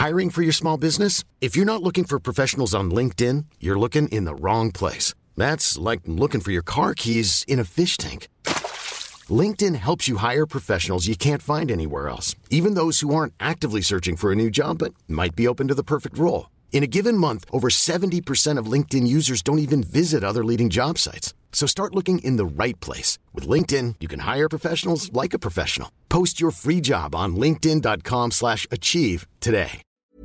Hiring for your small business? If you're not looking for professionals on LinkedIn, you're looking in the wrong place. That's like looking for your car keys in a fish tank. LinkedIn helps you hire professionals you can't find anywhere else, even those who aren't actively searching for a new job but might be open to the perfect role. In a given month, over 70% of LinkedIn users don't even visit other leading job sites. So start looking in the right place. With LinkedIn, you can hire professionals like a professional. Post your free job on linkedin.com/achieve today.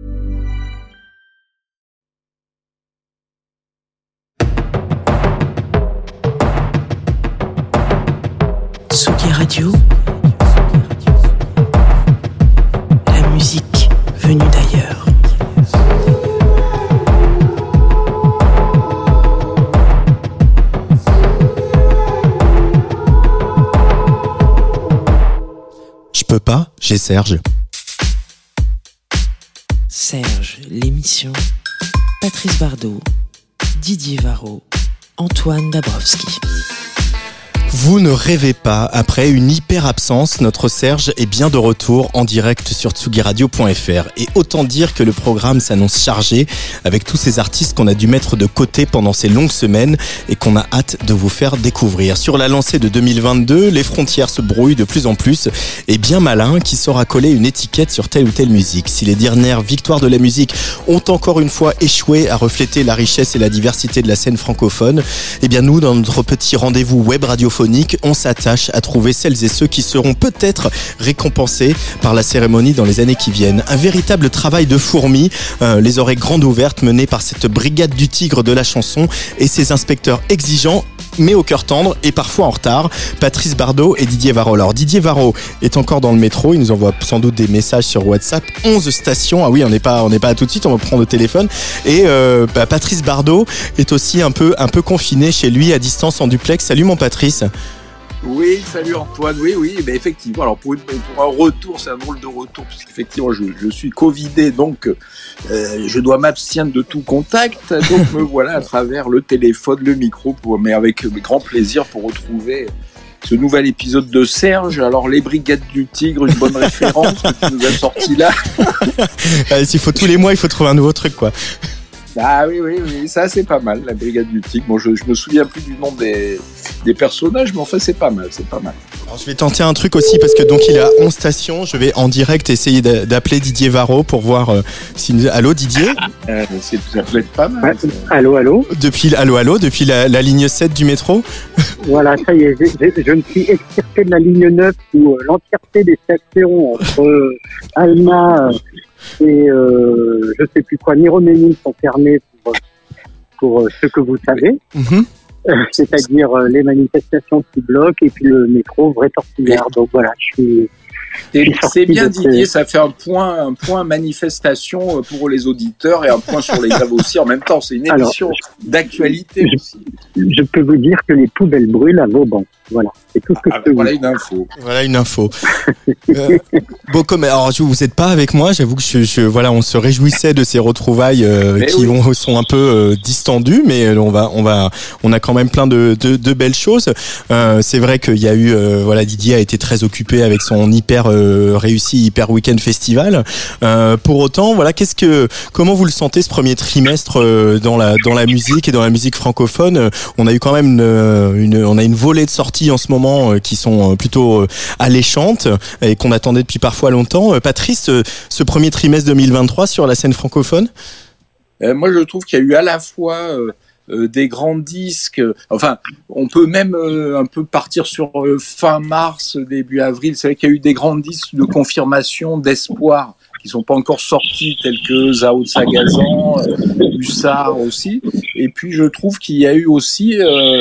Tsugi Radio, la musique venue d'ailleurs. Je peux pas, j'ai Serge. Serge, l'émission. Patrice Bardot, Didier Varro, Antoine Dabrowski. Vous ne rêvez pas, après une hyper absence, notre Serge est bien de retour en direct sur tsugiradio.fr. Et autant dire que le programme s'annonce chargé avec tous ces artistes qu'on a dû mettre de côté pendant ces longues semaines et qu'on a hâte de vous faire découvrir. Sur la lancée de 2022, les frontières se brouillent de plus en plus et bien malin qui saura coller une étiquette sur telle ou telle musique. Si les dernières victoires de la musique ont encore une fois échoué à refléter la richesse et la diversité de la scène francophone, eh bien nous, dans notre petit rendez-vous web radiophonique, on s'attache à trouver celles et ceux qui seront peut-être récompensés par la cérémonie dans les années qui viennent. Un véritable travail de fourmi, les oreilles grandes ouvertes, mené par cette brigade du tigre de la chanson et ses inspecteurs exigeants mais au cœur tendre et parfois en retard, Patrice Bardot et Didier Varro. Alors Didier Varro est encore dans le métro, il nous envoie sans doute des messages sur WhatsApp, 11 stations, ah oui on n'est pas à tout de suite, on va prendre le téléphone, et Patrice Bardot est aussi un peu confiné chez lui à distance en duplex. Salut mon Patrice. Oui, salut Antoine, oui, mais effectivement, alors pour un retour, c'est un drôle de retour, parce qu'effectivement je suis covidé, donc je dois m'abstenir de tout contact, donc me voilà à travers le téléphone, le micro, mais avec grand plaisir pour retrouver ce nouvel épisode de Serge. Alors les Brigades du Tigre, une bonne référence que tu nous as sorti là. S'il faut tous les mois, il faut trouver un nouveau truc quoi. Ah oui, ça c'est pas mal, la Brigade du Tigre. Bon, je me souviens plus du nom des personnages, mais enfin c'est pas mal. Alors, je vais tenter un truc aussi parce que donc il est à 11 stations. Je vais en direct essayer d'appeler Didier Varro pour voir si... Allô Didier. Ça peut être pas mal. Allô. Depuis la ligne 7 du métro. Voilà, ça y est, je me suis extirpé de la ligne 9 où l'entièreté des stations entre Alma et je sais plus quoi, Miroménie sont fermées pour ce que vous savez. Mm-hmm. C'est-à-dire les manifestations qui bloquent et puis le métro vrai tortillard. Donc voilà, je suis c'est bien Didier, ça fait un point manifestation pour les auditeurs et un point sur les grèves aussi en même temps. C'est une émission d'actualité aussi. Je peux vous dire que les poubelles brûlent à Vauban. Voilà, c'est tout ce que je peux voilà vous dire. Voilà une info. Bon, alors vous n'êtes pas avec moi, j'avoue que voilà, on se réjouissait de ces retrouvailles sont un peu distendues, mais on a quand même plein de belles choses. C'est vrai qu'il y a eu Didier a été très occupé avec son hyper réussi Hyper Weekend Festival. Pour autant, voilà, comment vous le sentez ce premier trimestre dans la musique et dans la musique francophone? On a eu quand même une volée de sorties en ce moment qui sont plutôt alléchantes et qu'on attendait depuis parfois longtemps. Patrice, ce premier trimestre 2023 sur la scène francophone? Moi, je trouve qu'il y a eu à la fois des grands disques. Enfin, on peut même un peu partir sur fin mars, début avril. C'est vrai qu'il y a eu des grands disques de confirmation, d'espoir, qui sont pas encore sortis, tels que Zao de Sagazan, Hussard aussi. Et puis, je trouve qu'il y a eu aussi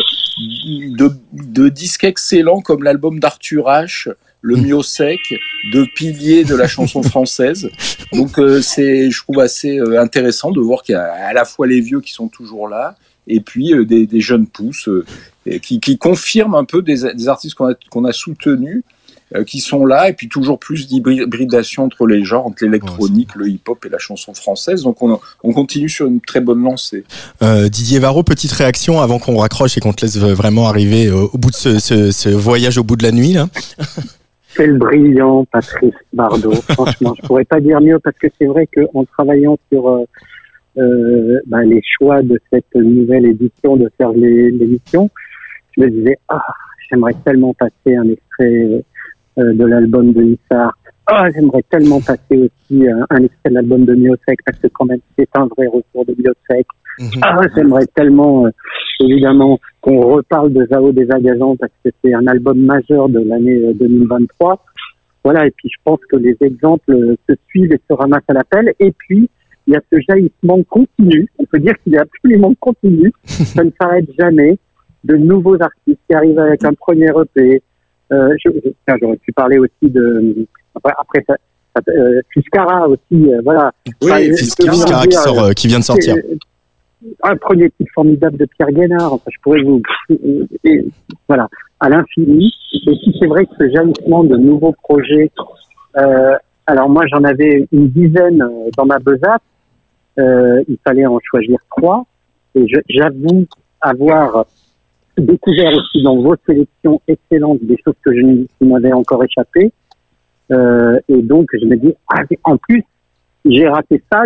de disques excellents comme l'album d'Arthur H, le Mio Sec, de piliers de la chanson française. Donc, je trouve assez intéressant de voir qu'il y a à la fois les vieux qui sont toujours là, et puis des jeunes pousses qui confirment un peu des artistes qu'on a soutenus, qui sont là, et puis toujours plus d'hybridation entre les genres, entre l'électronique, le hip-hop et la chanson française. Donc on continue sur une très bonne lancée. Didier Varro, petite réaction avant qu'on raccroche et qu'on te laisse vraiment arriver au bout de ce voyage au bout de la nuit là. Quel brillant Patrice Bardot. Franchement, je pourrais pas dire mieux parce que c'est vrai qu'en travaillant sur les choix de cette nouvelle édition de faire l'émission, je me disais j'aimerais tellement passer un extrait de l'album de Nissar. J'aimerais tellement passer aussi un extrait de l'album de Miosek parce que quand même c'est un vrai retour de Miosek. J'aimerais tellement évidemment qu'on reparle de Zao des Agazans parce que c'est un album majeur de l'année 2023. Voilà, et puis je pense que les exemples se suivent et se ramassent à l'appel. Et puis il y a ce jaillissement continu. On peut dire qu'il est absolument continu. Ça ne s'arrête jamais. De nouveaux artistes qui arrivent avec un premier EP. J'aurais pu parler aussi de après Fiskara aussi. Voilà. Oui, Fiskara qui vient de sortir. Un premier titre formidable de Pierre Guénard. Enfin, je pourrais vous voilà à l'infini. Et puis c'est vrai que ce jaillissement de nouveaux projets. Alors moi j'en avais une dizaine dans ma besace. Il fallait en choisir 3. Et j'avoue avoir découvert aussi dans vos sélections excellentes des choses qui m'avaient encore échappé. Et donc je me dis en plus j'ai raté ça.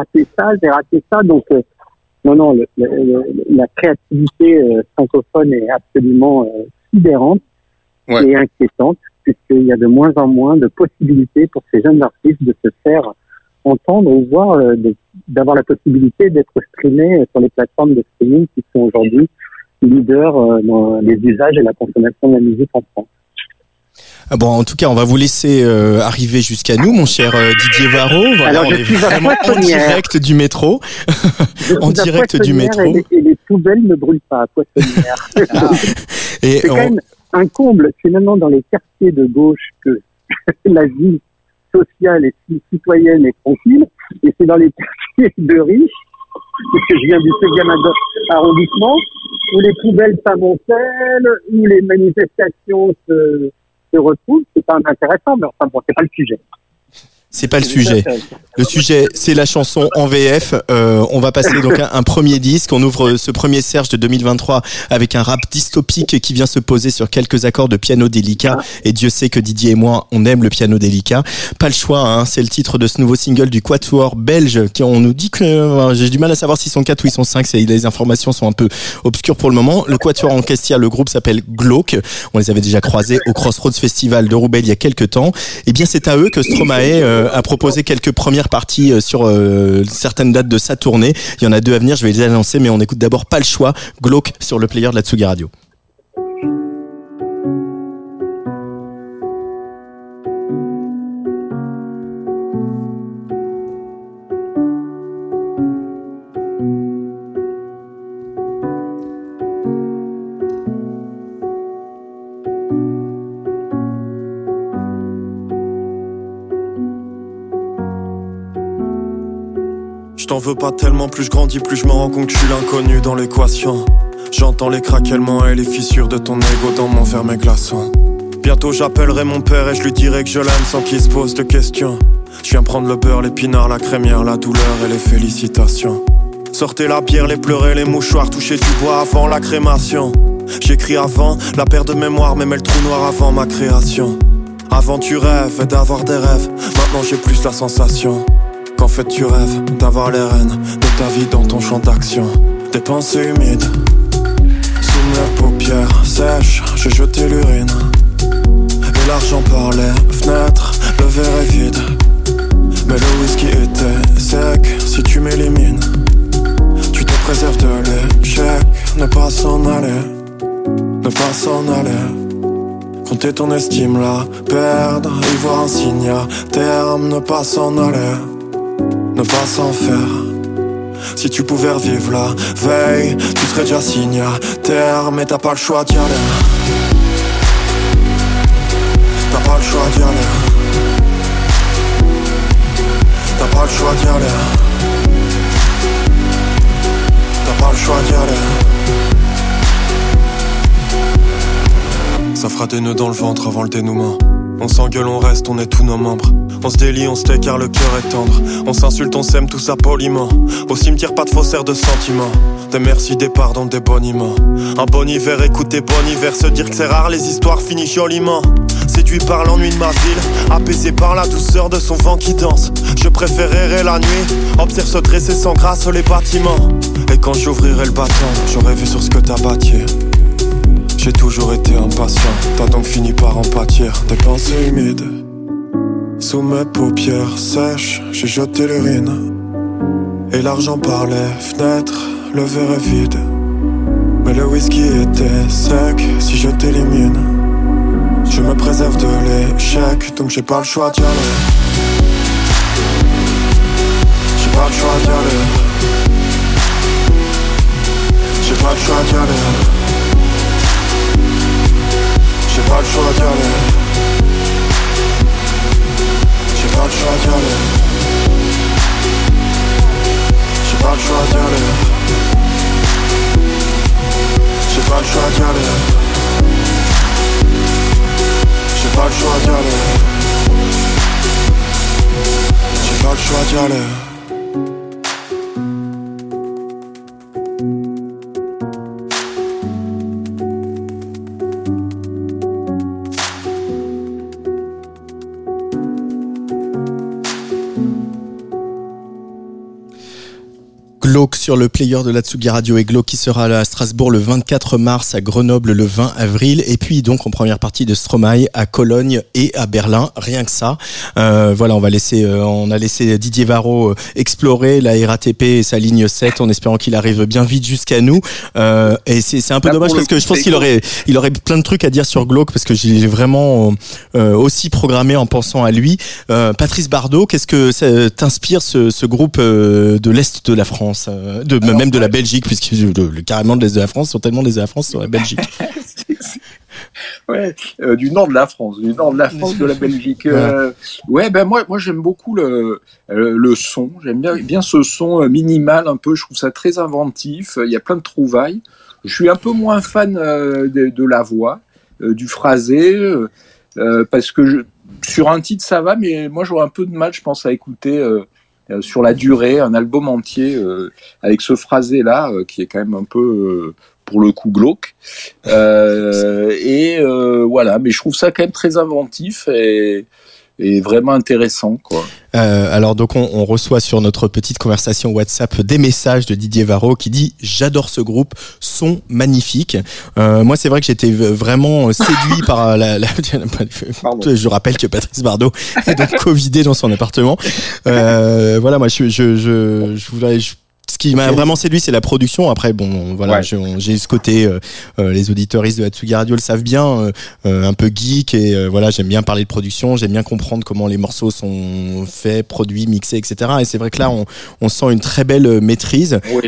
Donc non, la créativité francophone est absolument sidérante et inquiétante, puisqu'il y a de moins en moins de possibilités pour ces jeunes artistes de se faire entendre ou voir, d'avoir la possibilité d'être streamés sur les plateformes de streaming qui sont aujourd'hui leaders dans les usages et la consommation de la musique en France. Bon, en tout cas, on va vous laisser arriver jusqu'à nous, mon cher Didier Varro. Voilà, alors, on est vraiment en direct du métro. En direct du métro. Et les poubelles ne brûlent pas à Poissonnière. C'est quand même un comble. C'est maintenant dans les quartiers de gauche que la vie sociale et citoyenne est tranquille. Et c'est dans les quartiers de riches, puisque je viens du 16e arrondissement, où les poubelles s'amoncellent, où les manifestations se retrouvent. C'est pas intéressant, mais enfin bon, c'est pas le sujet. C'est pas le sujet. Le sujet, c'est la chanson en VF. On va passer donc à un premier disque. On ouvre ce premier Serge de 2023 avec un rap dystopique qui vient se poser sur quelques accords de piano délicat. Et Dieu sait que Didier et moi, on aime le piano délicat. Pas le choix, hein. C'est le titre de ce nouveau single du quatuor belge qui on nous dit que j'ai du mal à savoir s'ils sont 4 ou ils sont 5. Les informations sont un peu obscures pour le moment. Le quatuor en question, le groupe s'appelle Glauque. On les avait déjà croisés au Crossroads Festival de Roubaix il y a quelques temps. Et bien, c'est à eux que Stromae a proposé quelques premières parties sur certaines dates de sa tournée. Il y en a 2 à venir, je vais les annoncer, mais on écoute d'abord Pas le choix, Glauque sur le player de la Tsugi Radio. Je t'en veux pas tellement, plus je grandis, plus je me rends compte que je suis l'inconnu dans l'équation. J'entends les craquements et les fissures de ton ego dans mon verre mes glaçons. Bientôt j'appellerai mon père et je lui dirai que je l'aime sans qu'il se pose de questions. Je viens prendre le beurre, l'épinard, la crémière, la douleur et les félicitations. Sortez la bière, les pleurs, les mouchoirs, toucher du bois avant la crémation. J'écris avant, la paire de mémoire, même le trou noir avant ma création. Avant tu rêves d'avoir des rêves, maintenant j'ai plus la sensation qu'en fait tu rêves d'avoir les rênes de ta vie dans ton champ d'action. Des pensées humides sous mes paupières sèches, j'ai jeté l'urine et l'argent par les fenêtres, le verre est vide. Mais le whisky était sec, si tu m'élimines tu te préserves de l'échec. Ne pas s'en aller, ne pas s'en aller. Compter ton estime, la perdre, y voir un signe à terme. Ne pas s'en aller, ne pas s'en faire. Si tu pouvais revivre la veille, tu serais déjà signataire. Mais t'as pas le choix d'y aller, t'as pas le choix d'y aller, t'as pas le choix d'y aller, t'as pas le choix d'y aller. Ça fera des nœuds dans le ventre avant le dénouement. On s'engueule, on reste, on est tous nos membres. On se délie, on se tait car le cœur est tendre. On s'insulte, on s'aime, tout ça poliment. Au cimetière, pas de faussaires de sentiments. Des merci, des pardons, des boniments. Un bon hiver, écoutez bon hiver. Se dire que c'est rare, les histoires finissent joliment. séduit par l'ennui de ma ville, apaisé par la douceur de son vent qui danse. Je préférerais la nuit, observe se dresser sans grâce les bâtiments. Et quand j'ouvrirai le bâton, j'aurai vu sur ce que t'as bâti. J'ai toujours été impatient, t'as donc fini par en pâtir. Des pensées humides, sous mes paupières sèches, j'ai jeté l'urine. Et l'argent par les fenêtres, le verre est vide. Mais le whisky était sec, si je t'élimine, je me préserve de l'échec, donc j'ai pas le choix d'y aller. J'ai pas le choix d'y aller. J'ai pas le choix d'y aller. J'ai pas le choix d'y aller. J'ai pas le choix d'y aller. J'ai pas le choix d'y aller. J'ai pas le choix d'y aller. J'ai pas le choix d'y aller. J'ai pas le choix d'y aller. Glauque sur le player de la Tsugi Radio, et Glauque qui sera à Strasbourg le 24 mars, à Grenoble le 20 avril, et puis donc en première partie de Stromae à Cologne et à Berlin, rien que ça. Voilà, on a laissé Didier Varro explorer la RATP et sa ligne 7 en espérant qu'il arrive bien vite jusqu'à nous. Et c'est un peu dommage parce que je pense qu'il aurait plein de trucs à dire sur Glauque, parce que j'ai vraiment aussi programmé en pensant à lui. Patrice Bardot, qu'est-ce que ça t'inspire ce groupe de l'Est de la France? Même de la Belgique, puisque carrément de l'Est de la France, sont tellement de l'Est de la France sur la Belgique. Ouais, du nord de la France, de la Belgique. Ouais, ben moi j'aime beaucoup le son. J'aime bien ce son minimal un peu. Je trouve ça très inventif. Il y a plein de trouvailles. Je suis un peu moins fan de la voix, du phrasé, parce que sur un titre ça va, mais moi j'aurais un peu de mal, je pense, à écouter. Sur la durée, un album entier avec ce phrasé-là qui est quand même un peu pour le coup glauque. Voilà, mais je trouve ça quand même très inventif et vraiment intéressant, quoi. Alors donc on reçoit sur notre petite conversation WhatsApp des messages de Didier Varro qui dit: j'adore ce groupe, son magnifique. Moi c'est vrai que j'étais vraiment séduit par je rappelle que Patrice Bardot est donc covidé dans son appartement. Voilà, moi je voulais. Ce qui m'a vraiment séduit, c'est la production. Après, bon, voilà, ouais. J'ai ce côté, les auditeuristes de la Tsugi Radio le savent bien, un peu geek, et voilà, j'aime bien parler de production, j'aime bien comprendre comment les morceaux sont faits, produits, mixés, etc. Et c'est vrai que là, on sent une très belle maîtrise. Oui.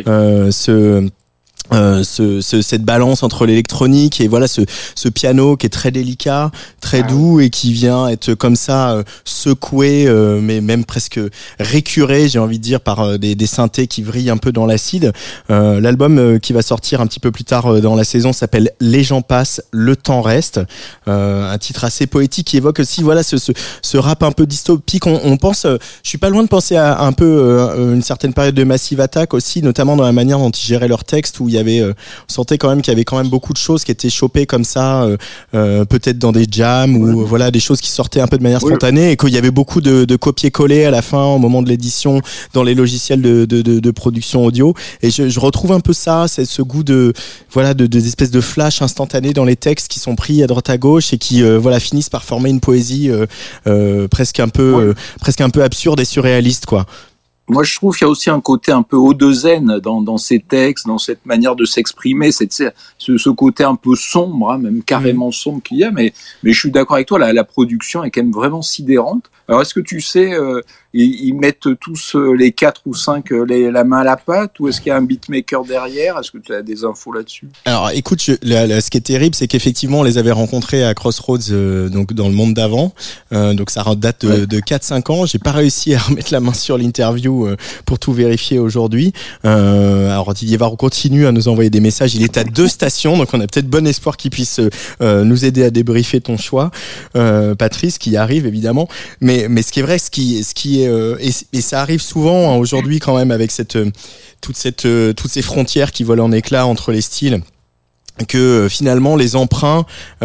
Cette balance entre l'électronique et voilà ce piano qui est très délicat, très doux, et qui vient être comme ça secoué, mais même presque récuré, j'ai envie de dire, par des synthés qui vrillent un peu dans l'acide. L'album qui va sortir un petit peu plus tard dans la saison s'appelle Les gens passent, le temps reste, un titre assez poétique qui évoque aussi voilà ce rap un peu dystopique. On pense, je suis pas loin de penser à un peu une certaine période de Massive Attack aussi, notamment dans la manière dont ils géraient leurs textes, où il y avait, on sentait quand même qu'il y avait quand même beaucoup de choses qui étaient chopées comme ça, peut-être dans des jams ou voilà des choses qui sortaient un peu de manière spontanée, et qu'il y avait beaucoup de copier-coller à la fin au moment de l'édition dans les logiciels de production audio. Et je retrouve un peu ça, c'est ce goût de voilà des espèces de flash instantanés dans les textes qui sont pris à droite à gauche et qui voilà finissent par former une poésie presque un peu absurde et surréaliste, quoi. Moi, je trouve qu'il y a aussi un côté un peu O2N dans ces textes, dans cette manière de s'exprimer, ce côté un peu sombre, hein, même carrément sombre qu'il y a. Mais je suis d'accord avec toi, la production est quand même vraiment sidérante. Alors, est-ce que tu sais, ils mettent tous les 4 ou 5 la main à la pâte, ou est-ce qu'il y a un beatmaker derrière? Est-ce que tu as des infos là-dessus? Alors, écoute, ce qui est terrible, c'est qu'effectivement, on les avait rencontrés à Crossroads, donc dans le monde d'avant. Donc, ça date de 4-5 ans. J'ai pas réussi à remettre la main sur l'interview pour tout vérifier aujourd'hui. Alors, Didier Varro continue à nous envoyer des messages. Il est à 2 stations, donc on a peut-être bon espoir qu'il puisse nous aider à débriefer ton choix, Patrice, qui arrive évidemment. Mais ce qui est vrai, ce qui est et ça arrive souvent, hein, aujourd'hui quand même, avec toutes ces frontières qui volent en éclats entre les styles. que finalement les emprunts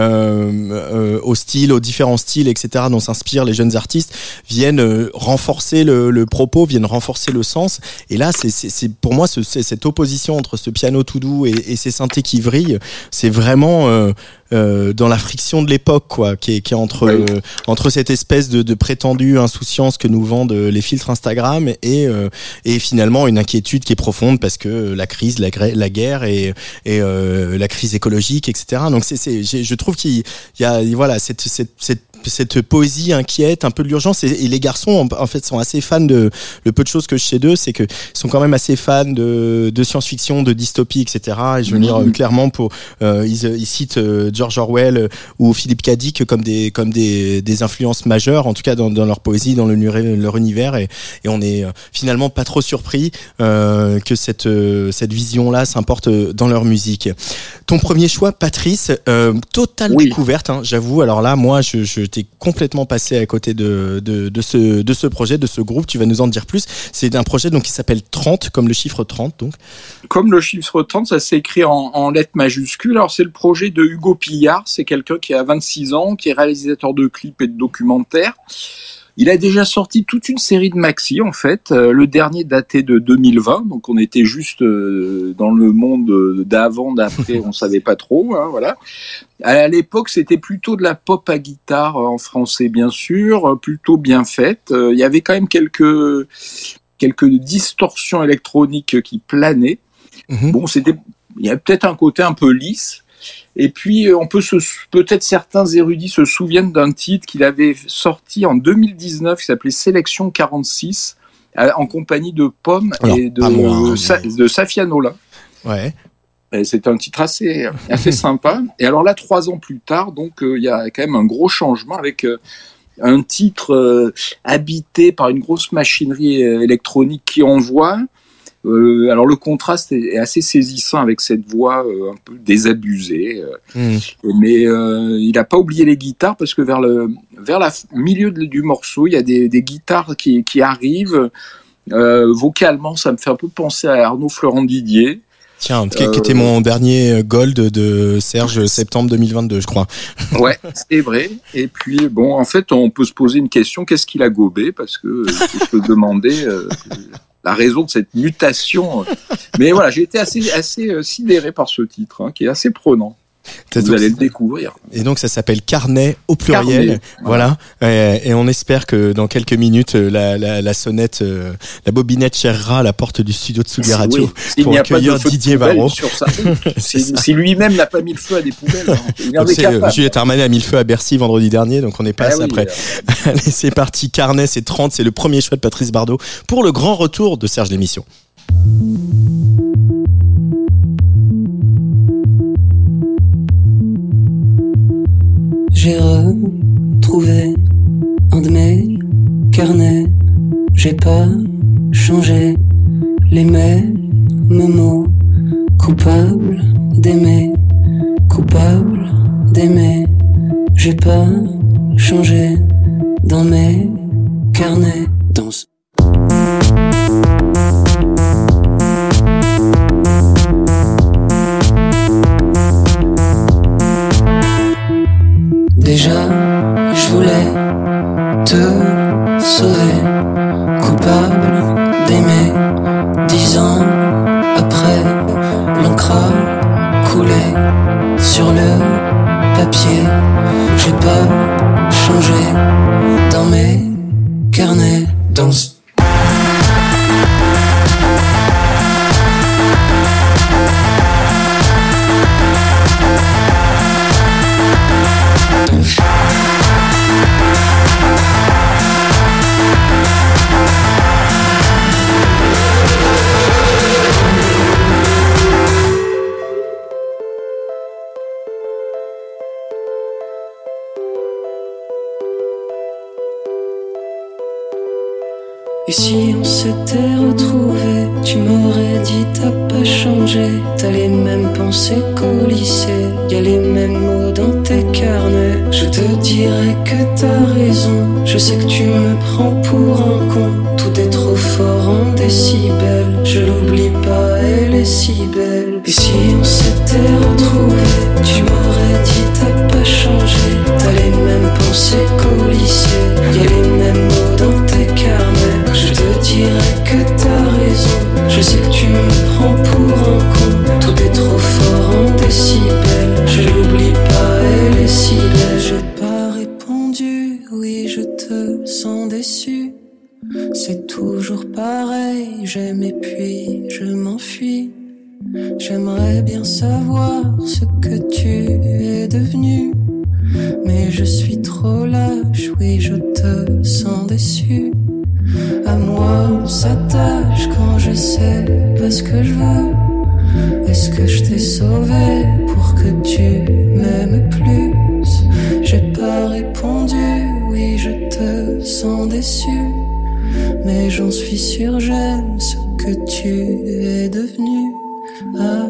au style, aux différents styles, etc., dont s'inspirent les jeunes artistes, viennent renforcer le propos, viennent renforcer le sens. Et là, c'est pour moi cette opposition entre ce piano tout doux et ces synthés qui vrillent, c'est vraiment dans la friction de l'époque, quoi, qui est entre cette espèce de prétendue insouciance que nous vendent les filtres Instagram et finalement une inquiétude qui est profonde parce que la crise, la guerre et la crise écologique, etc. Donc je trouve qu'il y a voilà cette poésie inquiète, un peu de l'urgence, et les garçons en fait sont assez fans de le peu de choses que je sais d'eux, c'est que ils sont quand même assez fans de science-fiction, de dystopie, etc. Et je veux dire clairement ils citent George Orwell ou Philippe K. Dick comme des influences majeures, en tout cas dans leur poésie, dans leur univers, et on est finalement pas trop surpris que cette vision-là s'importe dans leur musique. Ton premier choix, Patrice, totale découverte, hein, j'avoue. Alors là, moi, je t'ai complètement passé à côté de ce projet, de ce groupe. Tu vas nous en dire plus. C'est un projet donc qui s'appelle 30, comme le chiffre 30, donc. Comme le chiffre 30, ça s'écrit en lettres majuscules. Alors c'est le projet de Hugo Pillard. C'est quelqu'un qui a 26 ans, qui est réalisateur de clips et de documentaires. Il a déjà sorti toute une série de maxi, en fait. Le dernier daté de 2020, donc on était juste dans le monde d'avant, d'après, on savait pas trop, hein, voilà. À l'époque, c'était plutôt de la pop à guitare en français, bien sûr, plutôt bien faite. Il y avait quand même quelques distorsions électroniques qui planaient. Bon, il y a peut-être un côté un peu lisse. Et puis, peut-être certains érudits se souviennent d'un titre qu'il avait sorti en 2019 qui s'appelait Sélection 46 en compagnie de Pomme et de Safia Nolin. Ouais. Et c'est un titre assez sympa. Et alors là, 3 ans plus tard, donc il y a quand même un gros changement avec un titre habité par une grosse machinerie électronique qui envoie. Alors le contraste est assez saisissant avec cette voix un peu désabusée, mais il n'a pas oublié les guitares parce que vers le milieu du morceau, il y a des guitares qui arrivent. Vocalement, ça me fait un peu penser à Arnaud Florent Didier. Tiens, qui était mon dernier gold de Serge, septembre 2022, je crois. Ouais, c'est vrai. Et puis, bon, en fait, on peut se poser une question, qu'est-ce qu'il a gobé? Parce que je peux demander la raison de cette mutation. Mais voilà, j'ai été assez sidéré par ce titre, hein, qui est assez prenant. Vous allez le découvrir. Et donc ça s'appelle Carnet au pluriel. Voilà. Et on espère que dans quelques minutes la sonnette, la bobinette cherchera à la porte du studio de Tsugi Radio pour accueillir Didier Varro. Si lui-même n'a pas mis le feu à des poubelles, hein, Juliette Armanet a mis le feu à Bercy vendredi dernier, donc on n'est pas assez après. Allez, c'est parti. Carnet, c'est 30, c'est le premier choix de Patrice Bardot pour le grand retour de Serge l'émission. J'ai retrouvé un de mes carnets. J'ai pas changé les mêmes mots. Coupable d'aimer, coupable d'aimer. J'ai pas changé dans mes carnets. Danse. Déjà, je voulais te sauver, coupable d'aimer. 10 ans après, l'encre a coulé sur le papier. J'ai pas changé dans mes carnets. Danse. Et si on s'était retrouvés, tu m'aurais dit t'as pas changé. T'as les mêmes pensées qu'au lycée, y'a les mêmes mots dans tes carnets. Je te dirais que t'as raison, je sais que tu me prends pour un con. Tout est trop fort en décibels, je l'oublie pas, elle est est si belle. Et si on s'était retrouvés, tu m'aurais dit t'as pas changé. T'as les mêmes pensées qu'au lycée, y'a les mêmes mots dans tes carnets. Je te dirais que t'as raison, je sais que tu me prends pour un con. Tout est trop fort en décibels, je l'oublie pas, elle est si belle. J'ai pas répondu, oui je te sens déçu. C'est toujours pareil, j'aime et puis je m'enfuis. J'aimerais bien savoir ce que tu es devenu, mais je suis trop lâche, oui je te sens déçu. À moi on s'attache quand je sais pas ce que je veux. Est-ce que je t'ai sauvé pour que tu m'aimes plus? J'ai pas répondu, oui je te sens déçu, mais j'en suis sûr, j'aime ce que tu es devenu. Ah.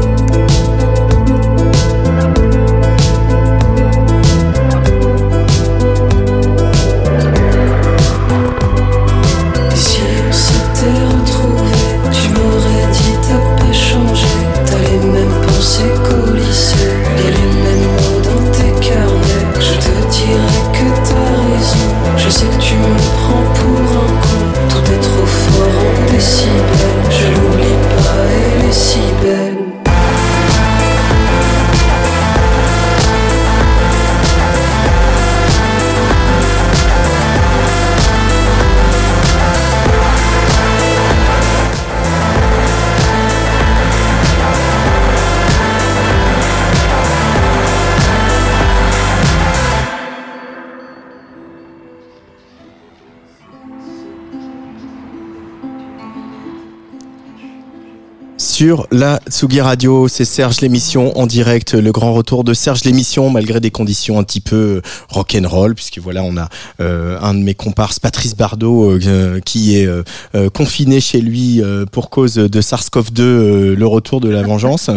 Si on s'était retrouvés, tu m'aurais dit t'as pas changé. T'as les mêmes pensées qu'au lycée, y'a les mêmes mots dans tes carnets. Je te dirais que t'as raison, je sais que tu me prends pour un con. Tout est trop fort en décibels, je l'oublie pas, elle est si belle. Sur la Tsugi Radio, c'est Serge l'émission en direct, le grand retour de Serge l'émission malgré des conditions un petit peu rock'n'roll, puisque voilà on a un de mes comparses, Patrice Bardot, qui est confiné chez lui pour cause de SARS-CoV-2, le retour de la vengeance.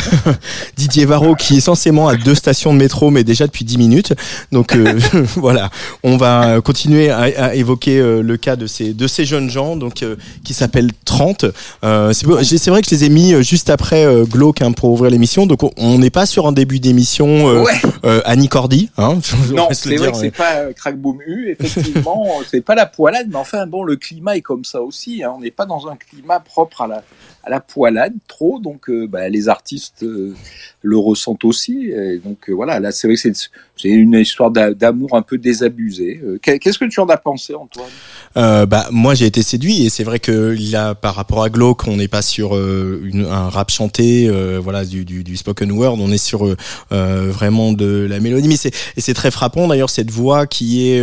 Didier Varro qui est censément à 2 stations de métro mais déjà depuis 10 minutes. Donc voilà, on va continuer à évoquer le cas de ces jeunes gens donc qui s'appellent 30. C'est vrai que je les ai mis juste après Glauque pour ouvrir l'émission, donc on n'est pas sur un début d'émission Annie Cordy, hein. Non, c'est vrai que c'est pas Crack Boom U, effectivement, c'est pas la poilade, mais enfin bon, le climat est comme ça aussi, hein. On n'est pas dans un climat propre à la poilade trop, donc les artistes le ressentent aussi, et donc voilà, là c'est vrai que c'est une histoire d'amour un peu désabusé. Qu'est-ce que tu en as pensé, Antoine? Moi j'ai été séduit, et c'est vrai que là par rapport à Glauque, on n'est pas sur un rap chanté, voilà, du spoken word, on est sur vraiment de la mélodie, mais c'est très frappant d'ailleurs, cette voix qui est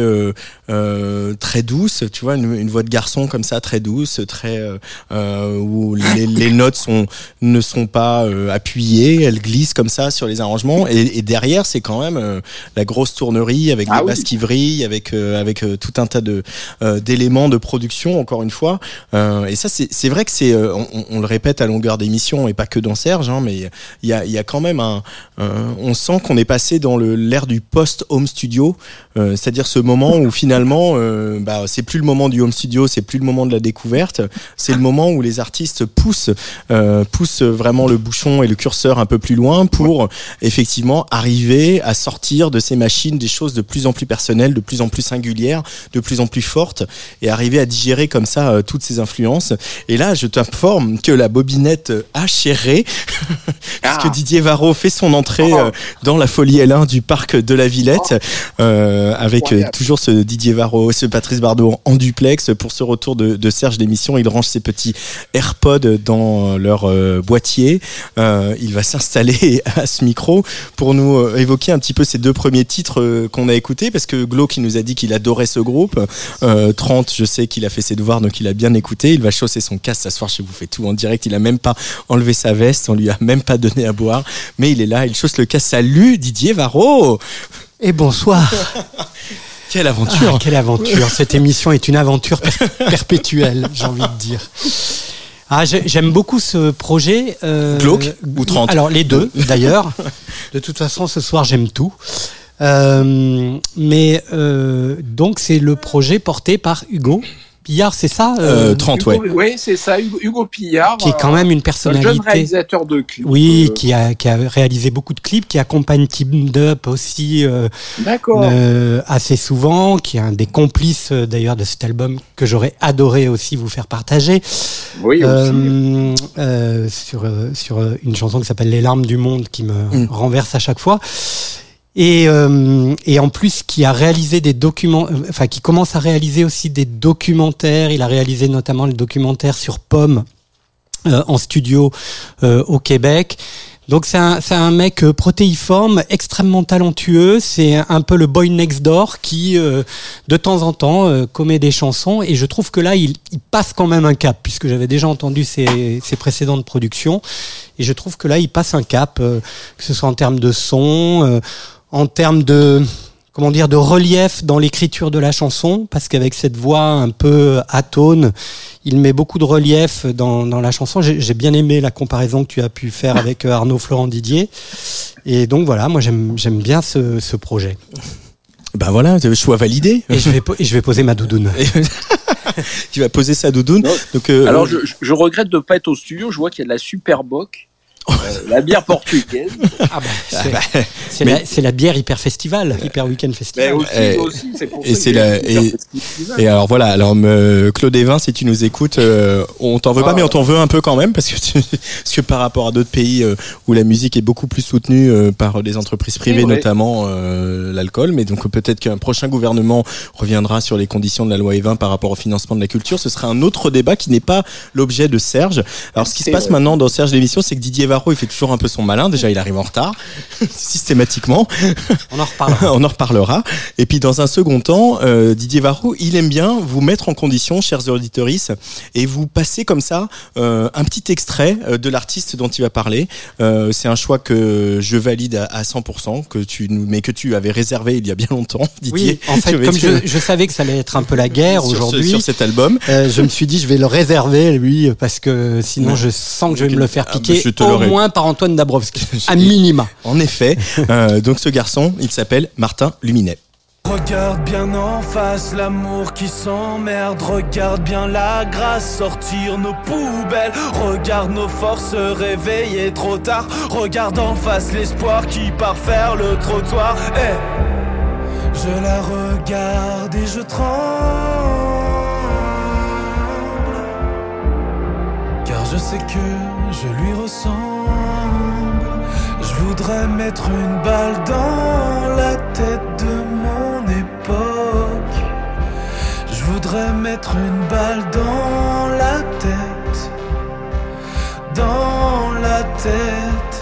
très douce, tu vois, une voix de garçon comme ça, très douce, très où les notes ne sont pas appuyées, elles glissent comme ça sur les arrangements, et derrière c'est quand même la grosse tournerie avec des basses qui vrillent, avec tout un tas d'éléments de production, encore une fois, et ça c'est vrai que c'est on le répète à longueur d'émission, et pas que dans Serge, hein, mais il y a quand même on sent qu'on est passé dans l'ère du post-home studio, c'est-à-dire ce moment où finalement c'est plus le moment du home studio, c'est plus le moment de la découverte, c'est le moment où les artistes poussent vraiment le bouchon et le curseur un peu plus loin pour effectivement arriver à sortir de ces machines des choses de plus en plus personnelles, de plus en plus singulières, de plus en plus fortes, et arriver à digérer comme ça toutes ces influences. Et là, je t'informe que la bobinette a chéré puisque Didier Varro fait son entrée dans la folie L1 du parc de la Villette, avec toujours ce Didier Varro, ce Patrice Bardot en duplex pour ce retour de Serge l'émission. Il range ses petits AirPods dans leur boîtier. Il va s'installer à ce micro pour nous évoquer un petit peu ces 2 premiers titres qu'on a écoutés, parce que Glo qui nous a dit qu'il adorait ce groupe, 30, je sais qu'il a fait ses devoirs, donc il a bien écouté. Il va chausser son casque ce soir, je vous fais tout en direct. Il a même pas enlevé sa veste, on lui a même pas donné à boire, mais il est là, il chausse le casque. Salut Didier Varro. Et bonsoir. Quelle aventure. Quelle aventure. Cette émission est une aventure perpétuelle, j'ai envie de dire. J'aime beaucoup ce projet. Glauque ou 30? Alors les deux d'ailleurs. De toute façon, ce soir j'aime tout. Donc c'est le projet porté par Hugo Pillard, c'est ça 30, Hugo, ouais. Oui, c'est ça, Hugo Pillard. Qui est quand même une un personnalité. jeune réalisateur de clips. Oui, qui a réalisé beaucoup de clips, qui accompagne Team Up aussi assez souvent, qui est un des complices d'ailleurs de cet album que j'aurais adoré aussi vous faire partager. Oui, aussi. Sur une chanson qui s'appelle Les larmes du monde qui me renverse à chaque fois. Et en plus, qui a réalisé des documents, qui commence à réaliser aussi des documentaires. Il a réalisé notamment le documentaire sur Pomme en studio au Québec. Donc c'est un mec protéiforme, extrêmement talentueux. C'est un peu le boy next door qui, de temps en temps, commet des chansons. Et je trouve que là, il passe quand même un cap, puisque j'avais déjà entendu ses précédentes productions. Et je trouve que là, il passe un cap, que ce soit en termes de son, en termes de relief dans l'écriture de la chanson, parce qu'avec cette voix un peu atone, il met beaucoup de relief dans la chanson. J'ai bien aimé la comparaison que tu as pu faire avec Arnaud Florent Didier. Et donc voilà, moi j'aime bien ce projet. Ben voilà, choix validé. Et je vais poser ma doudoune. Tu vas poser sa doudoune. Donc, alors je regrette de ne pas être au studio, je vois qu'il y a de la Superboc. La bière portugaise. C'est la bière Hyper Festival, Hyper Weekend Festival. Aussi, c'est pour ça et alors voilà, Claude Evin, si tu nous écoutes, on t'en veut pas, mais on t'en veut un peu quand même, parce que par rapport à d'autres pays où la musique est beaucoup plus soutenue par des entreprises privées, notamment l'alcool, mais donc peut-être qu'un prochain gouvernement reviendra sur les conditions de la loi Evin par rapport au financement de la culture. Ce sera un autre débat qui n'est pas l'objet de Serge. Alors ce qui se passe maintenant dans Serge l'émission, c'est que Didier Varro, il fait toujours un peu son malin. Déjà, il arrive en retard, systématiquement. On en reparlera. Et puis, dans un second temps, Didier Varro, il aime bien vous mettre en condition, chers auditeurs, et vous passer comme ça un petit extrait de l'artiste dont il va parler. C'est un choix que je valide à 100%, mais que tu avais réservé il y a bien longtemps, Didier. Oui, en fait, comme je savais que ça allait être un peu la guerre aujourd'hui sur cet album, je me suis dit, je vais le réserver, lui, parce que sinon, je sens que je vais me le faire piquer. Au moins par Antoine Dabrowski, à minima. En effet, donc ce garçon, il s'appelle Martin Luminet. Regarde bien en face l'amour qui s'emmerde. Regarde bien la grâce sortir nos poubelles. Regarde nos forces réveiller trop tard. Regarde en face l'espoir qui part faire le trottoir. Je la regarde et je tremble, car je sais que je lui ressemble. Je voudrais mettre une balle dans la tête de mon époque. Je voudrais mettre une balle dans la tête. Dans la tête.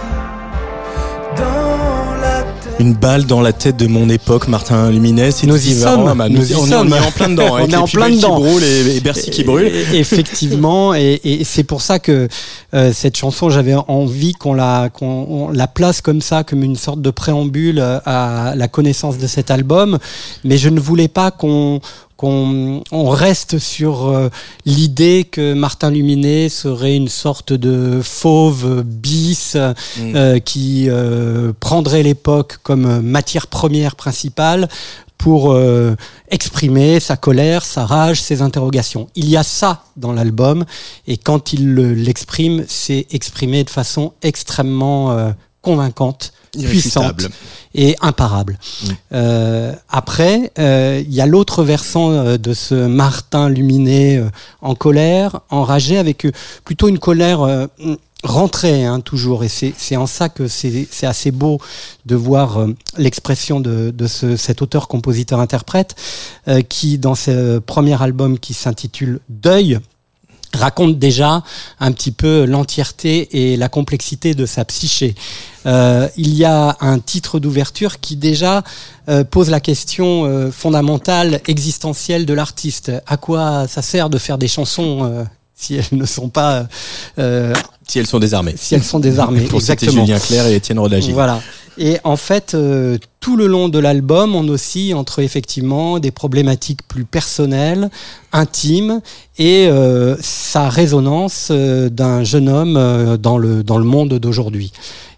Dans la tête. Une balle dans la tête de mon époque, Martin Luminet. Nous y sommes. On est en plein dedans. On est en plein dedans. Qui brûle et Bercy qui brûle. Effectivement, et c'est pour ça que cette chanson, j'avais envie qu'on la place comme ça, comme une sorte de préambule à la connaissance de cet album. Mais je ne voulais pas qu'on reste sur l'idée que Martin Luminet serait une sorte de fauve bis qui prendrait l'époque comme matière première principale pour exprimer sa colère, sa rage, ses interrogations. Il y a ça dans l'album, et quand il l'exprime, c'est exprimé de façon extrêmement convaincante, puissante et imparable. Après, il y a l'autre versant de ce Martin Luminet en colère, enragé, avec plutôt une colère rentrée, toujours. Et c'est en ça que c'est assez beau de voir l'expression de cet auteur-compositeur-interprète qui, dans ce premier album qui s'intitule Deuil, raconte déjà un petit peu l'entièreté et la complexité de sa psyché. Il y a un titre d'ouverture qui déjà pose la question fondamentale, existentielle de l'artiste. À quoi ça sert de faire des chansons si elles ne sont pas... si elles sont désarmées. Si elles sont désarmées, pour exactement. Citer Julien Clerc et Étienne Rodagil. Voilà. Et en fait, tout le long de l'album, on oscille entre effectivement des problématiques plus personnelles, intimes, et sa résonance d'un jeune homme dans le monde d'aujourd'hui.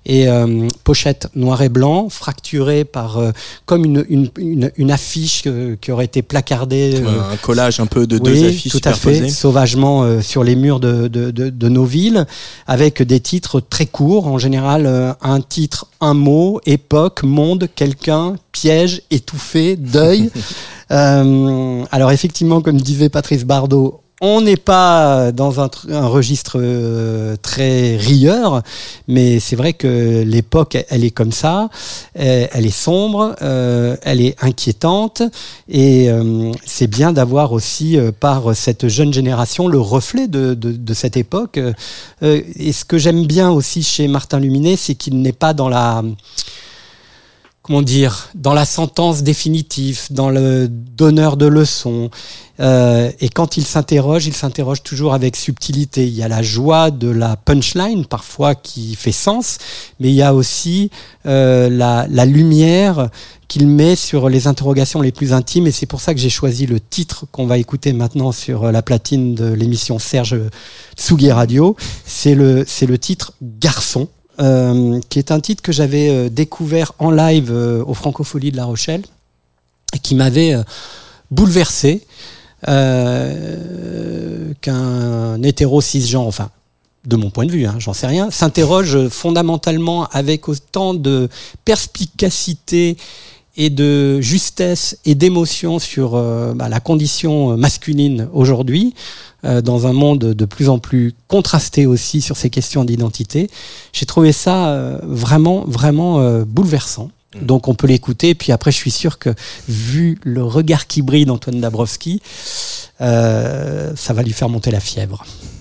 et pochette noir et blanc, fracturée par comme une affiche qui aurait été placardée. Un collage un peu de deux affiches tout à fait, sauvagement sur les murs de nos villes, avec des titres très courts, en général un titre, un mot, époque, monde, quelqu'un, piège, étouffé, deuil. Alors effectivement, comme disait Patrice Bardot, on n'est pas dans un registre très rieur, mais c'est vrai que l'époque, elle est comme ça, elle est sombre, elle est inquiétante, et c'est bien d'avoir aussi, par cette jeune génération, le reflet de cette époque. Et ce que j'aime bien aussi chez Martin Luminet, c'est qu'il n'est pas dans la... dans la sentence définitive, dans le donneur de leçons. Et quand il s'interroge toujours avec subtilité. Il y a la joie de la punchline, parfois, qui fait sens, mais il y a aussi la lumière qu'il met sur les interrogations les plus intimes, et c'est pour ça que j'ai choisi le titre qu'on va écouter maintenant sur la platine de l'émission Serge Tsugi Radio. C'est le titre « Garçon ». Qui est un titre que j'avais découvert en live au Francofolie de La Rochelle et qui m'avait bouleversé, qu'un hétéro cisgenre, enfin de mon point de vue, j'en sais rien, s'interroge fondamentalement avec autant de perspicacité et de justesse et d'émotion sur la condition masculine aujourd'hui, dans un monde de plus en plus contrasté aussi sur ces questions d'identité. J'ai trouvé ça vraiment bouleversant. Donc on peut l'écouter, et puis après je suis sûr que, vu le regard qui brille d'Antoine Dabrowski, ça va lui faire monter la fièvre.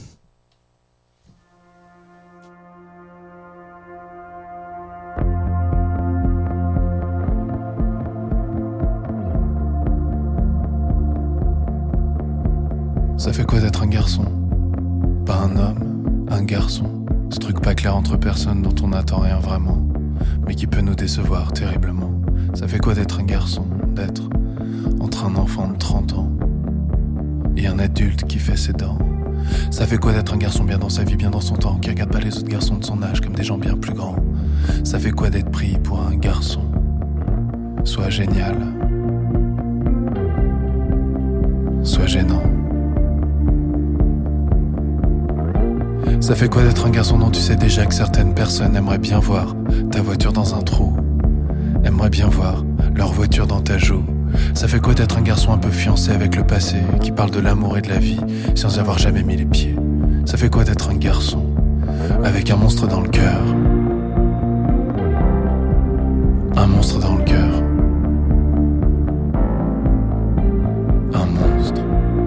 Ça fait quoi d'être un garçon? Pas un homme, un garçon. Ce truc pas clair entre personnes dont on n'attend rien vraiment, mais qui peut nous décevoir terriblement. Ça fait quoi d'être un garçon? D'être entre un enfant de 30 ans et un adulte qui fait ses dents. Ça fait quoi d'être un garçon bien dans sa vie, bien dans son temps, qui regarde pas les autres garçons de son âge comme des gens bien plus grands? Ça fait quoi d'être pris pour un garçon? Soit génial, soit gênant. Ça fait quoi d'être un garçon dont tu sais déjà que certaines personnes aimeraient bien voir ta voiture dans un trou, aimeraient bien voir leur voiture dans ta joue? Ça fait quoi d'être un garçon un peu fiancé avec le passé, qui parle de l'amour et de la vie sans y avoir jamais mis les pieds? Ça fait quoi d'être un garçon avec un monstre dans le cœur? Un monstre dans le cœur. Un monstre.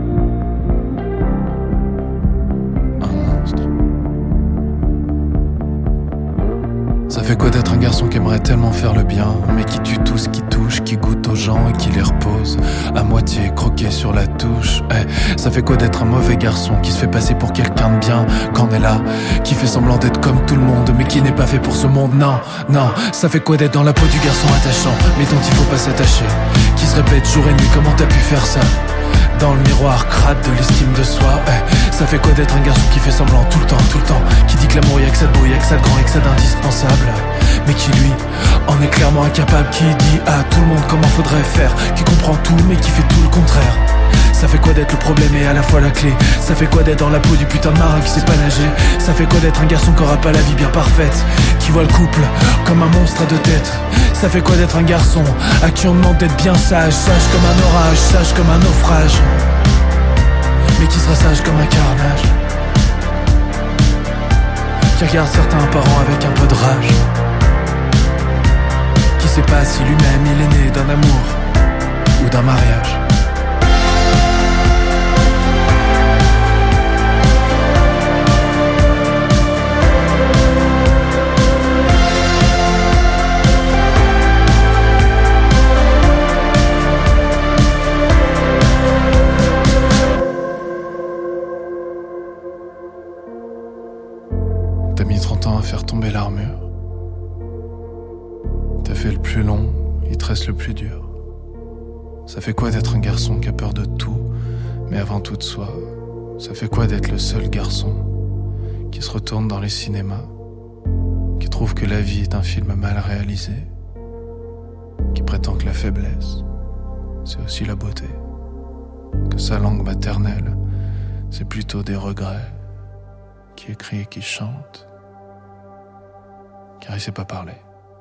Ça fait quoi d'être un garçon qui aimerait tellement faire le bien, mais qui tue tout ce qui touche, qui goûte aux gens et qui les repose à moitié croqué sur la touche? Ça fait quoi d'être un mauvais garçon qui se fait passer pour quelqu'un de bien quand on est là, qui fait semblant d'être comme tout le monde mais qui n'est pas fait pour ce monde? Non, non. Ça fait quoi d'être dans la peau du garçon attachant mais dont il faut pas s'attacher, qui se répète jour et nuit comment t'as pu faire ça? Dans le miroir crade de l'estime de soi. Ça fait quoi d'être un garçon qui fait semblant tout le temps, qui dit que l'amour y'a que ça de beau, y'a que ça de grand, y'a que ça d'indispensable, mais qui lui en est clairement incapable, qui dit à tout le monde comment faudrait faire, qui comprend tout mais qui fait tout le contraire. Ça fait quoi d'être le problème et à la fois la clé? Ça fait quoi d'être dans la peau du putain de marin qui sait pas nager? Ça fait quoi d'être un garçon qui aura pas la vie bien parfaite, qui voit le couple comme un monstre à deux têtes? Ça fait quoi d'être un garçon à qui on demande d'être bien sage, sage comme un orage, sage comme un naufrage, mais qui sera sage comme un carnage, qui regarde certains parents avec un peu de rage, qui sait pas si lui-même il est né d'un amour ou d'un mariage. T'as mis 30 ans à faire tomber l'armure. T'as fait le plus long, il te reste le plus dur. Ça fait quoi d'être un garçon qui a peur de tout, mais avant tout de soi? Ça fait quoi d'être le seul garçon qui se retourne dans les cinémas, qui trouve trouve que la vie est un film mal réalisé, qui prétend que la faiblesse, c'est aussi la beauté, que sa langue maternelle, c'est plutôt des regrets, qui écrit et qui chante, car il sait pas parler.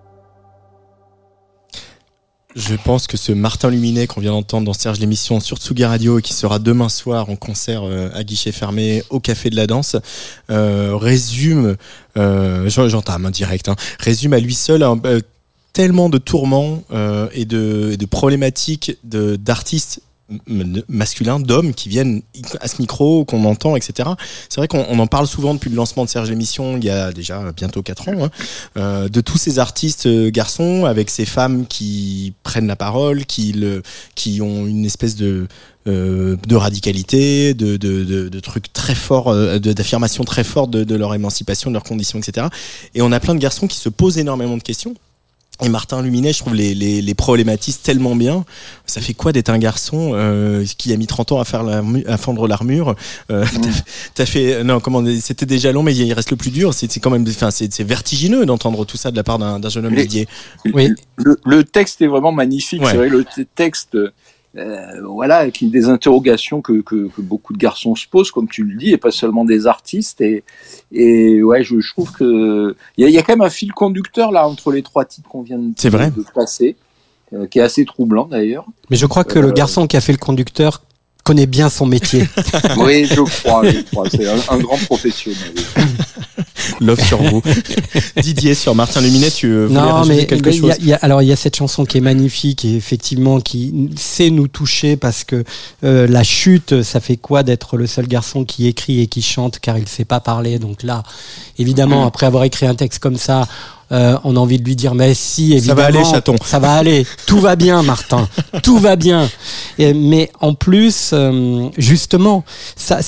Je pense que ce Martin Luminet qu'on vient d'entendre dans Serge l'émission sur Tsugi Radio et qui sera demain soir en concert à guichet fermé au Café de la Danse résume, j'entame direct, résume à lui seul tellement de tourments et de problématiques d'artistes masculins, d'hommes qui viennent à ce micro, qu'on entend, etc. C'est vrai qu'on en parle souvent depuis le lancement de Serge l'émission, il y a déjà bientôt 4 ans, de tous ces artistes garçons avec ces femmes qui prennent la parole, qui ont une espèce de radicalité, de trucs très forts, d'affirmations très fortes de leur émancipation, de leurs conditions, etc. Et on a plein de garçons qui se posent énormément de questions. Et Martin Luminet, je trouve les problématise tellement bien. Ça fait quoi d'être un garçon qui a mis 30 ans à fendre l'armure t'as fait c'était déjà long, mais il reste le plus dur. C'est quand même, c'est vertigineux d'entendre tout ça de la part d'un jeune homme dédié. Oui. Le texte est vraiment magnifique. Ouais. C'est vrai, le texte. Avec des interrogations que beaucoup de garçons se posent, comme tu le dis, et pas seulement des artistes. Et ouais, je trouve que il y a quand même un fil conducteur là entre les 3 titres qu'on vient de passer, qui est assez troublant d'ailleurs. Mais je crois que le garçon qui a fait le conducteur connaît bien son métier. Oui, je crois. C'est un grand professionnel. Love sur vous. Didier, sur Martin Luminet, tu voulais rajouter quelque chose? Il y a cette chanson qui est magnifique et effectivement qui sait nous toucher parce que la chute, ça fait quoi d'être le seul garçon qui écrit et qui chante car il sait pas parler. Donc là, évidemment, après avoir écrit un texte comme ça, on a envie de lui dire mais si, évidemment, ça va aller, chaton. Ça va aller, tout va bien, Martin, tout va bien. Mais en plus, justement, ça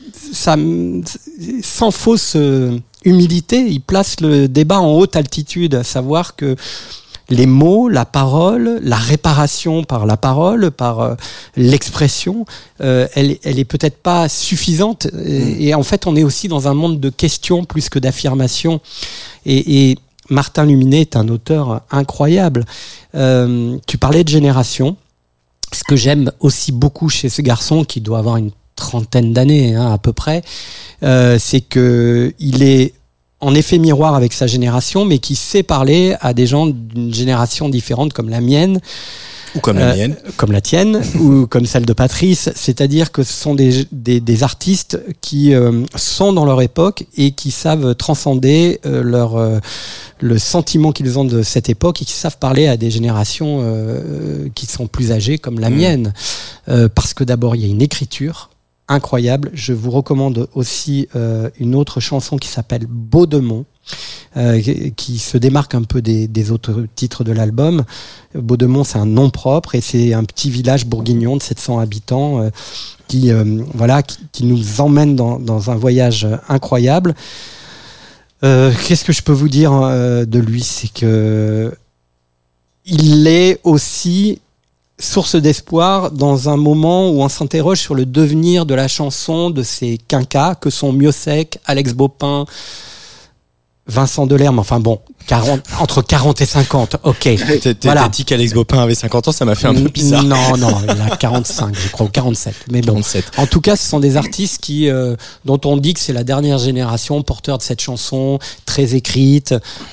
sans fausse humilité, il place le débat en haute altitude, à savoir que les mots, la parole, la réparation par la parole, par l'expression, elle est peut-être pas suffisante. Et en fait, on est aussi dans un monde de questions plus que d'affirmations. Et Martin Luminet est un auteur incroyable. Tu parlais de génération. Ce que j'aime aussi beaucoup chez ce garçon, qui doit avoir une 30aine d'années à peu près, c'est que il est en effet miroir avec sa génération, mais qui sait parler à des gens d'une génération différente comme la mienne. Ou comme la mienne. Comme la tienne, ou comme celle de Patrice. C'est-à-dire que ce sont des artistes qui sont dans leur époque et qui savent transcender le sentiment qu'ils ont de cette époque et qui savent parler à des générations qui sont plus âgées comme la mienne. Parce que d'abord, il y a une écriture incroyable. Je vous recommande aussi une autre chanson qui s'appelle Baudemont, qui se démarque un peu des autres titres de l'album. Baudemont, c'est un nom propre et c'est un petit village bourguignon de 700 habitants qui nous emmène dans un voyage incroyable. Qu'est-ce que je peux vous dire de lui? C'est que il est aussi source d'espoir dans un moment où on s'interroge sur le devenir de la chanson de ces quinquas que sont Miossec, Alex Baupin, Vincent Delerme, enfin bon, entre 40 et 50, ok. T'as dit qu'Alex Baupin avait 50 ans, ça m'a fait un peu bizarre. Non, il a 45, je crois, ou 47. Mais bon, 47. En tout cas, ce sont des artistes dont on dit que c'est la dernière génération porteur de cette chanson, très écrite,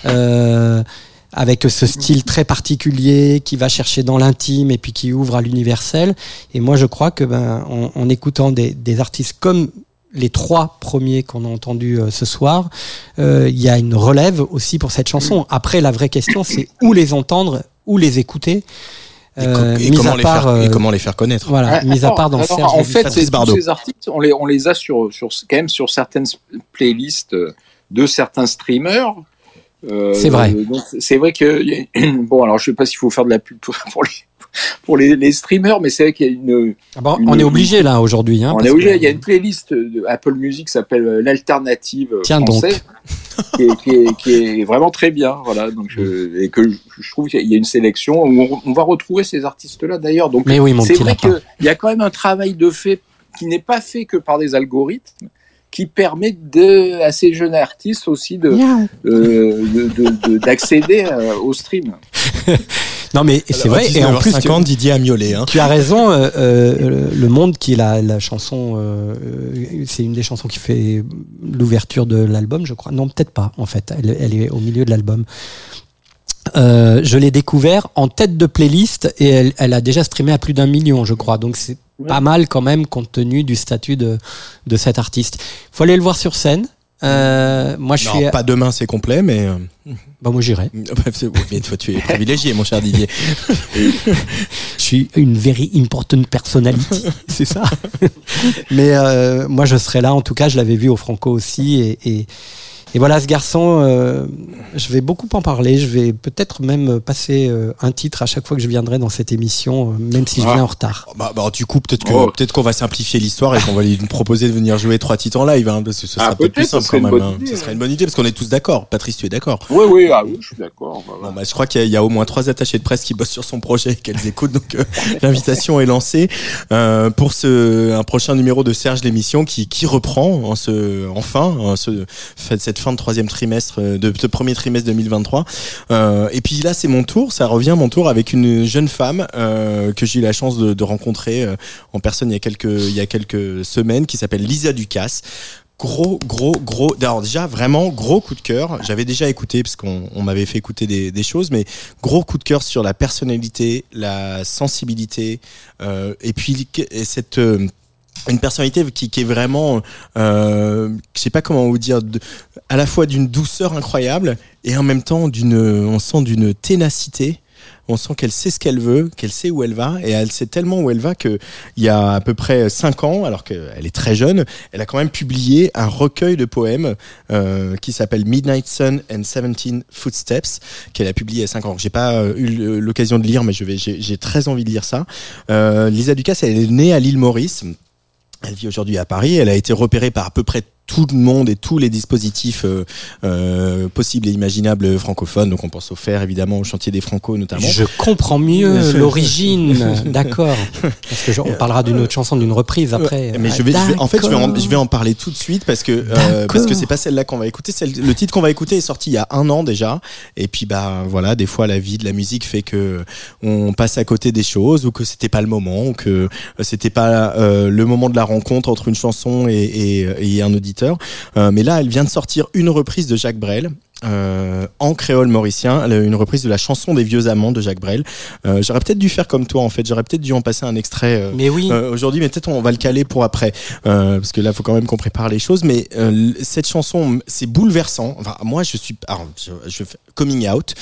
avec ce style très particulier qui va chercher dans l'intime et puis qui ouvre à l'universel. Et moi, je crois que en écoutant des artistes comme les 3 premiers qu'on a entendus ce soir, il y a une relève aussi pour cette chanson. Après, la vraie question, c'est où les entendre, où les écouter. Et comment les faire connaître. Voilà, mis à part dans Serge. En fait, tous ces artistes, on les a quand même sur certaines playlists de certains streamers. C'est vrai. Donc, c'est vrai que bon, alors je sais pas s'il faut faire de la pub pour les streamers, mais c'est vrai qu'il y a une. On est obligé là aujourd'hui. On est obligé. Il y a une playlist de Apple Music qui s'appelle l'alternative française, qui est vraiment très bien. Voilà. Donc et que je trouve qu'il y a une sélection où on va retrouver ces artistes-là d'ailleurs. Donc mais oui, c'est vrai qu'il y a quand même un travail de fait qui n'est pas fait que par des algorithmes, qui permet à ces jeunes artistes aussi d'accéder au stream. Non mais c'est vrai, et en plus 50, Didier a miaulé. Tu as raison, Le Monde, qui est la chanson, c'est une des chansons qui fait l'ouverture de l'album, je crois. Non, peut-être pas, en fait. Elle est au milieu de l'album. Je l'ai découvert en tête de playlist et elle a déjà streamé à plus d'1 million, je crois. Donc c'est pas mal quand même, compte tenu du statut de cet artiste. Faut aller le voir sur scène. Moi, je suis pas demain, c'est complet, mais bah moi j'irai. Mais toi, tu es privilégié, mon cher Didier. Je suis une very important personality, c'est ça. Mais moi, je serai là. En tout cas, je l'avais vu au Franco aussi, et voilà, ce garçon, je vais beaucoup en parler. Je vais peut-être même passer un titre à chaque fois que je viendrai dans cette émission, même si je viens en retard. Bah, du coup, peut-être qu'on va simplifier l'histoire et qu'on va lui proposer de venir jouer 3 titres en live, hein, parce que ce sera peut-être plus simple quand même. Ce serait une bonne idée, parce qu'on est tous d'accord. Patrice, tu es d'accord? Oui, je suis d'accord. Bon, bah, je crois qu'il y a au moins 3 attachés de presse qui bossent sur son projet et qu'elles écoutent, donc l'invitation est lancée pour un prochain numéro de Serge l'émission qui reprend cette fin de troisième trimestre, de premier trimestre 2023. Et puis là, c'est mon tour avec une jeune femme que j'ai eu la chance de rencontrer en personne il y a quelques semaines, qui s'appelle Lisa Ducasse. Gros. Alors déjà, vraiment gros coup de cœur. J'avais déjà écouté parce qu'on m'avait fait écouter des choses, mais gros coup de cœur sur la personnalité, la sensibilité, et puis une personnalité qui est vraiment, je sais pas comment vous dire, à la fois d'une douceur incroyable et en même temps on sent d'une ténacité. On sent qu'elle sait ce qu'elle veut, qu'elle sait où elle va, et elle sait tellement où elle va que il y a à peu près 5 ans, alors qu'elle est très jeune, elle a quand même publié un recueil de poèmes qui s'appelle Midnight Sun and 17 Footsteps, qu'elle a publié il y a 5 ans. J'ai pas eu l'occasion de lire, mais j'ai très envie de lire ça. Lisa Ducasse, elle est née à l'île Maurice. Elle vit aujourd'hui à Paris. Elle a été repérée par à peu près tout le monde et tous les dispositifs possibles et imaginables francophones. Donc on pense au Fer, évidemment, au chantier des Franco notamment. Je comprends mieux l'origine, d'accord. Parce que on parlera d'une autre chanson, d'une reprise après. Mais je vais en parler tout de suite parce que c'est pas celle-là qu'on va écouter. Le titre qu'on va écouter est sorti il y a 1 an déjà. Et puis voilà, des fois la vie de la musique fait que on passe à côté des choses, ou que c'était pas le moment, ou que c'était pas le moment de la rencontre entre une chanson et un auditeur. Mais là, elle vient de sortir une reprise de Jacques Brel. En créole mauricien, une reprise de la chanson des vieux amants de Jacques Brel. J'aurais peut-être dû faire comme toi, en fait. J'aurais peut-être dû en passer un extrait mais oui. Aujourd'hui, mais peut-être on va le caler pour après, parce que là, il faut quand même qu'on prépare les choses. Mais cette chanson, c'est bouleversant. Enfin, moi, je fais coming out,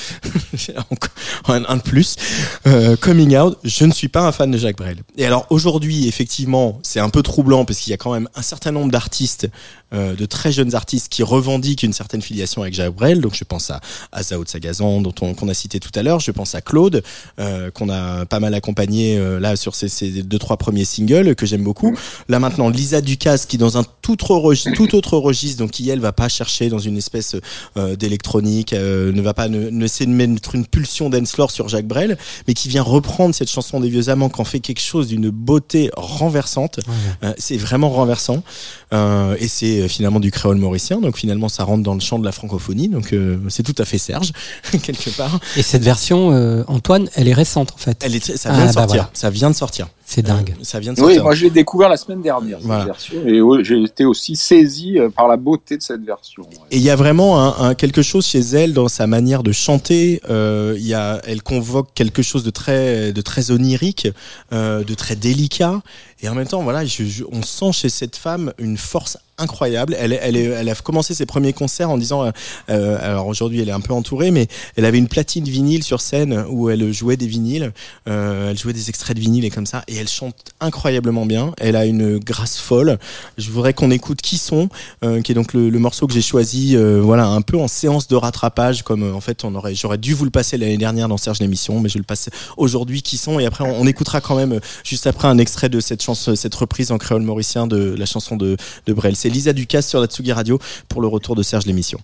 un de plus. Coming out, je ne suis pas un fan de Jacques Brel. Et alors aujourd'hui, effectivement, c'est un peu troublant parce qu'il y a quand même un certain nombre d'artistes, de très jeunes artistes, qui revendiquent une certaine filiation avec Jacques Brel. Donc je pense à Zao de Sagazan, qu'on a cité tout à l'heure. Je pense à Claude, qu'on a pas mal accompagné là sur ces 2-3 premiers singles que j'aime beaucoup. Là maintenant, Lisa Ducasse, qui dans un tout autre registre, donc qui elle va pas chercher dans une espèce d'électronique, ne va pas ne essayer de mettre une pulsion dancefloor sur Jacques Brel, mais qui vient reprendre cette chanson des vieux amants, qui en fait quelque chose d'une beauté renversante. C'est vraiment renversant, et c'est finalement du créole mauricien, donc finalement ça rentre dans le champ de la francophonie, donc c'est tout à fait Serge quelque part. Et cette version, Antoine, elle est récente en fait. Ça vient de sortir. Voilà. Ça vient de sortir. C'est dingue. Ça vient de sortir. Oui, moi je l'ai découvert la semaine dernière, cette version, et j'ai été aussi saisi par la beauté de cette version. Et il y a vraiment quelque chose chez elle dans sa manière de chanter. Elle convoque quelque chose de très onirique, de très délicat, et en même temps, voilà, on sent chez cette femme une force incroyable. Elle a commencé ses premiers concerts en disant, alors aujourd'hui elle est un peu entourée, mais elle avait une platine vinyle sur scène où elle jouait des vinyles, elle jouait des extraits de vinyle et comme ça, et elle chante incroyablement bien. Elle a une grâce folle. Je voudrais qu'on écoute Qui sont, qui est donc le morceau que j'ai choisi, voilà, un peu en séance de rattrapage, comme en fait j'aurais dû vous le passer l'année dernière dans Serge l'émission, mais je le passe aujourd'hui. Qui sont, et après on écoutera quand même juste après un extrait de cette reprise en créole mauricien de la chanson de Brel. C'est Lisa Ducasse sur la Tsugi Radio pour le retour de Serge l'émission.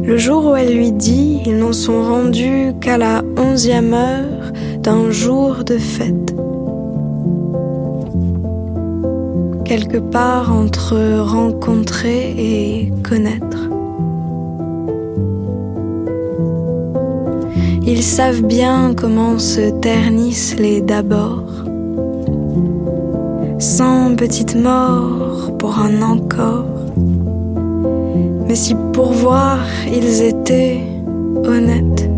Le jour où elle lui dit, ils n'en sont rendus qu'à la 11e heure d'un jour de fête. Quelque part entre rencontrer et connaître. Ils savent bien comment se ternissent les d'abord. 100 petites morts pour un encore. Mais si pour voir ils étaient honnêtes,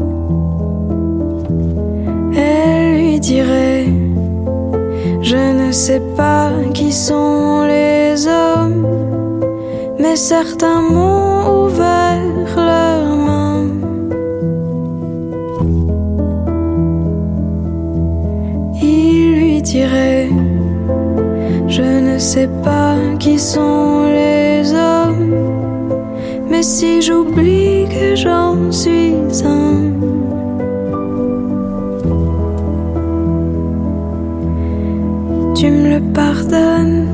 elle lui dirait: je ne sais pas qui sont les hommes, mais certains m'ont ouvert leurs mains. Il lui dirait: je ne sais pas qui sont les hommes, mais si j'oublie que j'en suis un, tu me le pardonnes.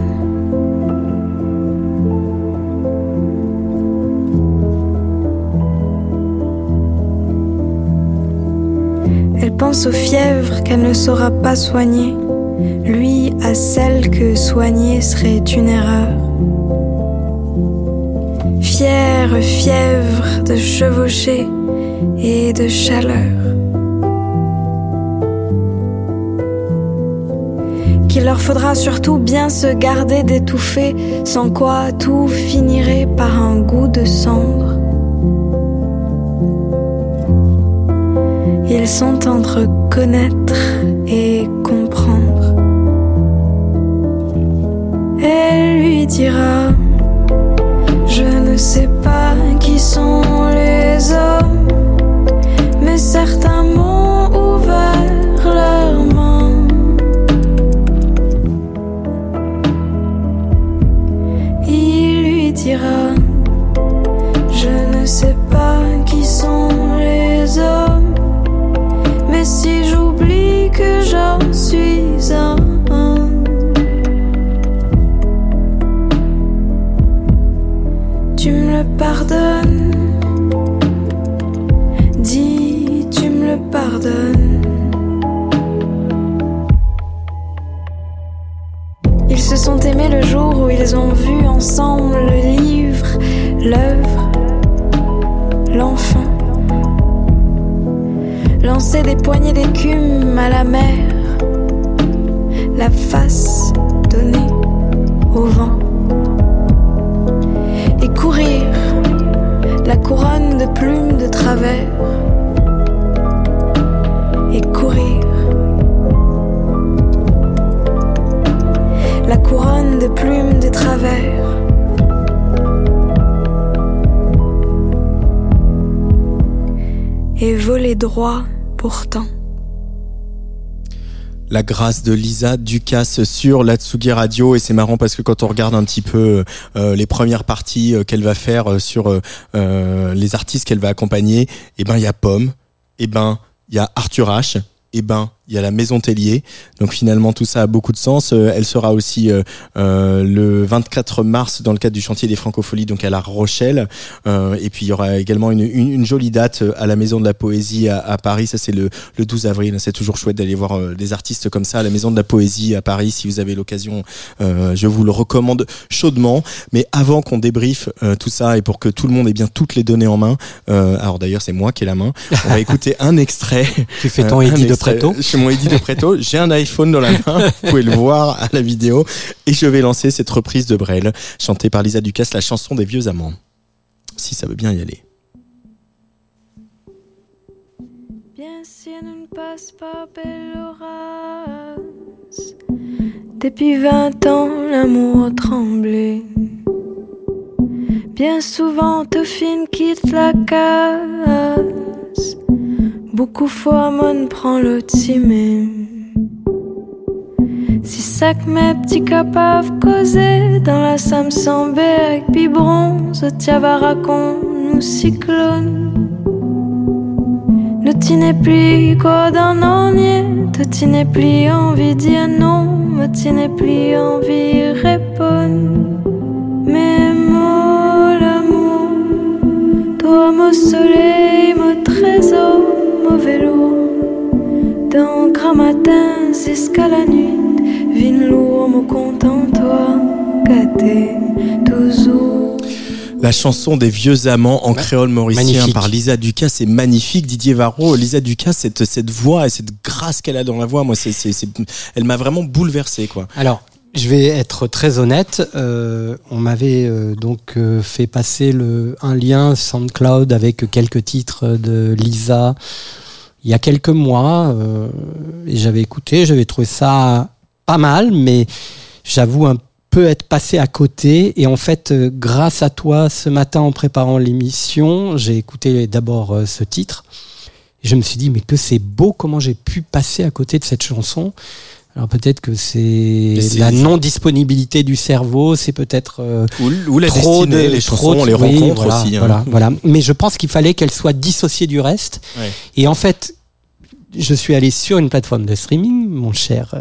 Elle pense aux fièvres qu'elle ne saura pas soigner, lui à celle que soigner serait une erreur. Fière fièvre de chevaucher et de chaleur, qu'il leur faudra surtout bien se garder d'étouffer, sans quoi tout finirait par un goût de cendre. Ils sont entre connaître et comprendre. Elle lui dira: je ne sais pas qui sont les hommes, mais certains m'ont ouvert leurs mains. Il lui dira: je ne sais pas qui sont les hommes, mais si j'oublie que j'en suis un, tu me le pardonnes. Dis, tu me le pardonnes. Ils se sont aimés le jour où ils ont vu ensemble le livre, l'œuvre, l'enfant lancer des poignées d'écume à la mer, la face donnée au vent, et courir la couronne de plumes de travers, et courir la couronne de plumes de travers. Et voler droit pourtant. La grâce de Lisa Ducasse sur la Tsugi Radio, et c'est marrant parce que quand on regarde un petit peu les premières parties qu'elle va faire sur les artistes qu'elle va accompagner, et ben il y a Pomme, et ben il y a Arthur H, et ben il y a la Maison Tellier. Donc finalement tout ça a beaucoup de sens. Elle sera aussi le 24 mars dans le cadre du chantier des Francopholies, donc à La Rochelle. Et puis il y aura également une jolie date à la Maison de la Poésie à Paris. Ça c'est le 12 avril. C'est toujours chouette d'aller voir des artistes comme ça à la Maison de la Poésie à Paris. Si vous avez l'occasion, je vous le recommande chaudement. Mais avant qu'on débriefe tout ça et pour que tout le monde ait bien toutes les données en main, alors d'ailleurs c'est moi qui ai la main, on va écouter un extrait. Tu fais ton Eddie de Préto. Mon Eddie de Préto, j'ai un iPhone dans la main, vous pouvez le voir à la vidéo, et je vais lancer cette reprise de Brel, chantée par Lisa Ducasse, la chanson des vieux amants. Si ça veut bien y aller. Bien si elle ne passe pas belle race, depuis 20 ans l'amour tremblait. Bien souvent Tofine quitte la casse, beaucoup fois mon prend le timé. Si ça que mes petits capables causer dans la Samsung avec biberon, ce tiava raconte nous cyclone. Ne t'y plus quoi dans l'ornier, te t'y plus envie dire non, me t'y plus envie répondre. Mais moi l'amour, toi Mot soleil, mot trésor, mot vélo. Dans grammatins, jusqu'à la nuit. Vin lourd, mot content, toi, gâté, toujours. La chanson des vieux amants en créole mauricien Magnifique. par Lisa Ducasse, c'est magnifique. Didier Varro, Lisa Ducasse, cette voix et cette grâce qu'elle a dans la voix, moi, elle m'a vraiment bouleversé, quoi. Alors, je vais être très honnête. On m'avait fait passer un lien SoundCloud avec quelques titres de Lisa il y a quelques mois. Et j'avais écouté, j'avais trouvé ça pas mal, mais j'avoue un peu être passé à côté. Et en fait, grâce à toi, ce matin en préparant l'émission, j'ai écouté d'abord ce titre. Et je me suis dit, mais que c'est beau, comment j'ai pu passer à côté de cette chanson. Alors peut-être que c'est la non-disponibilité du cerveau, c'est peut-être ou la trop destinée, les chansons, on les rencontre voilà, aussi. Hein. Voilà. Mais je pense qu'il fallait qu'elle soit dissociée du reste. Ouais. Et en fait, je suis allé sur une plateforme de streaming, mon cher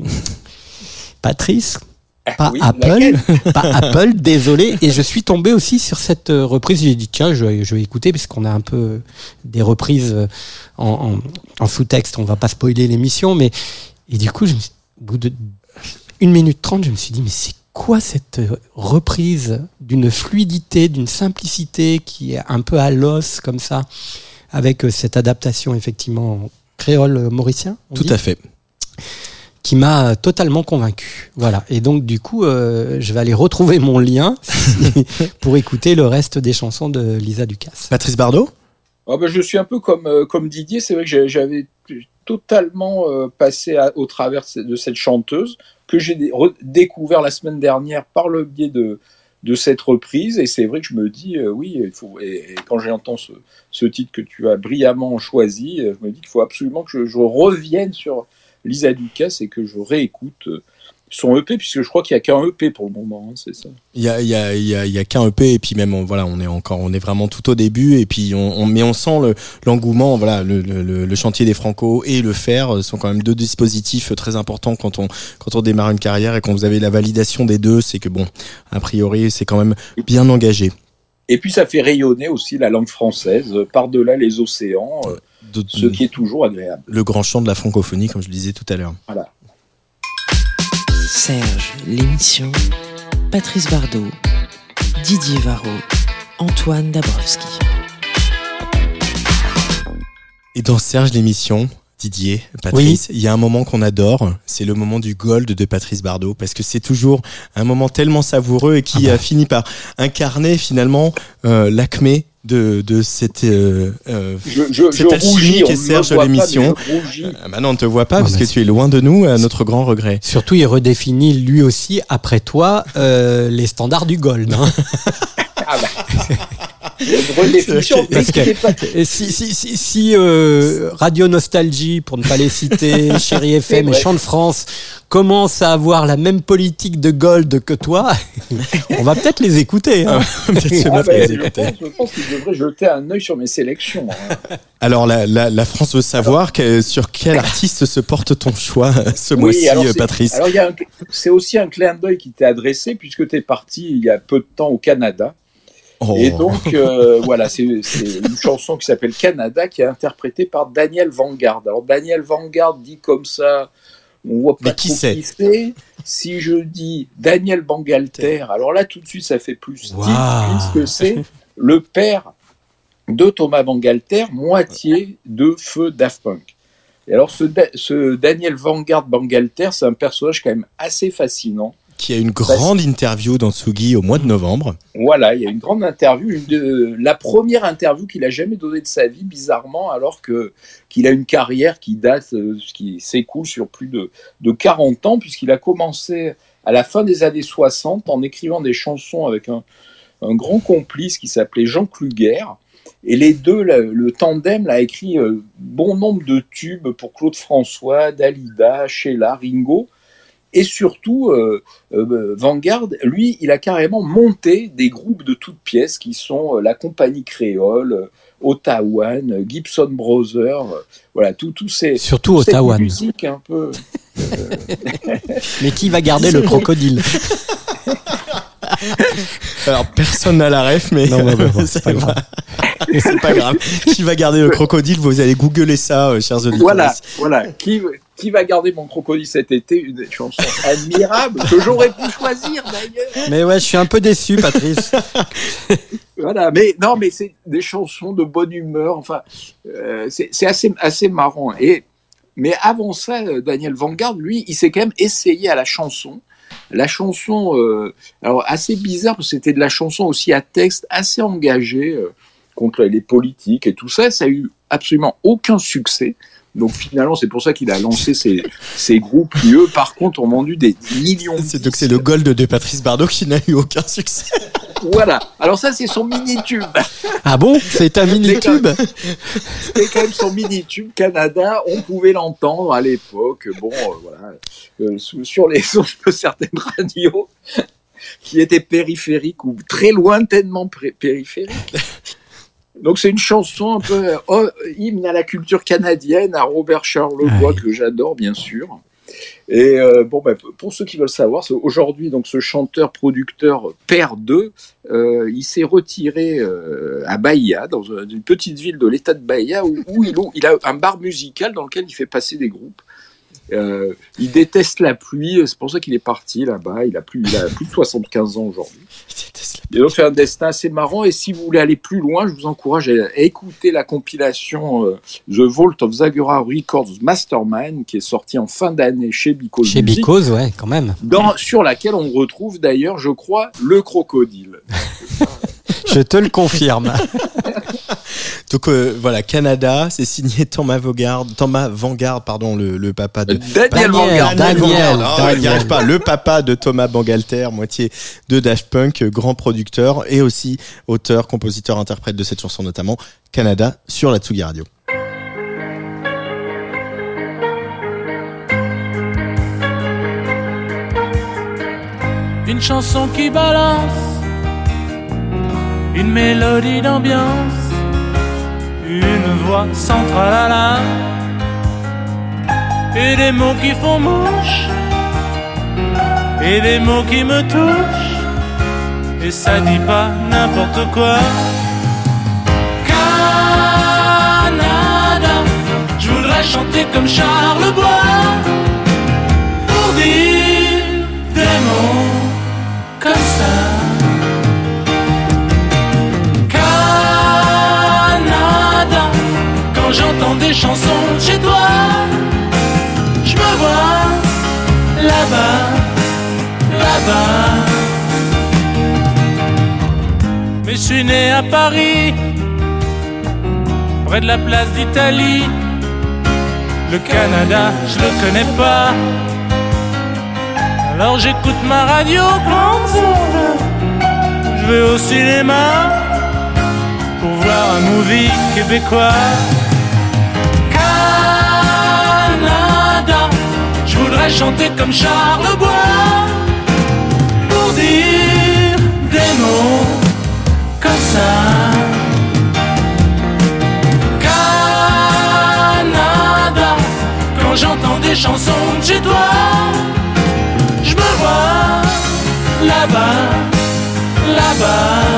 Patrice. Pas Apple, désolé. Et je suis tombé aussi sur cette reprise. J'ai dit tiens, je vais écouter puisqu'on a un peu des reprises en sous-texte. On va pas spoiler l'émission, mais et du coup, au bout de 1 minute 30, je me suis dit mais c'est quoi cette reprise d'une fluidité, d'une simplicité qui est un peu à l'os comme ça, avec cette adaptation effectivement en créole mauricien. Tout à fait. Qui m'a totalement convaincu. Voilà. Et donc, du coup, je vais aller retrouver mon lien pour écouter le reste des chansons de Lisa Ducasse. Patrice Bardot ? Je suis un peu comme Didier. C'est vrai que j'avais totalement passé au travers de cette chanteuse que j'ai découvert la semaine dernière par le biais de cette reprise. Et c'est vrai que je me dis, oui, il faut. Et quand j'entends ce titre que tu as brillamment choisi, je me dis qu'il faut absolument que je revienne sur Lisa Ducasse et que je réécoute son EP, puisque je crois qu'il n'y a qu'un EP pour le moment, hein, c'est ça. Il y a qu'un EP, et puis même on est vraiment tout au début, et puis on sent l'engouement. Voilà, le chantier des Franco et le Fer sont quand même deux dispositifs très importants quand on démarre une carrière, et quand vous avez la validation des deux, c'est que bon, a priori c'est quand même bien engagé. Et puis ça fait rayonner aussi la langue française par-delà les océans. Ce qui est toujours agréable. Le grand chant de la francophonie, comme je le disais tout à l'heure. Voilà. Serge, l'émission, Patrice Bardot, Didier Varro, Antoine Dabrowski. Et dans Serge, l'émission, Didier, Patrice, il y a un moment qu'on adore, c'est le moment du gold de Patrice Bardot, parce que c'est toujours un moment tellement savoureux et qui a fini par incarner finalement l'acmé de cette alchimie qui est Serge de l'émission. Maintenant on ne te voit pas parce que tu es loin de nous, à notre grand regret. Surtout il redéfinit lui aussi après toi les standards du gold. Hein. Parce que si Radio Nostalgie, pour ne pas les citer, Chérie FM et Chant de France commencent à avoir la même politique de gold que toi, on va peut-être les écouter. Hein. Je pense qu'ils devraient jeter un œil sur mes sélections. Hein. Alors la France veut savoir sur quel artiste se porte ton choix ce mois-ci, Patrice. Alors c'est aussi un clin d'œil qui t'est adressé puisque tu es parti il y a peu de temps au Canada. Oh. Et donc, voilà, c'est une chanson qui s'appelle Canada, qui est interprétée par Daniel Vanguard. Alors, Daniel Vanguard dit comme ça, on voit pas trop qui c'est. Si je dis Daniel Bangalter, alors là, tout de suite, ça fait plus style, puisque c'est le père de Thomas Bangalter, moitié de feu Daft Punk. Et alors, ce Daniel Vanguard Bangalter, c'est un personnage quand même assez fascinant. Qui a une grande interview dans Tsugi au mois de novembre. Voilà, il y a une grande interview, la première interview qu'il a jamais donnée de sa vie, bizarrement, alors qu'il a une carrière qui s'écoule sur plus de 40 ans, puisqu'il a commencé à la fin des années 60 en écrivant des chansons avec un grand complice qui s'appelait Jean Kluger. Et les deux, le tandem, a écrit bon nombre de tubes pour Claude François, Dalida, Sheila, Ringo. Et surtout, Vanguard, lui, il a carrément monté des groupes de toutes pièces qui sont la Compagnie Créole, Ottawan, Gibson Brothers, voilà, tous ces... Surtout Ottawan. Musique un peu... Mais qui va garder le crocodile? Alors personne n'a la ref, mais non, c'est pas grave. C'est pas grave. Qui va garder le crocodile? Vous allez googler ça, chers auditeurs. Voilà. Qui va garder mon crocodile cet été? Une chanson admirable que j'aurais pu choisir d'ailleurs. Mais ouais, je suis un peu déçu, Patrice. Voilà, mais c'est des chansons de bonne humeur. Enfin, c'est assez marrant. Mais avant ça, Daniel Vanguard, lui, il s'est quand même essayé à la chanson. La chanson, alors assez bizarre parce que c'était de la chanson aussi à texte assez engagé contre les politiques et tout ça. Ça a eu absolument aucun succès. Donc finalement, c'est pour ça qu'il a lancé ces groupes qui, eux, par contre, ont vendu des millions de disques. Donc c'est le Gold de Patrice Bardot qui n'a eu aucun succès. Voilà. Alors ça, c'est son mini-tube. Ah bon? C'est un mini-tube? C'était quand même son mini-tube Canada. On pouvait l'entendre à l'époque. Bon, voilà. Sur les ondes de certaines radios qui étaient périphériques ou très lointainement périphériques. Donc c'est une chanson un peu hymne à la culture canadienne, à Robert Charlebois, que j'adore bien sûr. Et pour ceux qui veulent savoir, aujourd'hui donc ce chanteur-producteur père d'eux, il s'est retiré à Bahia, dans une petite ville de l'État de Bahia, où il a un bar musical dans lequel il fait passer des groupes. Il déteste la pluie, c'est pour ça qu'il est parti là-bas. Il a plus de 75 ans aujourd'hui. Et donc c'est un destin assez marrant. Et si vous voulez aller plus loin, je vous encourage à écouter la compilation The Vault of Zagora Records Mastermind, qui est sortie en fin d'année chez Because. Chez Because, ouais, quand même. Sur laquelle on retrouve d'ailleurs, je crois, le crocodile. Je te le confirme. Donc voilà, Canada, c'est signé Thomas Vanguard, le papa de Daniel Vanguard. N'y arrive pas. Le papa de Thomas Bangalter, moitié de Daft Punk, grand producteur et aussi auteur, compositeur, interprète de cette chanson notamment Canada sur la Tsugi Radio. Une chanson qui balance, une mélodie d'ambiance, une voix sans tralala, et des mots qui font mouche, et des mots qui me touchent, et ça dit pas n'importe quoi. Canada, je voudrais chanter comme Charlebois, pour dire des mots comme ça. J'entends des chansons chez toi, je me vois là-bas, là-bas. Mais je suis né à Paris, près de la place d'Italie. Le Canada, je le connais pas, alors j'écoute ma radio quand je vais au cinéma pour voir un movie québécois. Je voudrais chanter comme Charlebois, pour dire des mots comme ça. Canada, quand j'entends des chansons de chez toi, je me vois là-bas, là-bas.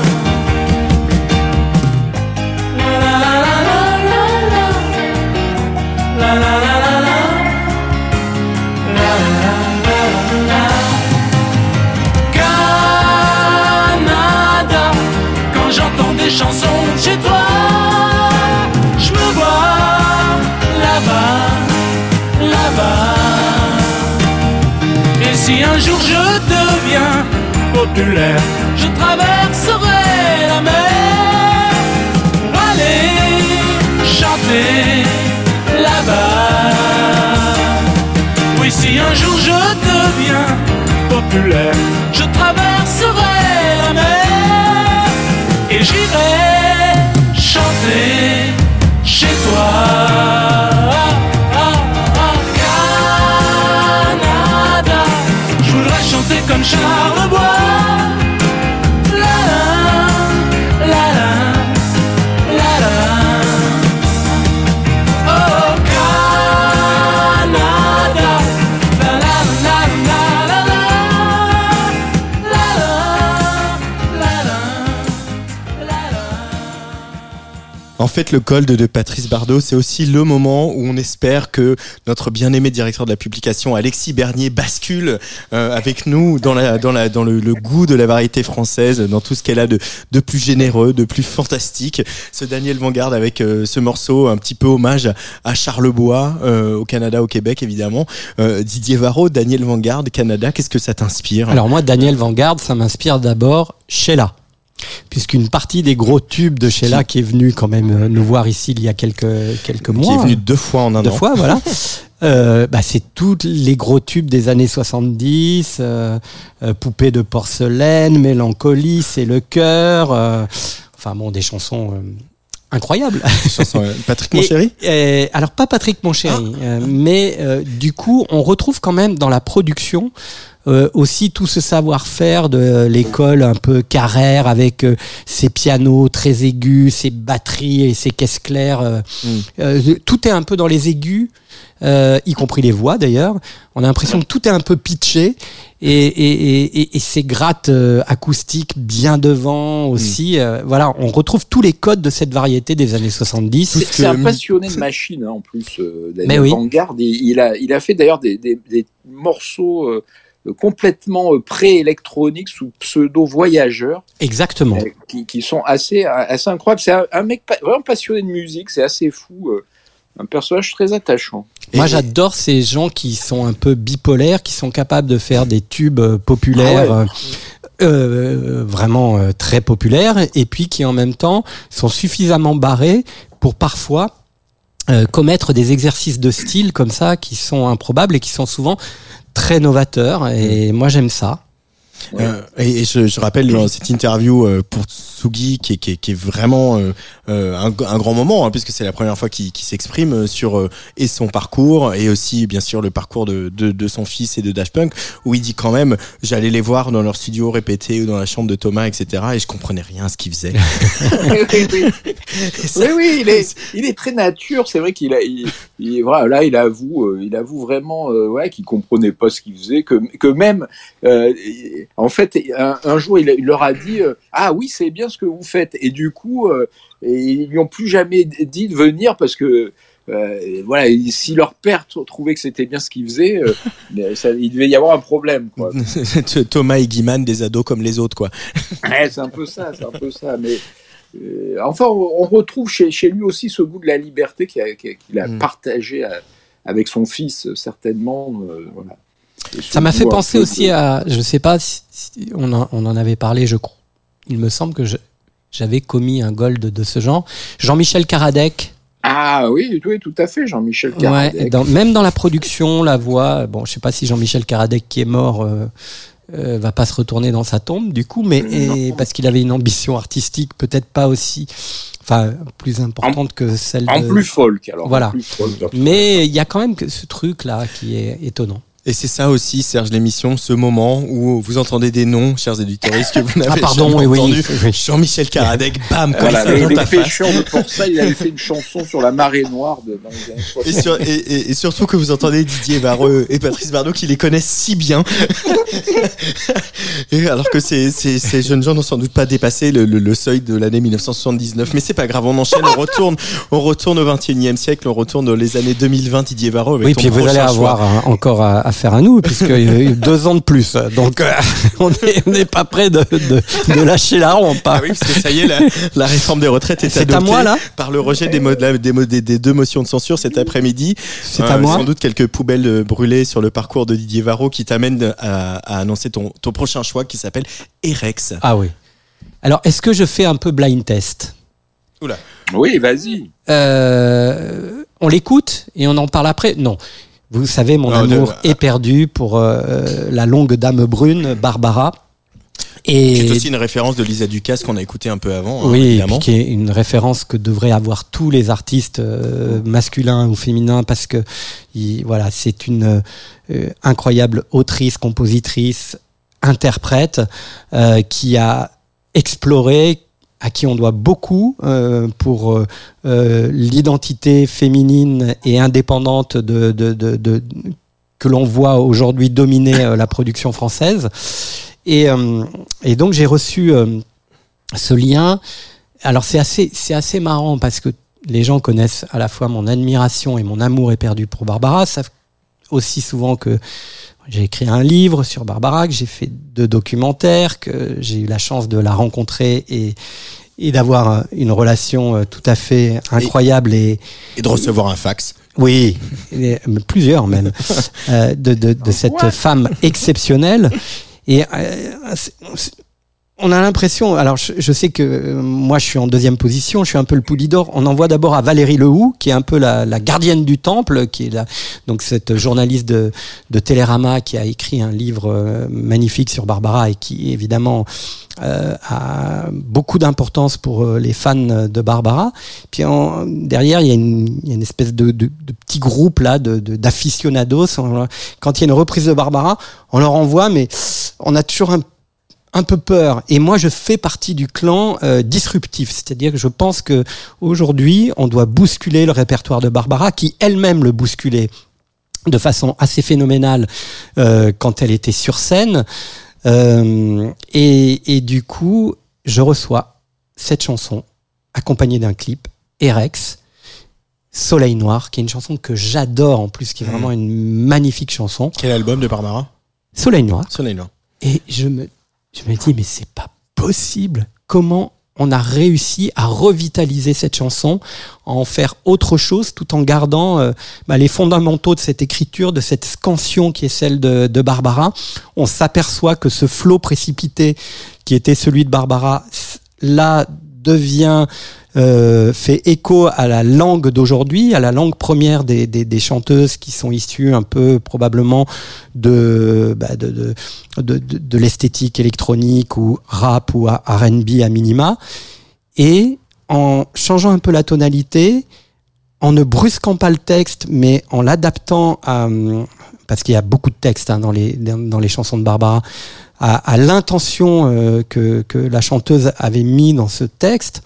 Des chansons de chez toi, je me vois là-bas, là-bas. Et si un jour je deviens populaire, je traverserai la mer pour aller chanter là-bas. Oui, si un jour je deviens populaire, je traverserai la mer et j'irai chanter chez toi. Canada, je voudrais chanter comme Charlebois. La la, la la, la la. Oh Canada, la la la la la la, la fait, le Gold de Patrice Bardot, c'est aussi le moment où on espère que notre bien-aimé directeur de la publication, Alexis Bernier, bascule avec nous dans le goût de la variété française, dans tout ce qu'elle a de plus généreux, de plus fantastique. Ce Daniel Vanguard avec ce morceau, un petit peu hommage à Charlebois, au Canada, au Québec, évidemment. Didier Varro, Daniel Vanguard, Canada, qu'est-ce que ça t'inspire ? Alors moi, Daniel Vanguard, ça m'inspire d'abord Sheila. Puisqu'une partie des gros tubes de Sheila qui est venu quand même nous voir ici il y a quelques mois. Qui est venu 2 fois en un an. 2 fois, voilà. C'est tous les gros tubes des années 70, Poupée de porcelaine, Mélancolie, C'est le cœur. Des chansons incroyables. Patrick Monchéry ? Alors pas Patrick Monchéry, mais du coup on retrouve quand même dans la production aussi tout ce savoir-faire de l'école un peu Carrère avec ses pianos très aigus, ses batteries et ses caisses claires. Tout est un peu dans les aigus, y compris les voix d'ailleurs. On a l'impression que tout est un peu pitché et ces grattes acoustiques bien devant aussi. On retrouve tous les codes de cette variété des années 70. C'est un passionné de machine en plus. Daniel Vanguard, il a fait d'ailleurs des morceaux complètement pré-électroniques sous pseudo Voyageur. Exactement. Qui sont assez incroyables. C'est un mec vraiment passionné de musique, c'est assez fou. Un personnage très attachant. Moi, j'adore ces gens qui sont un peu bipolaires, qui sont capables de faire des tubes populaires, vraiment très populaires, et puis qui en même temps sont suffisamment barrés pour parfois commettre des exercices de style comme ça qui sont improbables et qui sont souvent très novateur et moi j'aime ça. Et je rappelle dans cette interview pour Tsugi qui est vraiment un grand moment puisque c'est la première fois qu'il s'exprime sur et son parcours et aussi bien sûr le parcours de son fils et de Daft Punk où il dit quand même j'allais les voir dans leur studio répéter ou dans la chambre de Thomas etc et je comprenais rien à ce qu'ils faisaient. Oui, il est très nature. C'est vrai qu'il avoue vraiment qu'il comprenait pas ce qu'il faisait que même en fait, un jour, il leur a dit ah oui, c'est bien ce que vous faites. Et du coup, ils lui ont plus jamais dit de venir parce que si leur père trouvait que c'était bien ce qu'ils faisaient, il devait y avoir un problème, quoi. Thomas et Guiman, des ados comme les autres, quoi. C'est un peu ça. Mais on retrouve chez lui aussi ce goût de la liberté qu'il a partagé avec son fils, certainement. Voilà. Ça m'a fait penser aussi à, je sais pas si on en avait parlé, je crois. Il me semble que j'avais commis un gold de ce genre. Jean-Michel Karadec. Ah oui, tout à fait, Jean-Michel Karadec. Ouais, même dans la production, la voix. Bon, je sais pas si Jean-Michel Karadec qui est mort va pas se retourner dans sa tombe, du coup, parce qu'il avait une ambition artistique peut-être pas aussi. Plus importante que celle en plus folk, alors. Voilà. Plus folk, mais il y a quand même ce truc-là qui est étonnant. Et c'est ça aussi, Serge, l'émission, ce moment où vous entendez des noms, chers éditeurs, que vous n'avez jamais entendu. Jean-Michel Karadec, bam, quoi. Voilà, il était chiant pour ça, il avait fait une chanson sur la marée noire dans les années 60. Et surtout que vous entendez Didier Varro et Patrice Bardot qui les connaissent si bien. Et alors que ces jeunes gens n'ont sans doute pas dépassé le seuil de l'année 1979. Mais c'est pas grave, on enchaîne, on retourne au 21e siècle, on retourne dans les années 2020, Didier Varro. Oui, puis vous allez avoir encore à faire à nous, puisqu'il y a eu 2 ans de plus. Donc, on n'est pas prêt de lâcher la rampe. Ah oui, parce que ça y est, la réforme des retraites est adoptée par le rejet des 2 motions de censure cet après-midi. C'est à moi. Sans doute quelques poubelles brûlées sur le parcours de Didier Varro qui t'amènent à annoncer ton prochain choix qui s'appelle Erex. Ah oui. Alors, est-ce que je fais un peu blind test ? Oula. Oui, vas-y. On l'écoute et on en parle après ? Non. Vous savez, mon amour est perdu pour la longue dame brune, Barbara. Qui est aussi une référence de Lisa Ducasse qu'on a écouté un peu avant. Oui, évidemment. Qui est une référence que devraient avoir tous les artistes masculins ou féminins parce que c'est une incroyable autrice, compositrice, interprète qui a exploré, à qui on doit beaucoup pour l'identité féminine et indépendante que l'on voit aujourd'hui dominer la production française. Et donc j'ai reçu ce lien. Alors c'est assez marrant parce que les gens connaissent à la fois mon admiration et mon amour éperdu pour Barbara, savent aussi souvent que j'ai écrit un livre sur Barbara, que j'ai fait 2 documentaires, que j'ai eu la chance de la rencontrer et d'avoir une relation tout à fait incroyable et de recevoir un fax. Oui, plusieurs même, de cette femme exceptionnelle. Et on a l'impression, alors je sais que moi je suis en 2e position, je suis un peu le poulidor. On envoie d'abord à Valérie Lehoux, qui est un peu la gardienne du temple, qui est donc cette journaliste de Télérama qui a écrit un livre magnifique sur Barbara et qui évidemment a beaucoup d'importance pour les fans de Barbara. Puis derrière il y a une espèce de petit groupe là d'aficionados. Quand il y a une reprise de Barbara, on leur envoie, mais on a toujours un peu peur. Et moi, je fais partie du clan disruptif. C'est-à-dire que je pense que aujourd'hui, on doit bousculer le répertoire de Barbara, qui elle-même le bousculait de façon assez phénoménale quand elle était sur scène. Et du coup, je reçois cette chanson accompagnée d'un clip, Erex, Soleil Noir, qui est une chanson que j'adore en plus, qui est vraiment une magnifique chanson. Quel album de Barbara ? Soleil Noir. Soleil Noir. Et je me dis, mais c'est pas possible. Comment on a réussi à revitaliser cette chanson, à en faire autre chose, tout en gardant les fondamentaux de cette écriture, de cette scansion qui est celle de Barbara. On s'aperçoit que ce flot précipité qui était celui de Barbara, là, devient fait écho à la langue d'aujourd'hui, à la langue première des chanteuses qui sont issues un peu probablement de l'esthétique électronique ou rap ou R&B à minima, et en changeant un peu la tonalité, en ne brusquant pas le texte, mais en l'adaptant parce qu'il y a beaucoup de textes dans les chansons de Barbara, à l'intention que la chanteuse avait mis dans ce texte.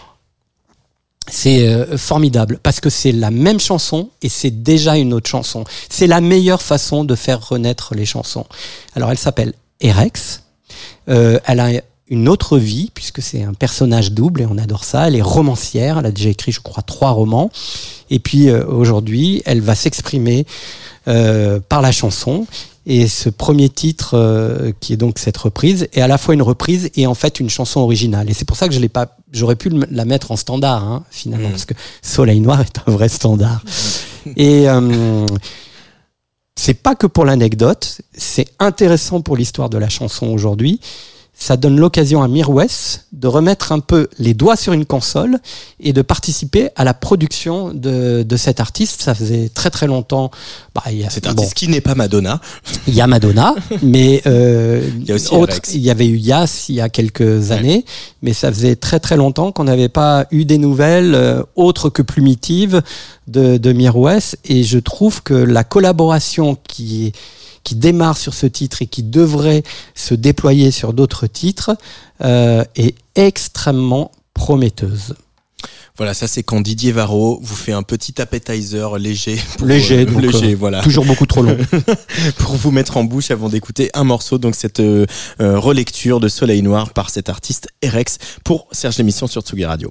C'est formidable parce que c'est la même chanson et c'est déjà une autre chanson. C'est la meilleure façon de faire renaître les chansons. Alors elle s'appelle Erex. Elle a une autre vie puisque c'est un personnage double et on adore ça. Elle est romancière. Elle a déjà écrit, je crois, 3 romans. Et puis aujourd'hui, elle va s'exprimer par la chanson. Et ce premier titre, qui est donc cette reprise, est à la fois une reprise et en fait une chanson originale. Et c'est pour ça que j'aurais pu la mettre en standard, finalement, parce que Soleil Noir est un vrai standard. Et c'est pas que pour l'anecdote, c'est intéressant pour l'histoire de la chanson aujourd'hui. Ça donne l'occasion à Mirwes de remettre un peu les doigts sur une console et de participer à la production de cet artiste. Ça faisait très très longtemps. Cet artiste qui n'est pas Madonna. Il y a Madonna, mais il y a aussi il y avait eu Yass il y a quelques années, mais ça faisait très très longtemps qu'on n'avait pas eu des nouvelles autres que plumitives de Mirwes. Et je trouve que la collaboration qui démarre sur ce titre et qui devrait se déployer sur d'autres titres est extrêmement prometteuse. Voilà, ça c'est quand Didier Varro vous fait un petit appetizer léger. Léger, voilà. Toujours beaucoup trop long. Pour vous mettre en bouche avant d'écouter un morceau, donc cette relecture de Soleil Noir par cet artiste Erex pour Serge l'émission sur Tsugi Radio.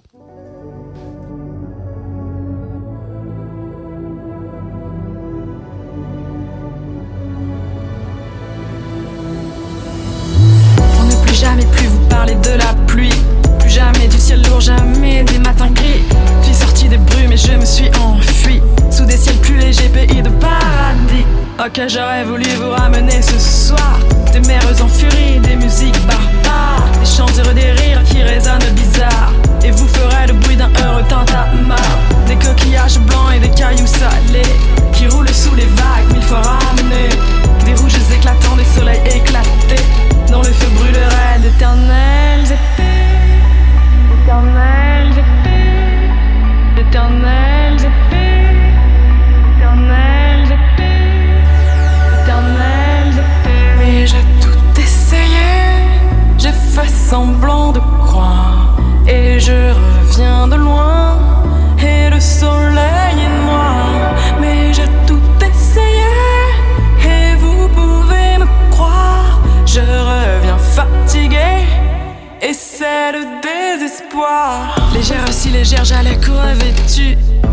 Jamais plus vous parler de la pluie, plus jamais du ciel lourd, jamais des matins gris. Puis sorti des brumes et je me suis enfui sous des ciels plus légers, pays de paradis. Ok, j'aurais voulu vous ramener ce soir des mers en furie, des musiques barbares, des chants heureux, des rires qui résonnent bizarre. Et vous ferez le bruit d'un heureux tintamarre, des coquillages blancs et des cailloux salés qui roulent sous les vagues, 1000 fois ramenés, des rouges éclatants, des soleils éclatés. Dans le feu brûlerait d'éternelles épées, d'éternelles épées, d'éternelles épées, d'éternelles épées, d'éternelles épées. Mais j'ai tout essayé, j'ai fait semblant de croire, et je reviens de loin, et le soleil est noir.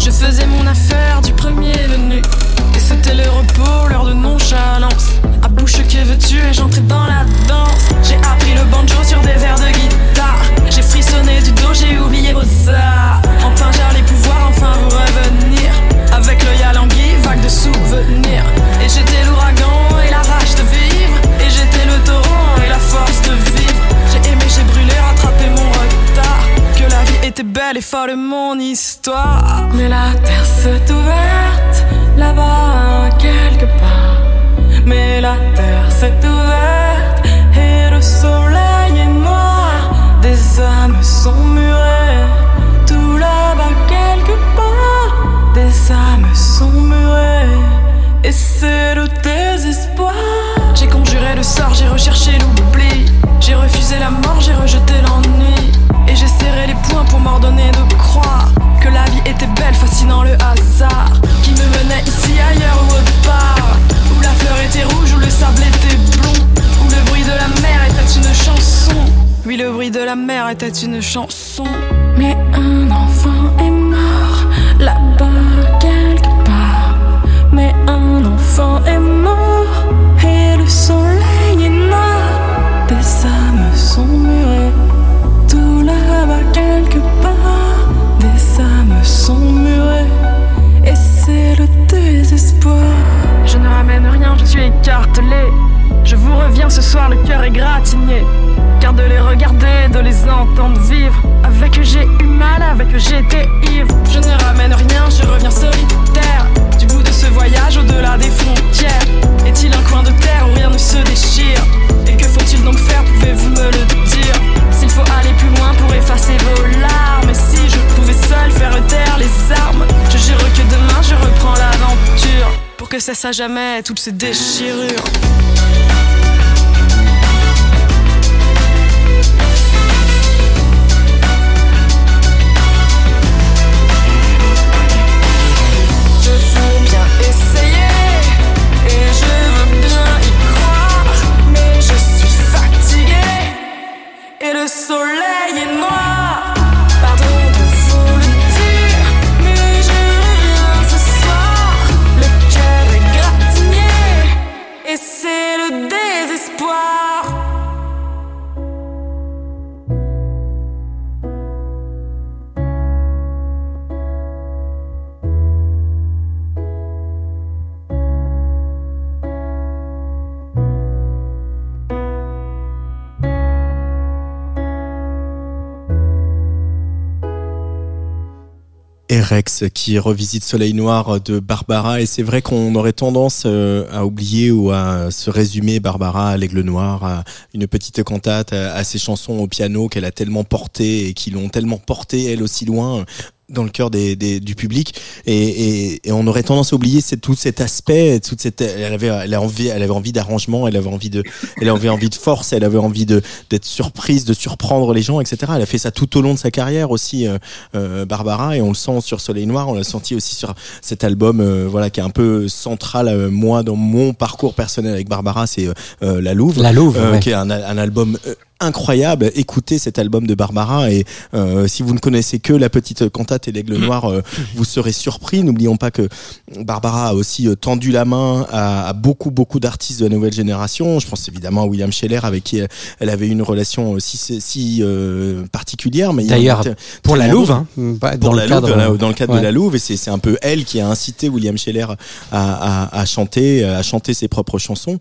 Je faisais mon affaire du premier venu. Et c'était le repos, l'heure de nonchalance. À bouche que veux-tu et j'entrais dans la danse. J'ai appris le banjo sur des airs de guitare. J'ai frissonné du dos, j'ai oublié Mozart. Enfin j'allais pouvoir enfin vous revenir. Avec l'œil à l'anguille, vague de souvenirs. Et j'étais l'ouragan et la rage de vivre. Et j'étais le torrent et la force de vivre. J'ai aimé, j'ai brûlé, rattrapé mon retard. Que la vie était belle et folle mon histoire. Mais la terre s'est ouverte là-bas quelque part. Mais la terre s'est ouverte et le soleil est noir. Des âmes sont murées tout là-bas quelque part. Des âmes sont murées et c'est le désespoir. J'ai conjuré le sort, j'ai recherché l'oubli. J'ai refusé la mort, j'ai rejeté l'ennui. Et j'ai serré les poings pour m'ordonner de croire que la vie était belle, fascinant le hasard qui me menait ici, ailleurs ou autre part. Où la fleur était rouge, où le sable était blond. Où le bruit de la mer était une chanson. Oui, le bruit de la mer était une chanson. Mais un enfant est mort là-bas quelque part. Mais un enfant est mort et le soleil est noir. Des âmes sont murées tout là-bas quelque part. Des âmes sont murées et c'est le désespoir. Je ne ramène rien, je suis écartelé. Je vous reviens ce soir, le cœur égratigné. Car de les regarder, de les entendre vivre, avec eux j'ai eu mal, avec eux j'étais ivre. Je ne ramène rien, je reviens solitaire. Du bout de ce voyage, au-delà des frontières. Est-il un coin de terre où rien ne se déchire? Et que faut-il donc faire, pouvez-vous me le dire? S'il faut aller plus loin pour effacer vos larmes. Et si je pouvais seul faire taire les armes, je jure que demain je reprends l'aventure, pour que cesse à jamais toutes ces déchirures. Je veux bien essayer et je veux bien y croire, mais je suis fatiguée et le soleil est noir. Pardon de vous le dire, mais je reviens ce soir, le cœur égratigné et c'est le désespoir. Erex qui revisite Soleil Noir de Barbara, et c'est vrai qu'on aurait tendance à oublier ou à se résumer Barbara à l'Aigle Noir, à une petite cantate, à ses chansons au piano qu'elle a tellement portées et qui l'ont tellement portée elle aussi loin dans le cœur du public, et on aurait tendance à oublier tout cet aspect, elle avait envie d'arrangement, elle avait envie de force, elle avait envie d'être surprise, de surprendre les gens, etc. Elle a fait ça tout au long de sa carrière aussi, Barbara, et on le sent sur Soleil Noir, on l'a senti aussi sur cet album, voilà, qui est un peu central, moi, dans mon parcours personnel avec Barbara, c'est La Louve, ouais. Qui est un album incroyable. Écoutez cet album de Barbara, et si vous ne connaissez que la petite cantate et l'Aigle Noir, vous serez surpris. N'oublions pas que Barbara a aussi tendu la main à beaucoup d'artistes de la nouvelle génération. Je pense évidemment à William Scheller, avec qui elle avait une relation si particulière. Mais d'ailleurs, pour La Louve, dans le cadre de La Louve, et c'est un peu elle qui a incité William Scheller à chanter ses propres chansons.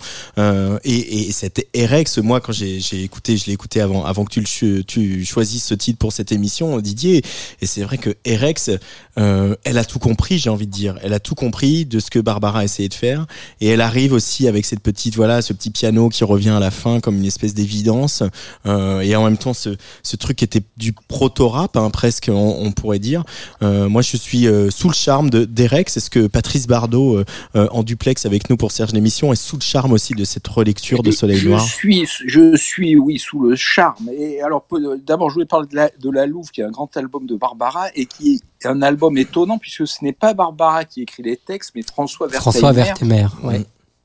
Et cet Erex, moi, quand je l'ai écouté avant que tu choisisses ce titre pour cette émission, Didier, et c'est vrai que Erex, elle a tout compris, j'ai envie de dire. Elle a tout compris de ce que Barbara a essayé de faire, et elle arrive aussi avec cette petite, ce petit piano qui revient à la fin comme une espèce d'évidence, et en même temps ce truc qui était du proto-rap, presque, on pourrait dire. Moi, je suis sous le charme d'Erex. Est-ce que Patrice Bardot, en duplex avec nous pour Serge l'émission, est sous le charme aussi de cette relecture de Soleil Noir? Je suis, oui, sous le charme. Et alors, d'abord, je voulais parler de La Louve, qui est un grand album de Barbara, et qui est un album étonnant, puisque ce n'est pas Barbara qui écrit les textes, mais François Wertheimer. Ouais.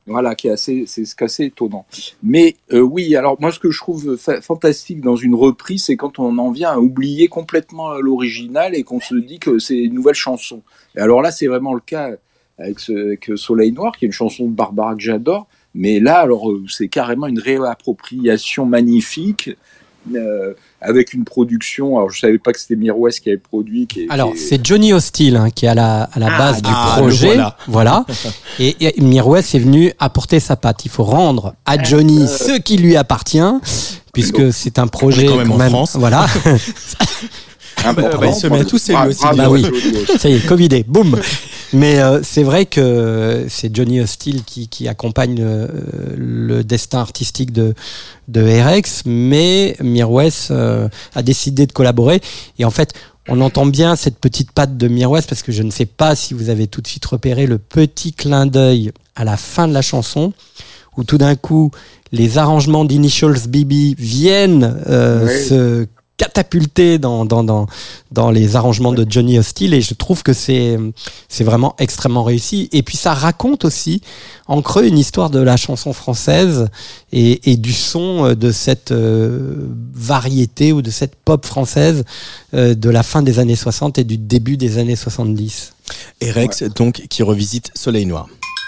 Voilà, c'est assez étonnant. Mais oui, alors moi ce que je trouve fantastique dans une reprise, c'est quand on en vient à oublier complètement l'original et qu'on se dit que c'est une nouvelle chanson. Et alors là, c'est vraiment le cas avec Soleil Noir, qui est une chanson de Barbara que j'adore. Mais là, alors c'est carrément une réappropriation magnifique. Avec une production, alors je savais pas que c'était Mir West qui avait produit. C'est Johnny Hostile qui est à la base du projet, voilà. Et Mir West est venu apporter sa patte. Il faut rendre à Johnny ce qui lui appartient, puisque c'est un projet quand même en France. Voilà. Il se met à tous ses lieux aussi. Bah oui, ça y est, Covidé, boum. Mais c'est vrai que c'est Johnny Hostile qui accompagne le destin artistique de RX, mais Mir West a décidé de collaborer. Et en fait, on entend bien cette petite patte de Mir West, parce que je ne sais pas si vous avez tout de suite repéré le petit clin d'œil à la fin de la chanson, où tout d'un coup, les arrangements d'Initials BB viennent se catapulté dans les arrangements de Johnny Hostile, et je trouve que c'est vraiment extrêmement réussi. Et puis ça raconte aussi en creux une histoire de la chanson française et du son de cette variété ou de cette pop française de la fin des années 60 et du début des années 70. RX donc qui revisite Soleil Noir.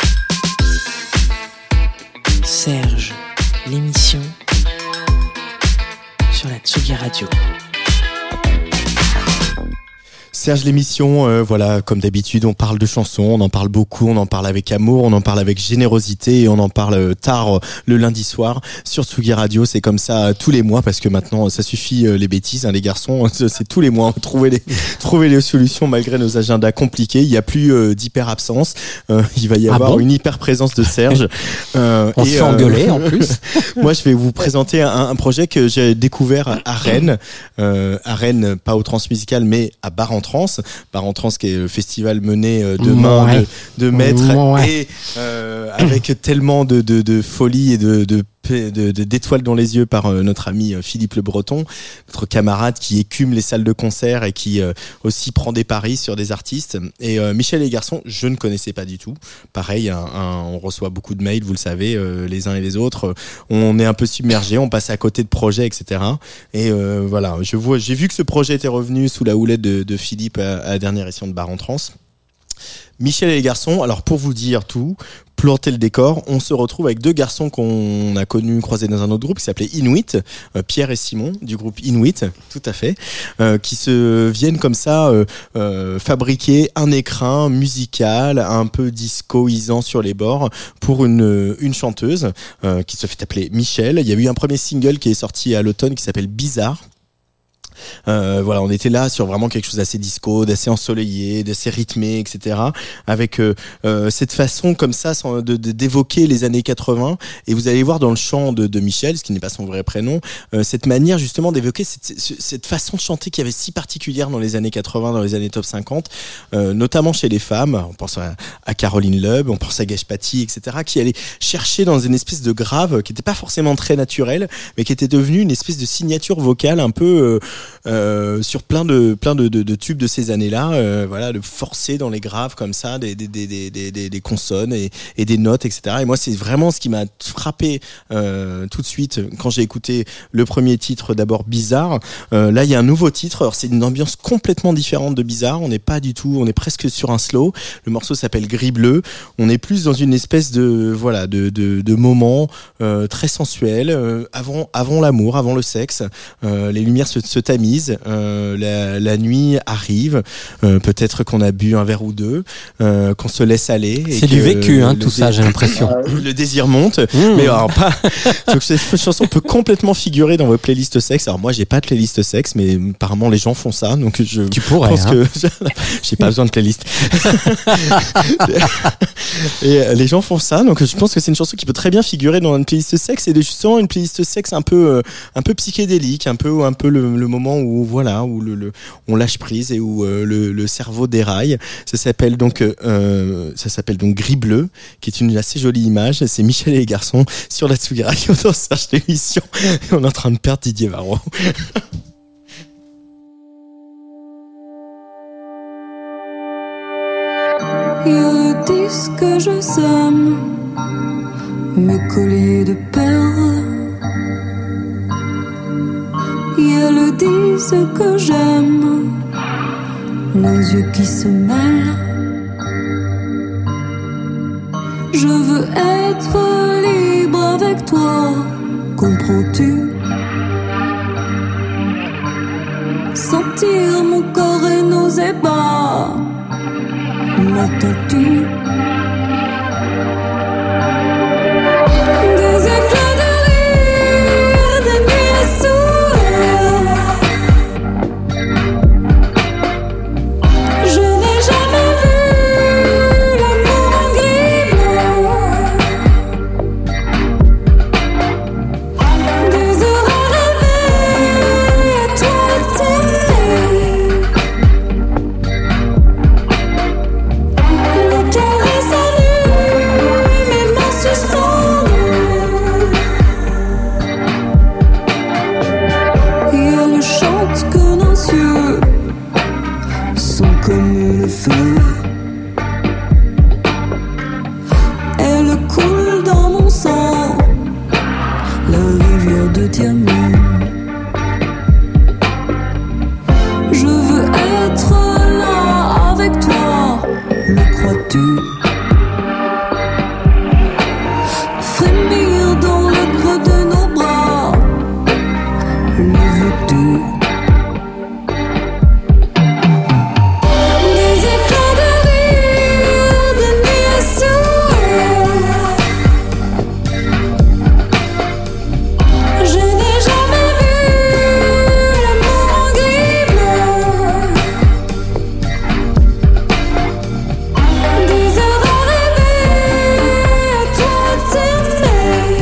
Serge, l'émission sur la Tsugi Radio. Serge, l'émission, voilà, comme d'habitude, on parle de chansons, on en parle beaucoup, on en parle avec amour, on en parle avec générosité et on en parle tard le lundi soir sur Tsugi Radio. C'est comme ça tous les mois, parce que maintenant ça suffit les bêtises, les garçons, c'est tous les mois trouver les solutions malgré nos agendas compliqués. Il y a plus d'hyper absence, il va y avoir une hyper présence de Serge. On se fait engueuler en plus. Moi, je vais vous présenter un projet que j'ai découvert à Rennes, pas au Transmusical mais à Bar en Trans, qui est le festival mené de main de maître et avec tellement de folie et d'étoiles dans les yeux par notre ami Philippe Le Breton, notre camarade qui écume les salles de concert et qui aussi prend des paris sur des artistes. Et Michel et les garçons, je ne connaissais pas du tout. Pareil, on reçoit beaucoup de mails, vous le savez, les uns et les autres. On est un peu submergé, on passe à côté de projets, etc. Et voilà, j'ai vu que ce projet était revenu sous la houlette de Philippe à la dernière édition de Bar en Trans. Michel et les garçons, alors pour vous dire tout, planter le décor, on se retrouve avec deux garçons qu'on a croisés dans un autre groupe qui s'appelait Inuit, Pierre et Simon du groupe Inuit, tout à fait, qui se viennent comme ça fabriquer un écrin musical un peu discoisant sur les bords pour une chanteuse qui se fait appeler Michel. Il y a eu un premier single qui est sorti à l'automne qui s'appelle Bizarre. Voilà, on était là sur vraiment quelque chose d'assez disco, d'assez ensoleillé, d'assez rythmé, etc. Avec cette façon comme ça d'évoquer les années 80. Et vous allez voir dans le chant de Michel, ce qui n'est pas son vrai prénom, cette manière justement d'évoquer cette façon de chanter qui avait si particulière dans les années 80, dans les années top 50, notamment chez les femmes. On pense à Caroline Loeb, on pense à Gage Paty, etc. qui allait chercher dans une espèce de grave qui n'était pas forcément très naturel, mais qui était devenu une espèce de signature vocale un peu sur plein de tubes de ces années-là, voilà, de forcer dans les graves comme ça des consonnes et des notes, etc. Et moi, c'est vraiment ce qui m'a frappé tout de suite quand j'ai écouté le premier titre, d'abord Bizarre. Là, il y a un nouveau titre. Alors, c'est une ambiance complètement différente de Bizarre. On est presque sur un slow. Le morceau s'appelle Gris Bleu. On est plus dans une espèce de moment très sensuel, avant l'amour, avant le sexe. Les lumières se tamisent. La nuit arrive, peut-être qu'on a bu un verre ou deux, qu'on se laisse aller. C'est du vécu, tout ça, j'ai l'impression. Le désir monte, mais alors pas. Donc cette chanson peut complètement figurer dans vos playlists sexe. Alors moi, j'ai pas de playlist sexe, mais apparemment les gens font ça, donc tu pourrais. Pense que j'ai pas besoin de playlist. Et les gens font ça, donc je pense que c'est une chanson qui peut très bien figurer dans une playlist sexe, et justement une playlist sexe un peu psychédélique, un peu le moment où voilà, où on lâche prise et où le cerveau déraille. Ça s'appelle donc Gris Bleu, qui est une assez jolie image. C'est Michel et les garçons sur la Tsugi Radio dans Serge l'émission. Et on est en train de perdre Didier Varro. Ils disent que je sème mes colliers de perles. Et elles disent que j'aime nos yeux qui se mêlent. Je veux être libre avec toi, comprends-tu? Sentir mon corps et nos ébats, m'entends-tu? Des éclats de rire, des nuits sourires. Je n'ai jamais vu l'amour en gris. Des heures à rêver, à toi t'aimer. Les caresses allument, mes mains suspendues. Et elle chante que nos yeux sont comme le feu. Elle coule dans mon sang, la rivière de diamants. Je veux être là avec toi, le crois-tu? Frémir dans le creux de nos bras, le veux-tu? Des éclats de rire, des nuits sourires. Je n'ai jamais vu l'amour en gris bleu. Des heures à rêver, à toi t'aimer.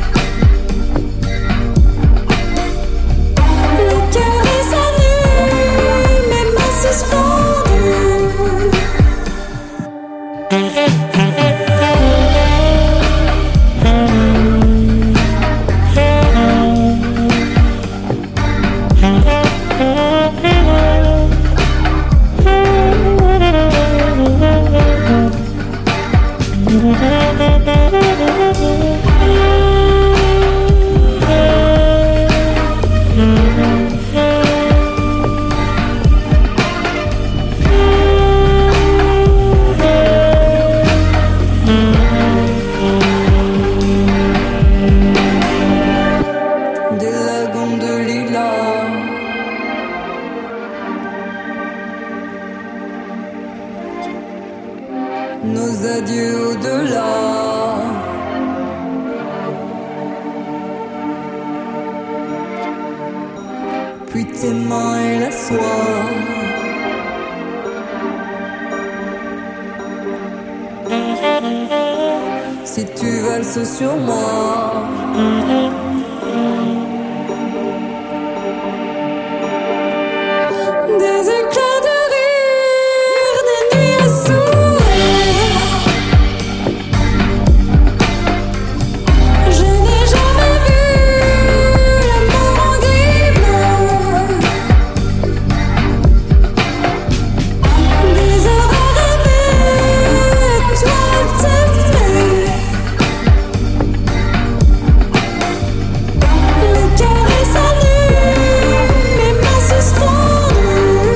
Les caresses allument, mes mains suspendues. Des lagons de lilas. Nos adieux au-delà. Puis tes mains et la soie. Si tu valses sur moi. Des éclats de rire, des nuits sourires. Je n'ai jamais vu l'amour en gris bleu. Des heures à rêver, à toi t'aimer. Les caresses allument, mes mains suspendues.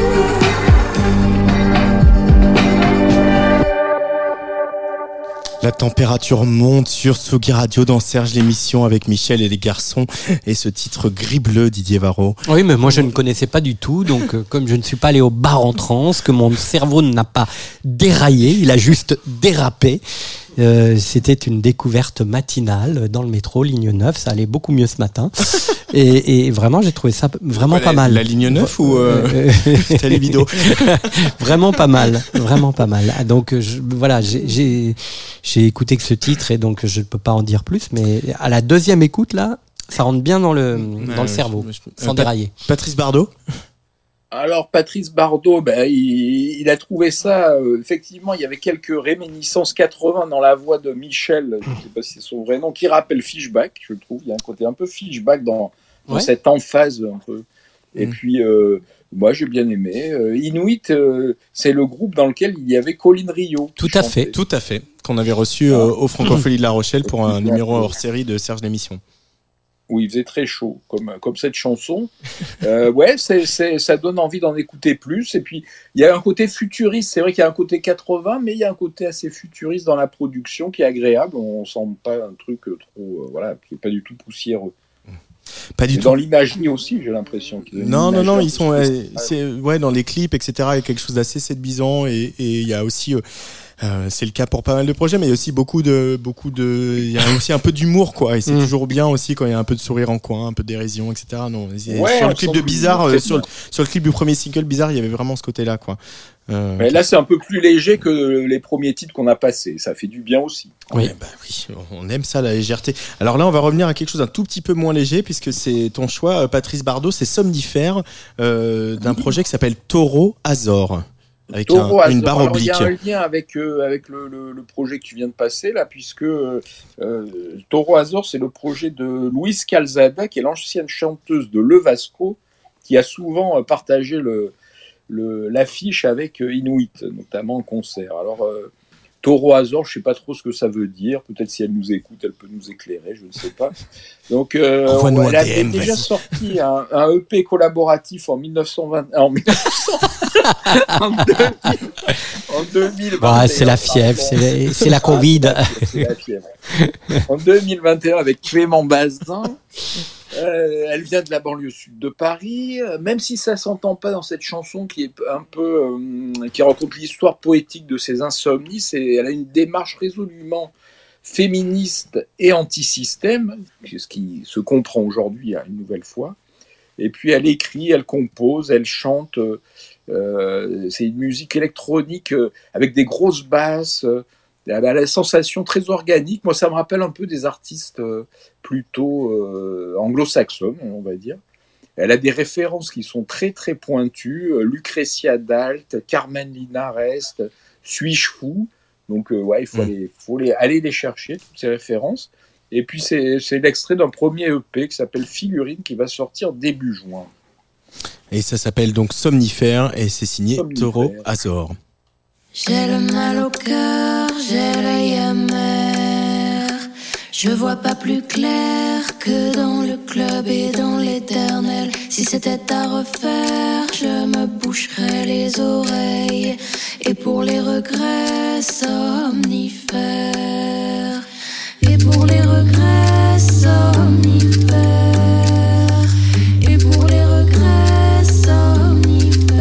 La température monte sur Tsugi Radio dans Serge l'émission avec Michel et les garçons et ce titre gris bleu, Didier Varro. Oui, mais moi je ne connaissais pas du tout, donc comme je ne suis pas allé au bar en transe, que mon cerveau n'a pas déraillé, il a juste dérapé. C'était une découverte matinale dans le métro, ligne 9, ça allait beaucoup mieux ce matin. Et vraiment, j'ai trouvé ça vraiment pas mal. La ligne 9 ou ta libido? Vraiment pas mal, vraiment pas mal. Donc voilà, j'ai écouté que ce titre et donc je ne peux pas en dire plus, mais à la deuxième écoute là, ça rentre bien dans le cerveau, sans dérailler. Patrice Bardot? Alors Patrice Bardot, il a trouvé ça, effectivement, il y avait quelques réminiscences 80 dans la voix de Michel, je ne sais pas si c'est son vrai nom, qui rappelle Fishback, je trouve, il y a un côté un peu Fishback dans cette emphase un peu. Et puis, moi j'ai bien aimé. Inuit, c'est le groupe dans lequel il y avait Colin Rio. Tout à fait. qu'on avait reçu au Francophonie de La Rochelle pour un numéro hors série de Serge l'émission. Où il faisait très chaud, comme cette chanson. Ouais, ça donne envie d'en écouter plus. Et puis, il y a un côté futuriste. C'est vrai qu'il y a un côté 80, mais il y a un côté assez futuriste dans la production qui est agréable. On sent pas un truc trop, qui est pas du tout poussiéreux. Pas du tout. Dans l'imagerie aussi, j'ai l'impression. Non, ils sont, dans les clips, etc. Il y a quelque chose d'assez séduisant et il y a aussi. C'est le cas pour pas mal de projets, mais il y a aussi il y a aussi un peu d'humour, quoi. Et c'est toujours bien aussi quand il y a un peu de sourire en coin, un peu de dérision, etc. Non, sur le clip de Bizarre, sur le clip du premier single Bizarre, il y avait vraiment ce côté-là, quoi. Mais là, c'est un peu plus léger que les premiers titres qu'on a passés. Ça fait du bien aussi. Oui, on aime ça, la légèreté. Alors là, on va revenir à quelque chose d'un tout petit peu moins léger, puisque c'est ton choix, Patrice Bardot, c'est Somnifère, d'un projet qui s'appelle Taureau Azor. Avec une barre oblique. Il y a un lien avec le projet que tu viens de passer là, puisque Taureau Azor, c'est le projet de Louise Calzada, qui est l'ancienne chanteuse de Le Vasco, qui a souvent partagé l'affiche avec Inuit, notamment en concert. Alors, Taureau Azor, je ne sais pas trop ce que ça veut dire. Peut-être si elle nous écoute, elle peut nous éclairer, je ne sais pas. Donc, elle avait déjà sorti un EP collaboratif en 2021. C'est la fièvre, c'est la Covid. C'est la fièvre. En 2021, avec Clément Bazin. Elle vient de la banlieue sud de Paris, même si ça s'entend pas dans cette chanson qui est un peu qui raconte l'histoire poétique de ses insomnies. Elle a une démarche résolument féministe et anti-système, ce qui se comprend aujourd'hui une nouvelle fois. Et puis elle écrit, elle compose, elle chante. C'est une musique électronique avec des grosses basses. Elle a la sensation très organique. Moi, ça me rappelle un peu des artistes plutôt anglo-saxons, on va dire. Elle a des références qui sont très, très pointues. Lucretia Dalt, Carmen Linares, Suis-je fou? Donc, il faut aller les chercher, toutes ces références. Et puis, c'est l'extrait d'un premier EP qui s'appelle Figurine, qui va sortir début juin. Et ça s'appelle donc Somnifère, et c'est signé Taureau Azor. J'ai le mal au cœur, j'ai l'œil amer. Je vois pas plus clair que dans le club et dans l'éternel. Si c'était à refaire, je me boucherais les oreilles. Et pour les regrets, somnifère. Et pour les regrets, somnifère. Et pour les regrets, somnifère.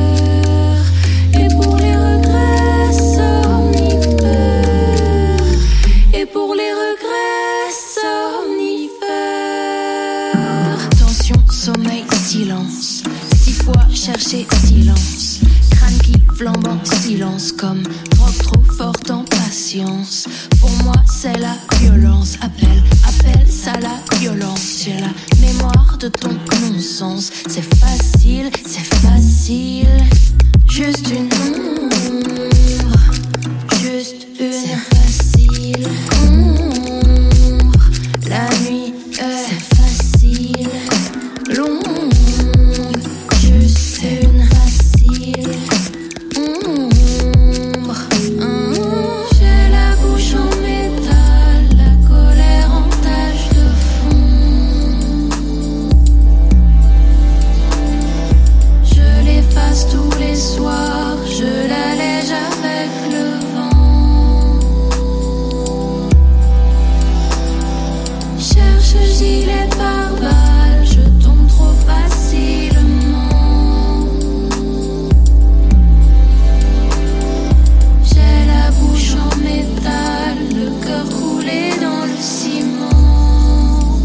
Et pour les regrets, somnifère. Et pour les regrets, somnifère. Tension, sommeil, silence. 6 fois chercher silence. Crâne qui flambe en silence. Comme rock trop forte en patience. Pour moi c'est la violence. Appelle ça la violence. J'ai la mémoire de ton non-sens. C'est facile, juste une ombre. Juste une, c'est facile. Ombre, la nuit, c'est facile. L'ombre, juste une facile. Ombre, j'ai la bouche en métal, la colère en tache de fond. Je l'efface tous les soirs, je l'allège avec le vent. Cherche gilet pare-balles, je tombe trop facilement. J'ai la bouche en métal, le cœur coulé dans le ciment.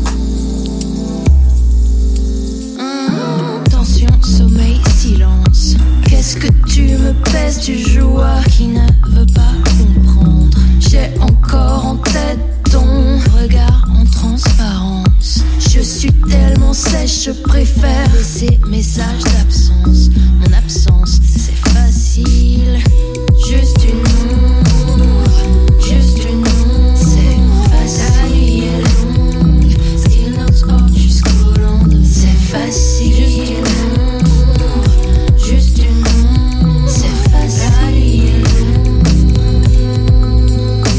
Tension, sommeil, silence. Qu'est-ce que tu me pèses, tu joues à qui ne veut pas comprendre. J'ai encore en tête ton regard en transparence. Je suis tellement sèche, je préfère laisser message d'absence. Mon absence, c'est facile. Juste une ombre, juste une ombre. C'est facile. Still notes off jusqu'au lendemain. C'est facile. Juste une ombre, c'est facile.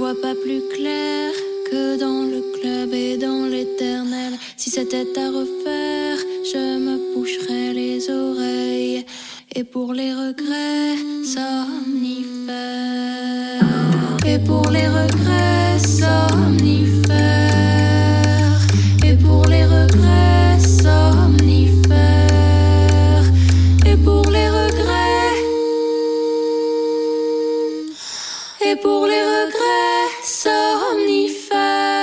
vois pas plus clair que dans le club et dans l'éternel. Si c'était à refaire, je me boucherais les oreilles. Et pour les regrets, somnifères. Et pour les regrets, somnifères. Et pour les regrets, somnifères. Et pour les regrets. Et pour les regrets, somnifères.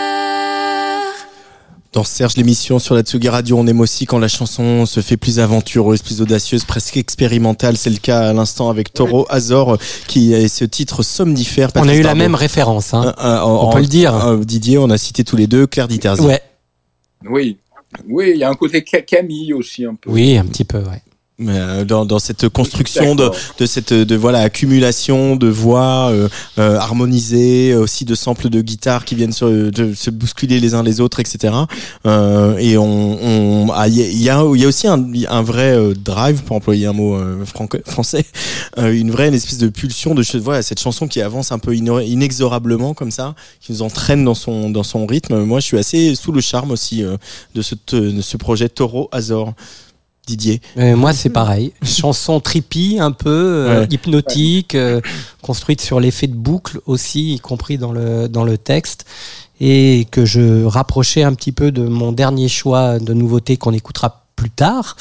Dans Serge l'émission sur la Tsugi Radio, on aime aussi quand la chanson se fait plus aventureuse, plus audacieuse, presque expérimentale. C'est le cas à l'instant avec Toro Azor qui a ce titre somnifère. On a eu la même référence, hein. On peut le dire. Didier, on a cité tous les deux Claire Dieterzi. Ouais. Oui, il y a un côté Camille aussi un peu. Oui, un petit peu, ouais. Dans cette construction de cette accumulation de voix harmonisées, aussi de samples de guitare qui viennent se bousculer les uns les autres, etc. Et il y a aussi un vrai drive, pour employer un mot français, une espèce de pulsion de cette chanson qui avance un peu inexorablement comme ça, qui nous entraîne dans son rythme. Moi, je suis assez sous le charme aussi de ce projet Toro Azor. Didier. Moi, c'est pareil. Chanson trippy, un peu hypnotique, construite sur l'effet de boucle aussi, y compris dans le texte, et que je rapprochais un petit peu de mon dernier choix de nouveauté qu'on écoutera plus tard.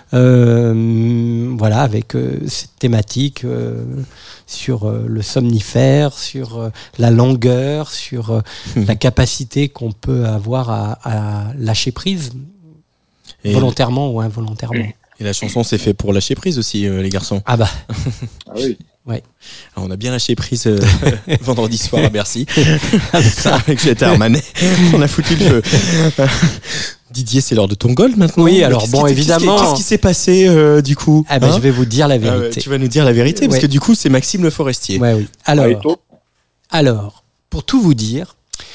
Avec cette thématique sur le somnifère, sur la langueur, sur la capacité qu'on peut avoir à lâcher prise. Volontairement ou involontairement. Et la chanson c'est fait pour lâcher prise aussi, les garçons. Ah bah. Ah oui. Ouais. Alors, on a bien lâché prise vendredi soir à Bercy avec Juliette Armanet. On a foutu le feu. Didier, c'est l'heure de ton gold maintenant. Oui, alors évidemment. Qu'est-ce qui s'est passé du coup je vais vous dire la vérité. Tu vas nous dire la vérité parce que du coup c'est Maxime Le Forestier. Ouais, oui. Alors, pour tout vous dire.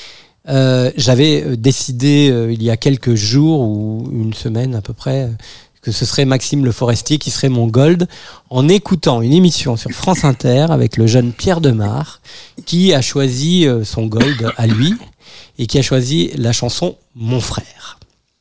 J'avais décidé il y a quelques jours ou une semaine à peu près que ce serait Maxime Le Forestier qui serait mon gold en écoutant une émission sur France Inter avec le jeune Pierre Demar qui a choisi son gold à lui et qui a choisi la chanson Mon Frère.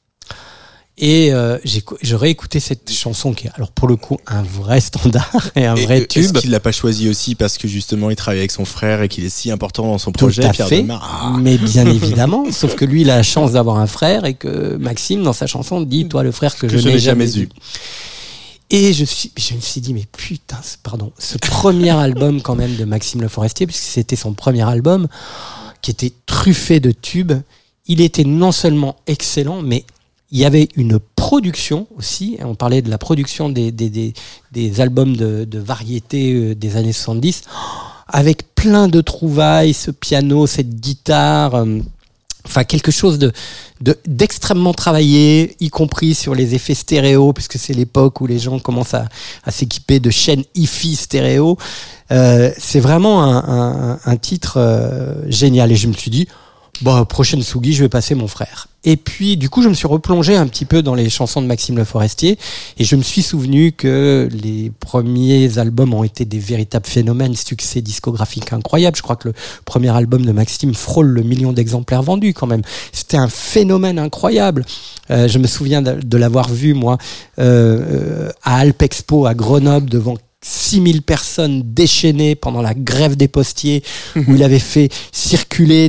Et j'aurais écouté cette chanson qui est alors pour le coup un vrai standard et un vrai tube. Est-ce qu'il l'a pas choisi aussi parce que justement il travaille avec son frère et qu'il est si important dans son projet, Pierre Demar. Mais bien évidemment, sauf que lui il a la chance d'avoir un frère et que Maxime dans sa chanson dit toi le frère que je n'ai jamais eu. Et je me suis dit mais putain, ce premier album quand même de Maxime Le Forestier, puisque c'était son premier album qui était truffé de tubes, il était non seulement excellent mais il y avait une production aussi, on parlait de la production des albums de variété des années 70, avec plein de trouvailles, ce piano, cette guitare, quelque chose d'extrêmement travaillé, y compris sur les effets stéréo, puisque c'est l'époque où les gens commencent à s'équiper de chaînes hi-fi stéréo. C'est vraiment un titre génial, et je me suis dit, prochaine Tsugi, je vais passer Mon Frère. Et puis, du coup, je me suis replongé un petit peu dans les chansons de Maxime Le Forestier et je me suis souvenu que les premiers albums ont été des véritables phénomènes, succès discographiques incroyables. Je crois que le premier album de Maxime frôle le 1 million d'exemplaires vendus quand même. C'était un phénomène incroyable. Je me souviens de l'avoir vu, moi, à Alpexpo, à Grenoble, devant 6000 personnes déchaînées pendant la grève des postiers, où il avait fait circuler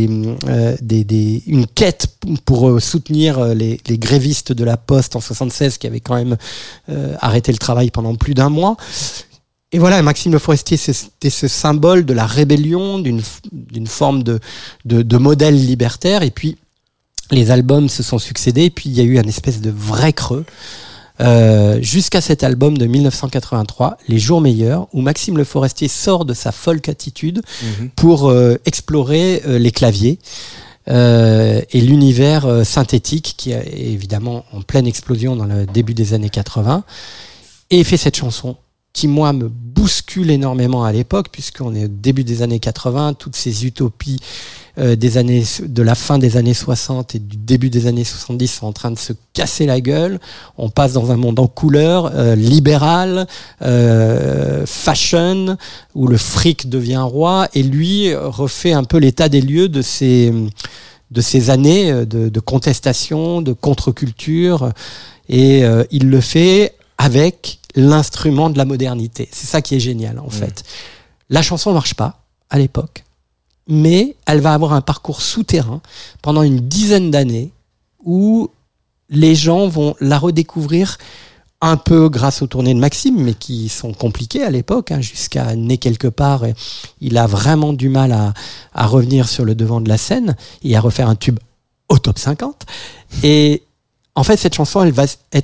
une quête pour soutenir les grévistes de la Poste en 76 qui avaient quand même arrêté le travail pendant plus d'1 mois. Et voilà, Maxime Le Forestier, c'était ce symbole de la rébellion, d'une forme de modèle libertaire. Et puis les albums se sont succédés, et puis il y a eu un espèce de vrai creux. Jusqu'à cet album de 1983, Les Jours Meilleurs, où Maxime Le Forestier sort de sa folk attitude pour explorer les claviers et l'univers synthétique qui est évidemment en pleine explosion dans le début des années 80, et fait cette chanson qui, moi, me bouscule énormément à l'époque, puisqu'on est au début des années 80, toutes ces utopies de la fin des années 60 et du début des années 70 sont en train de se casser la gueule. On passe dans un monde en couleur, libéral, fashion, où le fric devient roi, et lui refait un peu l'état des lieux de ces années de contestation, de contre-culture, et il le fait avec l'instrument de la modernité. C'est ça qui est génial, en fait. La chanson marche pas à l'époque, mais elle va avoir un parcours souterrain pendant une dizaine d'années où les gens vont la redécouvrir un peu grâce aux tournées de Maxime, mais qui sont compliquées à l'époque, jusqu'à Né quelque part. Il a vraiment du mal à revenir sur le devant de la scène et à refaire un tube au top 50. Et en fait, cette chanson, elle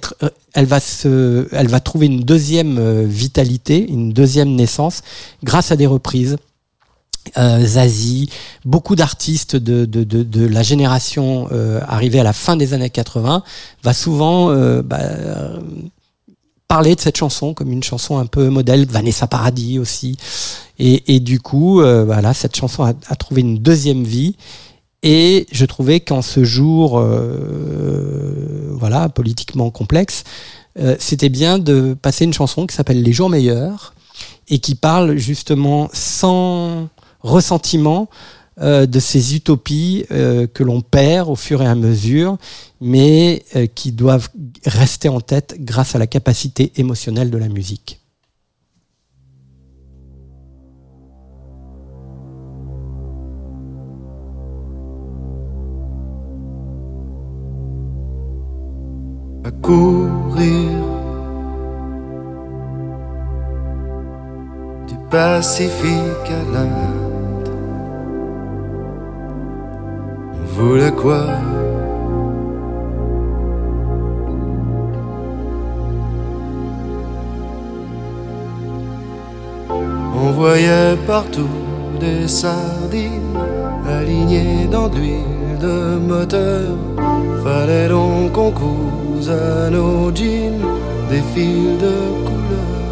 va trouver une deuxième vitalité, une deuxième naissance, grâce à des reprises. Zazie, beaucoup d'artistes de la génération arrivée à la fin des années 80 va souvent parler de cette chanson comme une chanson un peu modèle. Vanessa Paradis aussi, et du coup voilà, cette chanson a trouvé une deuxième vie. Et je trouvais qu'en ce jour voilà, politiquement complexe, c'était bien de passer une chanson qui s'appelle Les Jours Meilleurs et qui parle justement sans ressentiment de ces utopies que l'on perd au fur et à mesure, mais qui doivent rester en tête grâce à la capacité émotionnelle de la musique. À courir du Pacifique à l'Inde, on voulait quoi? On voyait partout des sardines alignées dans de l'huile de moteur. Fallait donc qu'on couse à nos jeans des fils de couleur.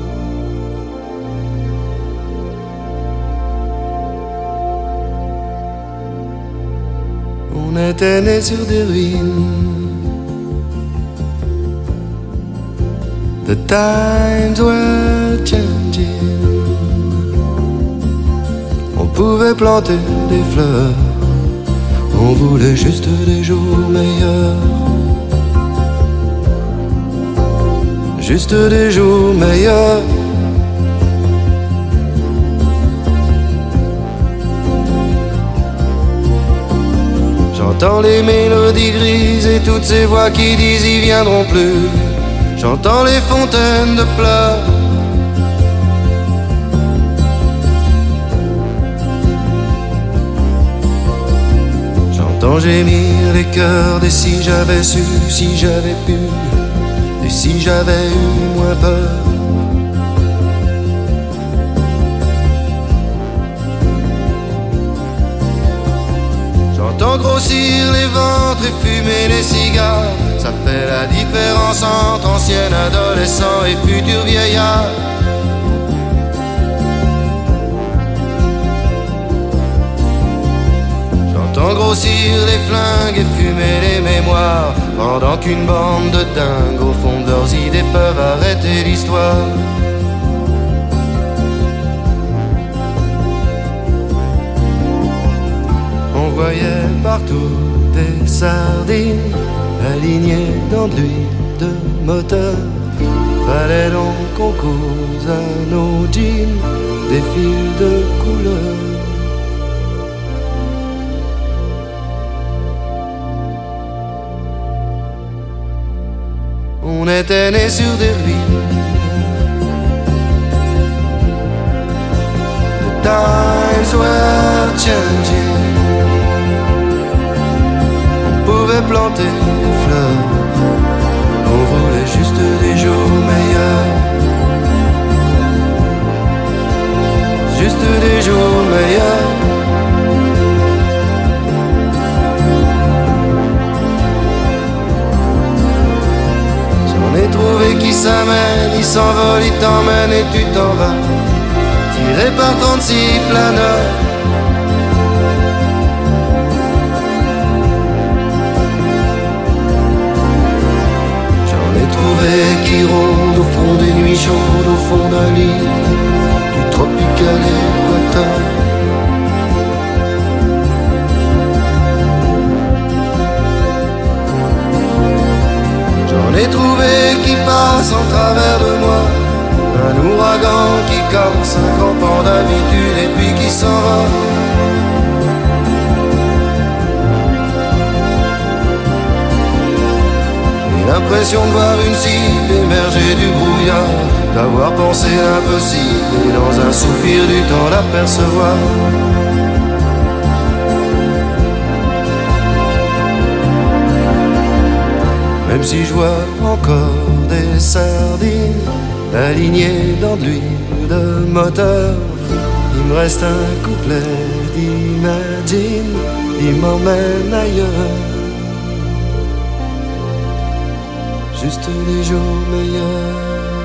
On était nés sur des ruines. The times were changing. On pouvait planter des fleurs. On voulait juste des jours meilleurs. Juste des jours meilleurs. J'entends les mélodies grises et toutes ces voix qui disent ils viendront plus. J'entends les fontaines de pleurs. J'entends gémir les cœurs des si j'avais su, si j'avais pu, et si j'avais eu moins peur. J'entends grossir les ventres et fumer les cigares. Ça fait la différence entre ancien adolescent et futur vieillard. J'entends grossir les flingues et fumer les mémoires, pendant qu'une bande de dingues au fond de leurs idées peuvent arrêter l'histoire. On voyait partout des sardines alignées dans de l'huile de moteur. Fallait donc qu'on couse à nos jeans des fils de couleur. On était nés sur des ruines. The times were changing. On pouvait planter des fleurs. On voulait juste des jours meilleurs. Juste des jours meilleurs. J'en ai trouvé qui s'amènent, ils s'envolent, ils t'emmènent et tu t'en vas. Tiré par 36 planeurs. trouvé qui rôde au fond des nuits chaudes, au fond d'un lit du tropique à l'équateur. J'en ai trouvé qui passe en travers de moi, un ouragan qui comme 50 ans d'habitude et puis qui s'en va. J'ai l'impression de voir une cible émerger du brouillard, d'avoir pensé l'impossible et dans un soupir du temps l'apercevoir. Même si je vois encore des sardines alignées dans de l'huile de moteur, il me reste un couplet d'Imagine, il m'emmène ailleurs. Juste les jours meilleurs.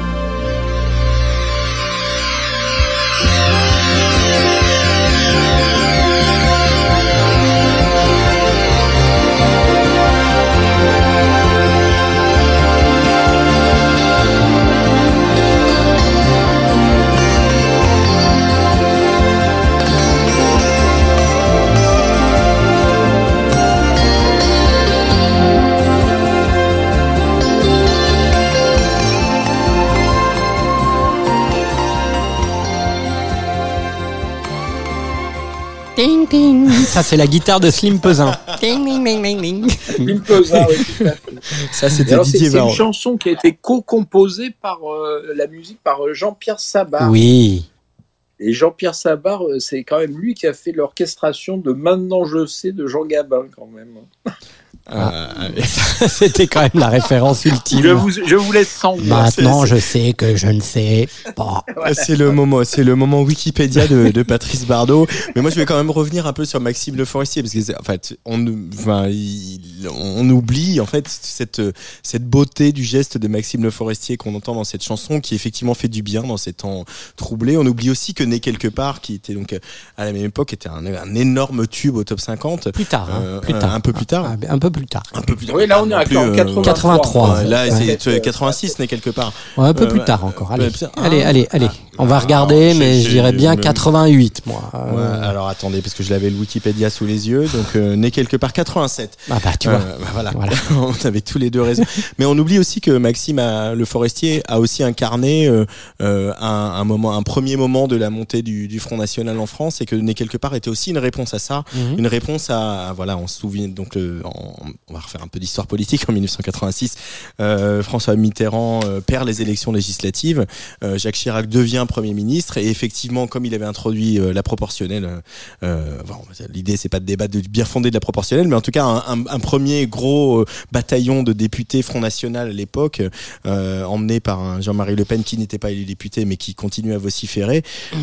Ding, ding. Ça, c'est la guitare de Slim Pesin. Ding, ding, ding, ding, ding. Slim Pesin, oui, tout à fait. Ça, c'était alors, Didier Varro. C'est une chanson qui a été co-composée par la musique par Jean-Pierre Sabar. Oui. Et Jean-Pierre Sabar, c'est quand même lui qui a fait l'orchestration de Maintenant je sais de Jean Gabin, quand même. C'était quand même la référence ultime. Je vous laisse sans voix. Maintenant, je sais que je ne sais pas. Voilà. C'est le moment Wikipédia de Patrice Bardot. Mais moi, je vais quand même revenir un peu sur Maxime Le Forestier, parce que en fait, on oublie en fait cette beauté du geste de Maxime Le Forestier qu'on entend dans cette chanson, qui effectivement fait du bien dans ces temps troublés. On oublie aussi que Né quelque part, qui était donc à la même époque, était un énorme tube au top 50. Plus tard, un peu plus tard. Un peu plus tard. Oui, là on est en 83. Là, c'est 86, Né quelque part. Ouais, un peu plus tard encore. Allez. On va regarder, mais je dirais bien 88, moi. Alors attendez, parce que je l'avais le Wikipédia sous les yeux, donc Né quelque part 87. Ah bah tu vois. Voilà. On avait tous les deux raison. Mais on oublie aussi que Maxime Le Forestier a aussi incarné un premier moment de la montée du Front National en France, et que Né quelque part était aussi une réponse à ça, une réponse à voilà, on se souvient donc on va refaire un peu d'histoire politique. En 1986, François Mitterrand perd les élections législatives, Jacques Chirac devient Premier ministre, et effectivement, comme il avait introduit la proportionnelle, l'idée c'est pas de débattre du bien fondé de la proportionnelle, mais en tout cas un premier gros bataillon de députés Front National à l'époque, emmené par un Jean-Marie Le Pen qui n'était pas élu député mais qui continuait à vociférer,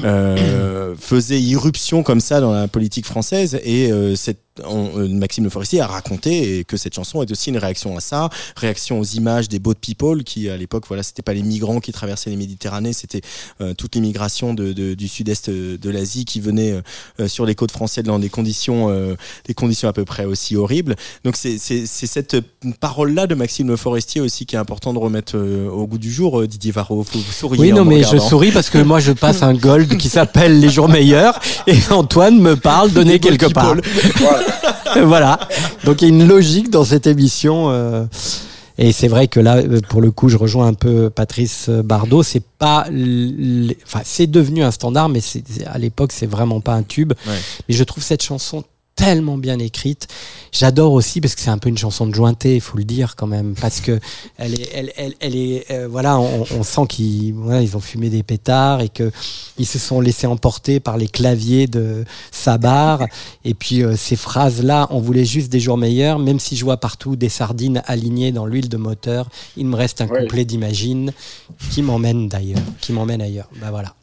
faisait irruption comme ça dans la politique française, et Maxime Le Forestier a raconté que cette chanson est aussi une réaction à ça, réaction aux images des boat people qui à l'époque, voilà, c'était pas les migrants qui traversaient les Méditerranées, c'était toute l'immigration du sud-est de l'Asie qui venait sur les côtes françaises dans des conditions à peu près aussi horribles. Donc c'est cette parole-là de Maxime Le Forestier aussi qui est important de remettre au goût du jour. Didier Varro, vous souriez. Oui, non, mais je souris parce que moi je passe un gold qui s'appelle Les Jours Meilleurs, et Antoine me parle de Né quelque part. Voilà. Donc il y a une logique dans cette émission. Et c'est vrai que là, pour le coup, je rejoins un peu Patrice Bardot. C'est pas, c'est devenu un standard, mais à l'époque, c'est vraiment pas un tube. Ouais. Mais je trouve cette chanson tellement bien écrite. J'adore aussi parce que c'est un peu une chanson de jointé, il faut le dire quand même, parce que elle est voilà, on sent qu'ils ont fumé des pétards et que ils se sont laissés emporter par les claviers de Sabar. Et puis ces phrases-là, on voulait juste des jours meilleurs, même si je vois partout des sardines alignées dans l'huile de moteur, il me reste un couplet d'Imagine qui m'emmène ailleurs. Bah voilà.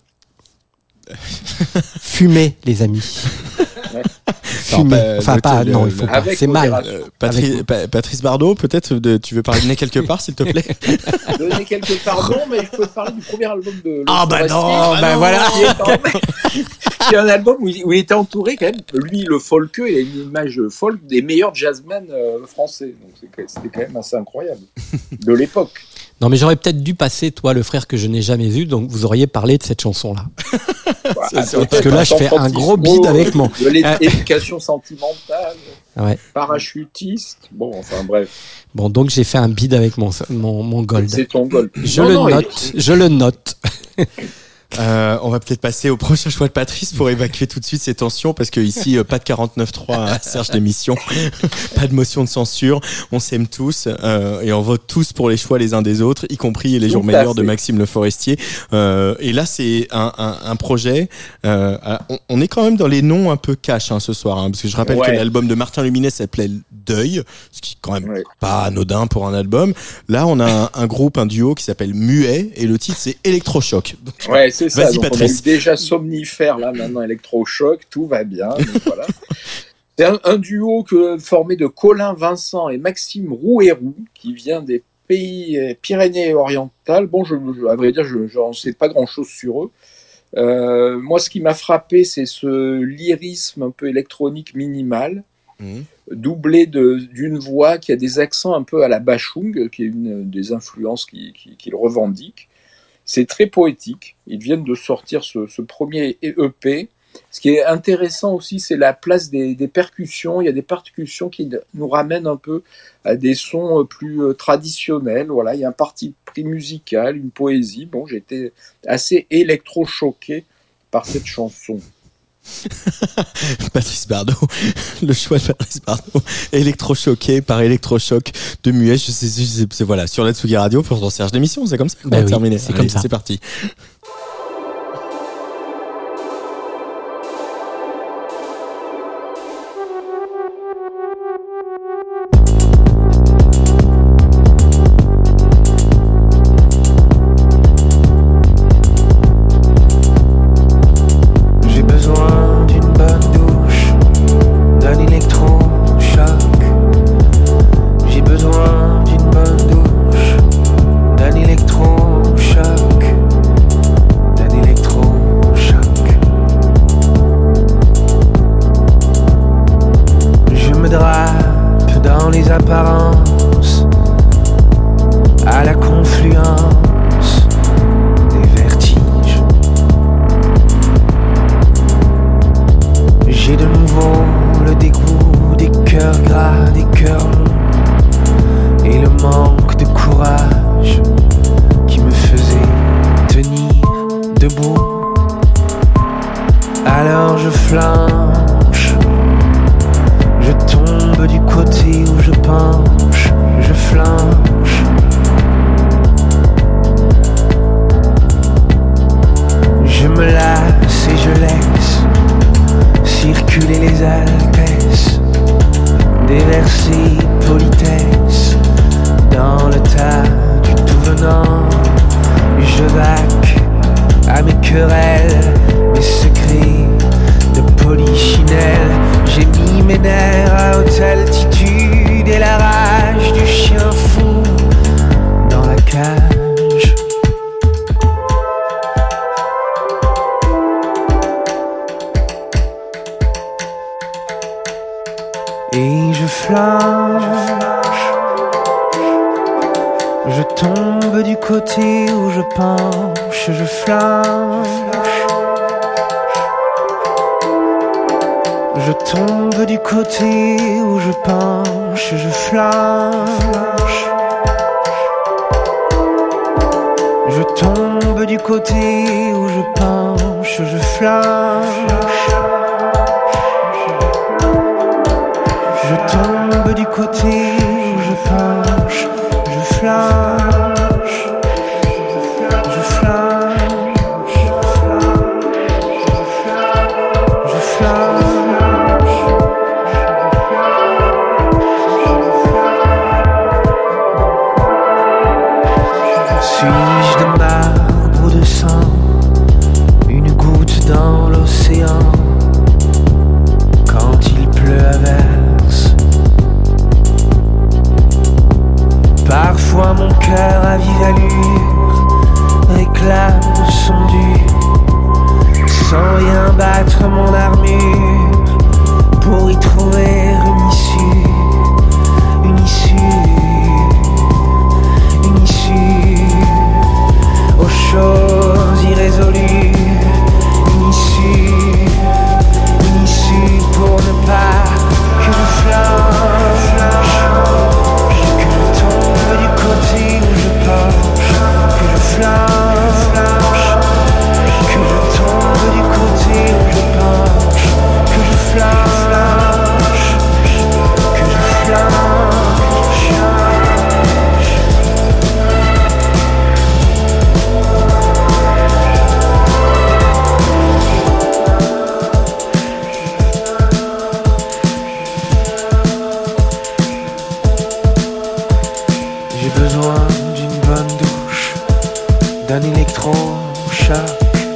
Fumer, les amis. Fumer. Non, il faut pas. C'est mal. Patrice Bardot, peut-être, tu veux parler de Né quelque part, s'il te plaît? De Né quelque part, non, mais je peux parler du premier album de. Voilà. C'est un album où il était entouré quand même. Lui, le folkeux, il a une image folk des meilleurs jazzmen français. Donc c'était quand même assez incroyable de l'époque. Non, mais j'aurais peut-être dû passer, toi, le frère que je n'ai jamais vu, donc vous auriez parlé de cette chanson-là. Parce que là, je fais un gros bide avec mon... De l'éducation sentimentale, ouais. Parachutiste, bon, enfin bref. Bon, donc j'ai fait un bide avec mon gold. C'est ton gold. Je le note. On va peut-être passer au prochain choix de Patrice pour évacuer tout de suite ces tensions, parce que ici pas de 49.3 à Serge d'émission, pas de motion de censure, on s'aime tous et on vote tous pour les choix les uns des autres, y compris les jours meilleurs de Maxime Le Forestier. Et là c'est un projet. On est quand même dans les noms un peu cash ce soir, parce que je rappelle que l'album de Martin Luminet s'appelait Deuil, ce qui est quand même pas anodin pour un album. Là on a un groupe, un duo qui s'appelle Muet, et le titre c'est Électrochoc. Donc, ouais, c'est ça. Vas-y, donc, Patrice. on a eu déjà Somnifère, là maintenant Électrochoc, tout va bien. Donc, voilà. C'est un duo formé de Colin Vincent et Maxime Rouérou, qui vient des pays Pyrénées-Orientales. Bon, à vrai dire, je n'en sais pas grand-chose sur eux. Moi, ce qui m'a frappé, c'est ce lyrisme un peu électronique minimal, doublé d'une voix qui a des accents un peu à la Bachung, qui est une des influences qu'il revendique. C'est très poétique. Ils viennent de sortir ce premier EP. Ce qui est intéressant aussi, c'est la place des percussions. Il y a des percussions qui nous ramènent un peu à des sons plus traditionnels. Voilà, il y a un parti pris musical, une poésie. Bon, j'ai été assez électrochoqué par cette chanson. Patrice Bardot, le choix de Patrice Bardot, électrochoqué par Électrochoc de Muet. C'est voilà, sur la Tsugi Radio pour ton Serge d'émission, c'est comme ça qu'on va terminer. C'est comme ça. C'est parti. Suis-je de marbre ou de sang, une goutte dans l'océan, quand il pleut à verse. Parfois mon cœur a électrochoc.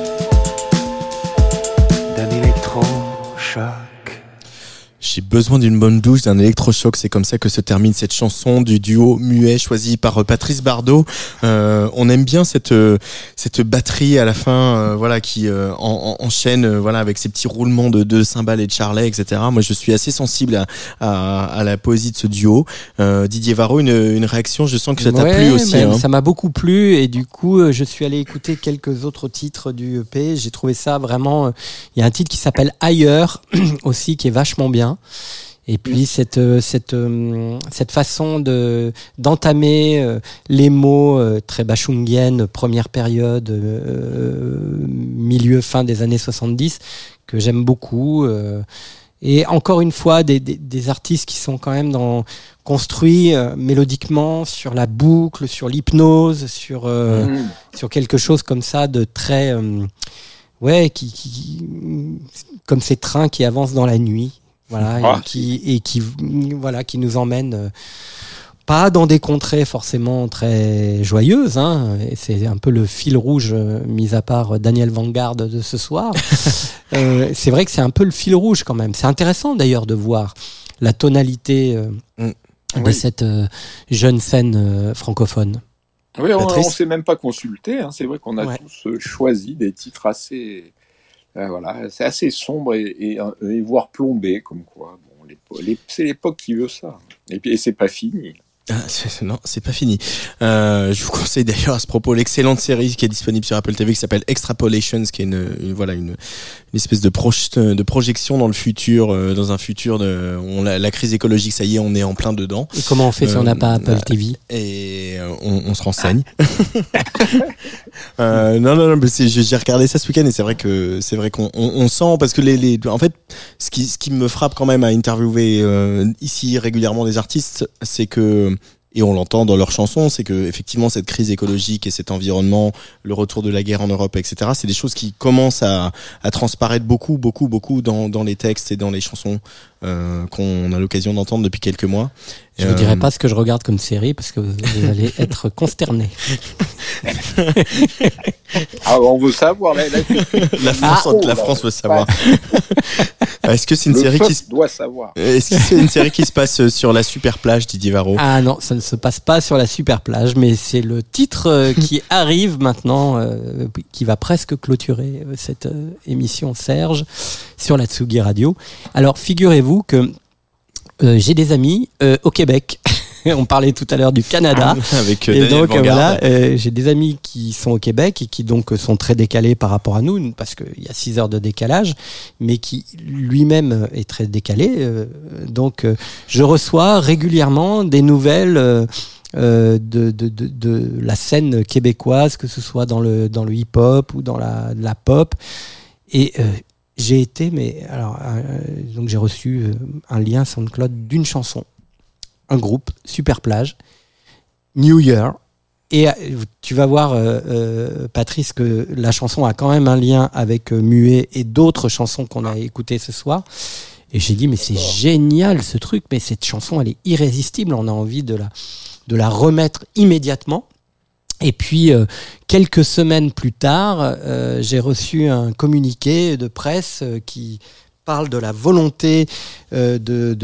D'un électrochoc. J'ai besoin d'une bonne douche, d'un électrochoc. C'est comme ça que se termine cette chanson du duo muet choisi par Patrice Bardot. On aime bien cette batterie à la fin, voilà, qui enchaîne, voilà, avec ces petits roulements de cymbales et de charlets, etc. Moi, je suis assez sensible à la poésie de ce duo. Didier Varro, une réaction. Je sens que ça t'a plu aussi. Hein. Ça m'a beaucoup plu et du coup, je suis allé écouter quelques autres titres du EP. J'ai trouvé ça vraiment. Il y a un titre qui s'appelle Ailleurs aussi, qui est vachement bien. Et puis cette façon d'entamer les mots très bachungienne, première période, milieu fin des années 70, que j'aime beaucoup. Et encore une fois, des artistes qui sont quand même construits mélodiquement sur la boucle, sur l'hypnose, sur quelque chose comme ça de très qui comme ces trains qui avancent dans la nuit. Voilà, qui nous emmène pas dans des contrées forcément très joyeuses, hein, et c'est un peu le fil rouge, mis à part Daniel Vanguard de ce soir. C'est vrai que c'est un peu le fil rouge quand même. C'est intéressant d'ailleurs de voir la tonalité de cette jeune scène francophone. Oui, on ne s'est même pas consulté, hein. C'est vrai qu'on a tous choisi des titres assez... voilà, c'est assez sombre et voire plombé, comme quoi. Bon, c'est l'époque qui veut ça. Et c'est pas fini. Non, c'est pas fini. Je vous conseille d'ailleurs à ce propos l'excellente série qui est disponible sur Apple TV qui s'appelle Extrapolations, qui est une espèce de projection dans le futur, dans un futur la crise écologique, ça y est, on est en plein dedans. Et comment on fait si on n'a pas Apple TV? Et on se renseigne. Non, mais j'ai regardé ça ce week-end et c'est vrai qu'on sent, parce que en fait, ce qui me frappe quand même à interviewer ici régulièrement des artistes, c'est que, et on l'entend dans leurs chansons, c'est que effectivement cette crise écologique et cet environnement, le retour de la guerre en Europe, etc., c'est des choses qui commencent à transparaître beaucoup dans les textes et dans les chansons qu'on a l'occasion d'entendre depuis quelques mois. Je vous dirai pas ce que je regarde comme série parce que vous allez être consternés. On veut savoir. La France veut savoir. Est-ce que c'est une série qui doit savoir? Est-ce que c'est une série qui se passe sur la super plage, Didier Varro? Ah non, ça ne se passe pas sur la super plage, mais c'est le titre qui arrive maintenant, qui va presque clôturer cette émission Serge sur la Tsugi Radio. Alors figurez-vous que j'ai des amis au Québec. On parlait tout à l'heure du Canada. Avec et Daniel donc Vanguard. j'ai des amis qui sont au Québec et qui donc sont très décalés par rapport à nous, parce qu'il y a 6 heures de décalage, mais qui lui-même est très décalé. Donc je reçois régulièrement des nouvelles de la scène québécoise, que ce soit dans le hip-hop ou dans la pop. Et j'ai été, donc j'ai reçu un lien SoundCloud d'une chanson, un groupe, Super Plage, New Year. Et tu vas voir, Patrice, que la chanson a quand même un lien avec Muet et d'autres chansons qu'on a écoutées ce soir. Et j'ai dit, mais c'est génial ce truc, mais cette chanson, elle est irrésistible, on a envie de la remettre immédiatement. Et puis, quelques semaines plus tard, j'ai reçu un communiqué de presse qui parle de la volonté du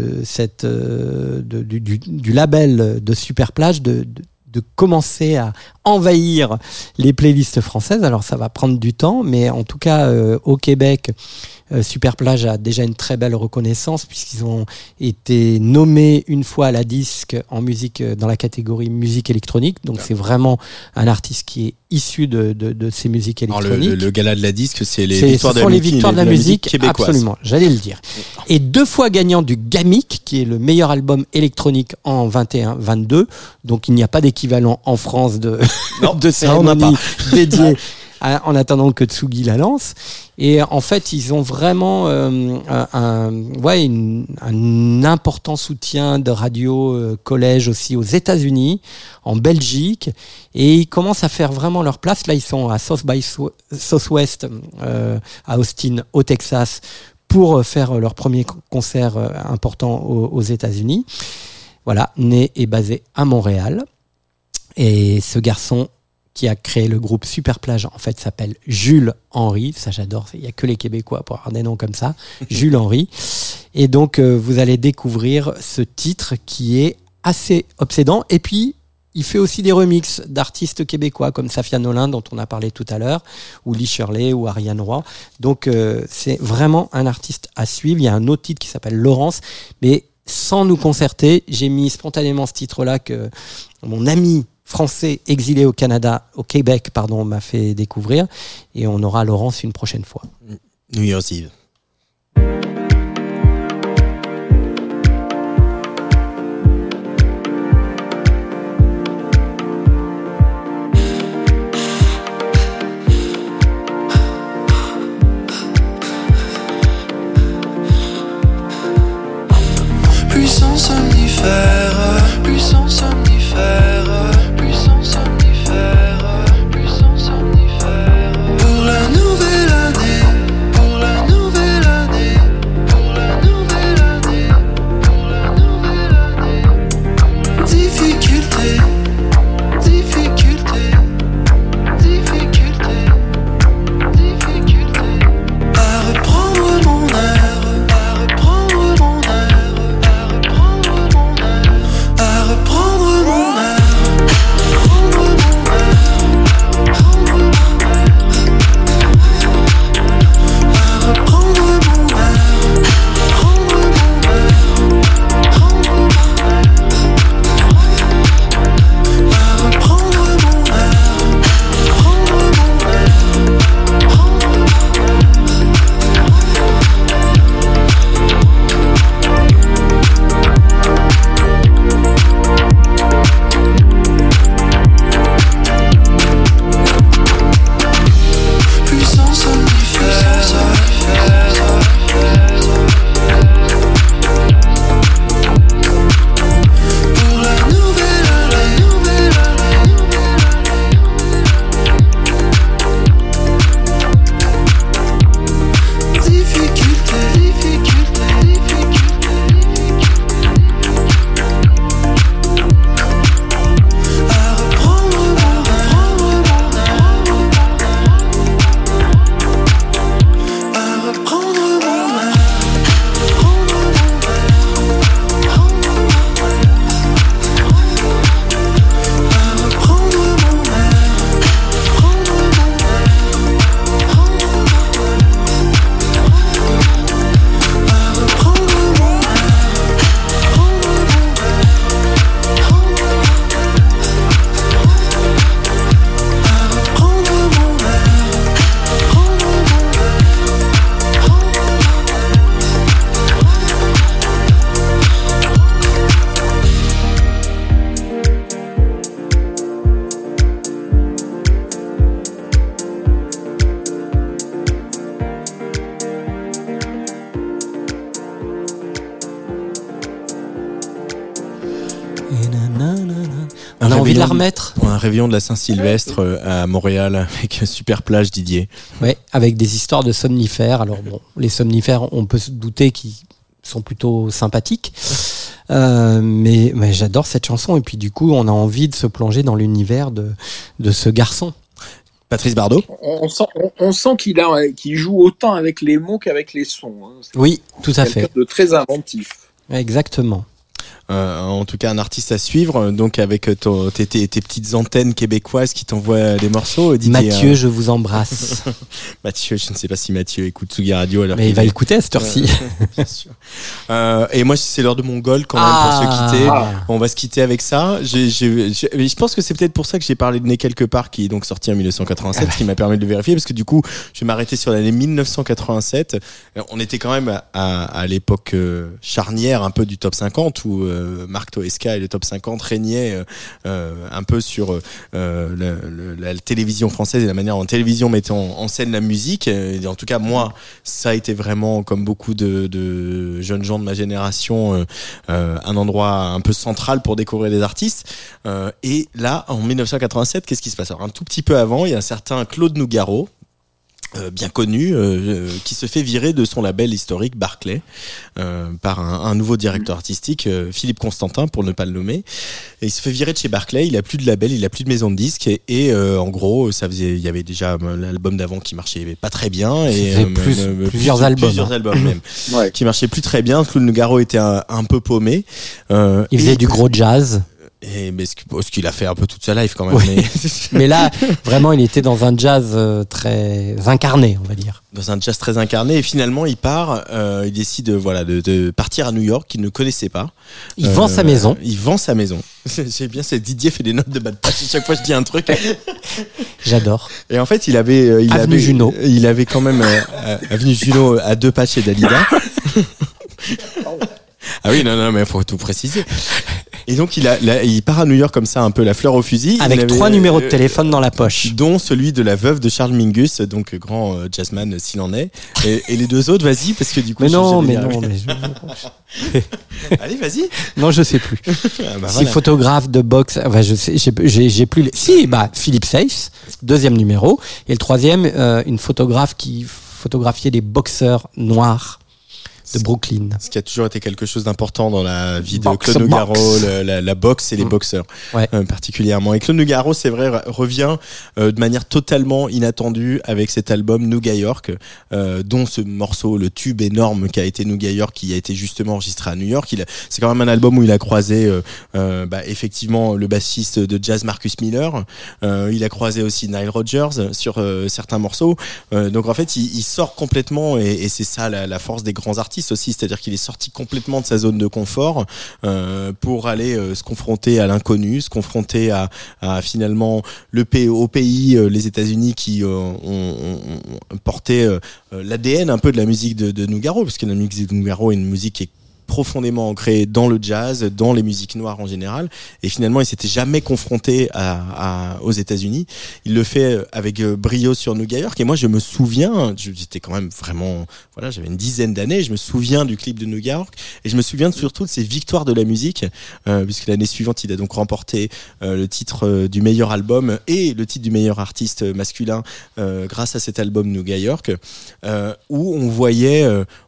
label de Super Plage de commencer à envahir les playlists françaises. Alors, ça va prendre du temps, mais en tout cas, au Québec, Super Plage a déjà une très belle reconnaissance puisqu'ils ont été nommés une fois à la disque en musique dans la catégorie musique électronique. Donc c'est vraiment un artiste qui est issu de ces musiques électroniques. Alors le gala de la disque, c'est les victoires de la musique québécoise. Absolument, j'allais le dire. Et 2 fois gagnant du GAMIC, qui est le meilleur album électronique en 21-22. Donc il n'y a pas d'équivalent en France de cérémonie dédiée en attendant que Tsugi la lance. Et en fait, ils ont vraiment un important soutien de radio collège aussi aux États-Unis, en Belgique, et ils commencent à faire vraiment leur place. Là, ils sont à South by Southwest, à Austin, au Texas, pour faire leur premier concert important aux États-Unis. Voilà, né et basé à Montréal. Et ce garçon qui a créé le groupe Superplage, en fait, s'appelle Jules Henry. Ça, j'adore. Il n'y a que les Québécois pour avoir des noms comme ça. Jules Henry. Et donc, vous allez découvrir ce titre qui est assez obsédant. Et puis, il fait aussi des remixes d'artistes québécois comme Safia Nolin, dont on a parlé tout à l'heure, ou Lee Shirley, ou Ariane Roy. Donc, c'est vraiment un artiste à suivre. Il y a un autre titre qui s'appelle Laurence. Mais sans nous concerter, j'ai mis spontanément ce titre-là que mon ami français exilé au Québec, m'a fait découvrir, et on aura Laurence une prochaine fois. New Year's Eve. Puissance somnifère, puissance somnifère. Pour la nouvelle année, pour la nouvelle année, pour la nouvelle année, pour la nouvelle année. Difficulté, difficulté, difficulté, difficulté. À reprendre mon air, à reprendre mon air, à reprendre mon air, à reprendre mon air. On a envie de la remettre. Un réveillon de la Saint-Sylvestre à Montréal avec Superplage, Didier. Ouais, avec des histoires de somnifères. Alors bon, les somnifères, on peut se douter qu'ils sont plutôt sympathiques. Mais j'adore cette chanson. Et puis du coup, on a envie de se plonger dans l'univers de ce garçon. Patrice Bardot. On sent qu'il joue autant avec les mots qu'avec les sons. Hein. Oui, tout à fait. Quelqu'un de très inventif. Exactement. En tout cas, un artiste à suivre, donc avec tes petites antennes québécoises qui t'envoient des morceaux. Didier, Mathieu, je vous embrasse. Mathieu, je ne sais pas si Mathieu écoute Tsugi Radio. Alors mais il va écouter à cette heure-ci. Bien sûr. Et moi, c'est l'heure de mon goal quand même pour se quitter. On va se quitter avec ça. Je pense que c'est peut-être pour ça que j'ai parlé de Né quelque part, qui est donc sorti en 1987, ce qui m'a permis de le vérifier, parce que du coup, je vais m'arrêter sur l'année 1987. On était quand même à l'époque charnière un peu du top 50 où Marc Toesca et le top 50 régnaient un peu sur la télévision française et la manière dont la télévision mettait en scène la musique. Et en tout cas, moi, ça a été vraiment, comme beaucoup de jeunes gens de ma génération, un endroit un peu central pour découvrir des artistes. Et là, en 1987, qu'est-ce qui se passe? Alors, un tout petit peu avant, il y a un certain Claude Nougaro, bien connu, qui se fait virer de son label historique Barclay par un nouveau directeur artistique, Philippe Constantin pour ne pas le nommer. Et il se fait virer de chez Barclay, il a plus de label, il a plus de maison de disques et en gros, il y avait déjà l'album d'avant qui marchait pas très bien et plusieurs albums même qui marchaient plus très bien. Claude Nougaro était un peu paumé. Il faisait du gros jazz. Mais ce qu'il a fait un peu toute sa life quand même. Oui. Mais là, vraiment, il était dans un jazz très incarné, on va dire. Dans un jazz très incarné, et finalement, il part. Il décide, de partir à New York, qu'il ne connaissait pas. Il vend sa maison. Il vend sa maison. C'est bien, c'est Didier fait des notes de bas de page. Chaque fois, je dis un truc. J'adore. Et en fait, il avait Junot. Il avait quand même Avenue Junot à 2 pas chez Dalida. Ah oui, non, mais faut tout préciser. Et donc il part à New York comme ça, un peu la fleur au fusil. Avec 3 numéros de téléphone dans la poche. Dont celui de la veuve de Charles Mingus, donc grand jazzman s'il en est. Et les 2 autres, vas-y, parce que du coup... Mais non. Allez, vas-y. Non, je sais plus. Si photographe de boxe, je sais, j'ai plus... Philippe Seyss, 2e numéro. Et le 3e, une photographe qui photographiait les boxeurs noirs de Brooklyn. Ce qui a toujours été quelque chose d'important dans la vie de Claude Nougaro, la boxe et les boxeurs, particulièrement. Et Claude Nougaro, c'est vrai, revient de manière totalement inattendue avec cet album Nouga York, dont ce morceau, le tube énorme qui a été Nouga York, qui a été justement enregistré à New York. C'est quand même un album où il a croisé effectivement le bassiste de jazz Marcus Miller. Il a croisé aussi Nile Rodgers sur certains morceaux. Donc en fait, il sort complètement, et c'est ça la force des grands artistes aussi, c'est-à-dire qu'il est sorti complètement de sa zone de confort pour aller se confronter à l'inconnu, se confronter à finalement au pays, les États-Unis qui ont porté l'ADN un peu de la musique de Nougaro, parce que la musique de Nougaro est une musique qui est profondément ancré dans le jazz, dans les musiques noires en général, et finalement il s'était jamais confronté aux États-Unis. Il le fait avec brio sur Nouga York, et moi je me souviens, j'étais quand même vraiment, j'avais une dizaine d'années, je me souviens du clip de Nouga York, et je me souviens surtout de ses victoires de la musique, puisque l'année suivante il a donc remporté le titre du meilleur album et le titre du meilleur artiste masculin grâce à cet album Nouga York, où on voyait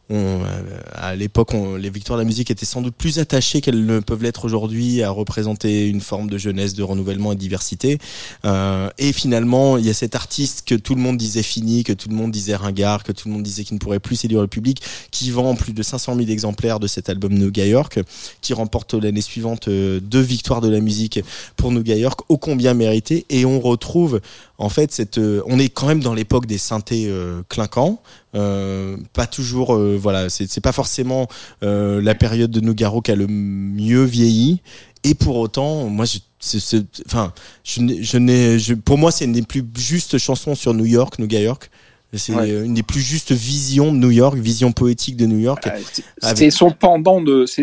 à l'époque, les victoires de la musique étaient sans doute plus attachées qu'elles ne peuvent l'être aujourd'hui à représenter une forme de jeunesse, de renouvellement et de diversité. Et finalement, il y a cet artiste que tout le monde disait fini, que tout le monde disait ringard, que tout le monde disait qu'il ne pourrait plus séduire le public, qui vend plus de 500 000 exemplaires de cet album Nouga York, qui remporte l'année suivante 2 victoires de la musique pour Nouga York, ô combien mérité. Et on retrouve en fait on est quand même dans l'époque des synthés clinquants. Pas toujours c'est pas forcément la période de Nougaro qui a le mieux vieilli, et pour autant moi pour moi c'est une des plus justes chansons sur Nouga York. C'est une des plus justes visions de New York, vision poétique de New York. C'est son pendant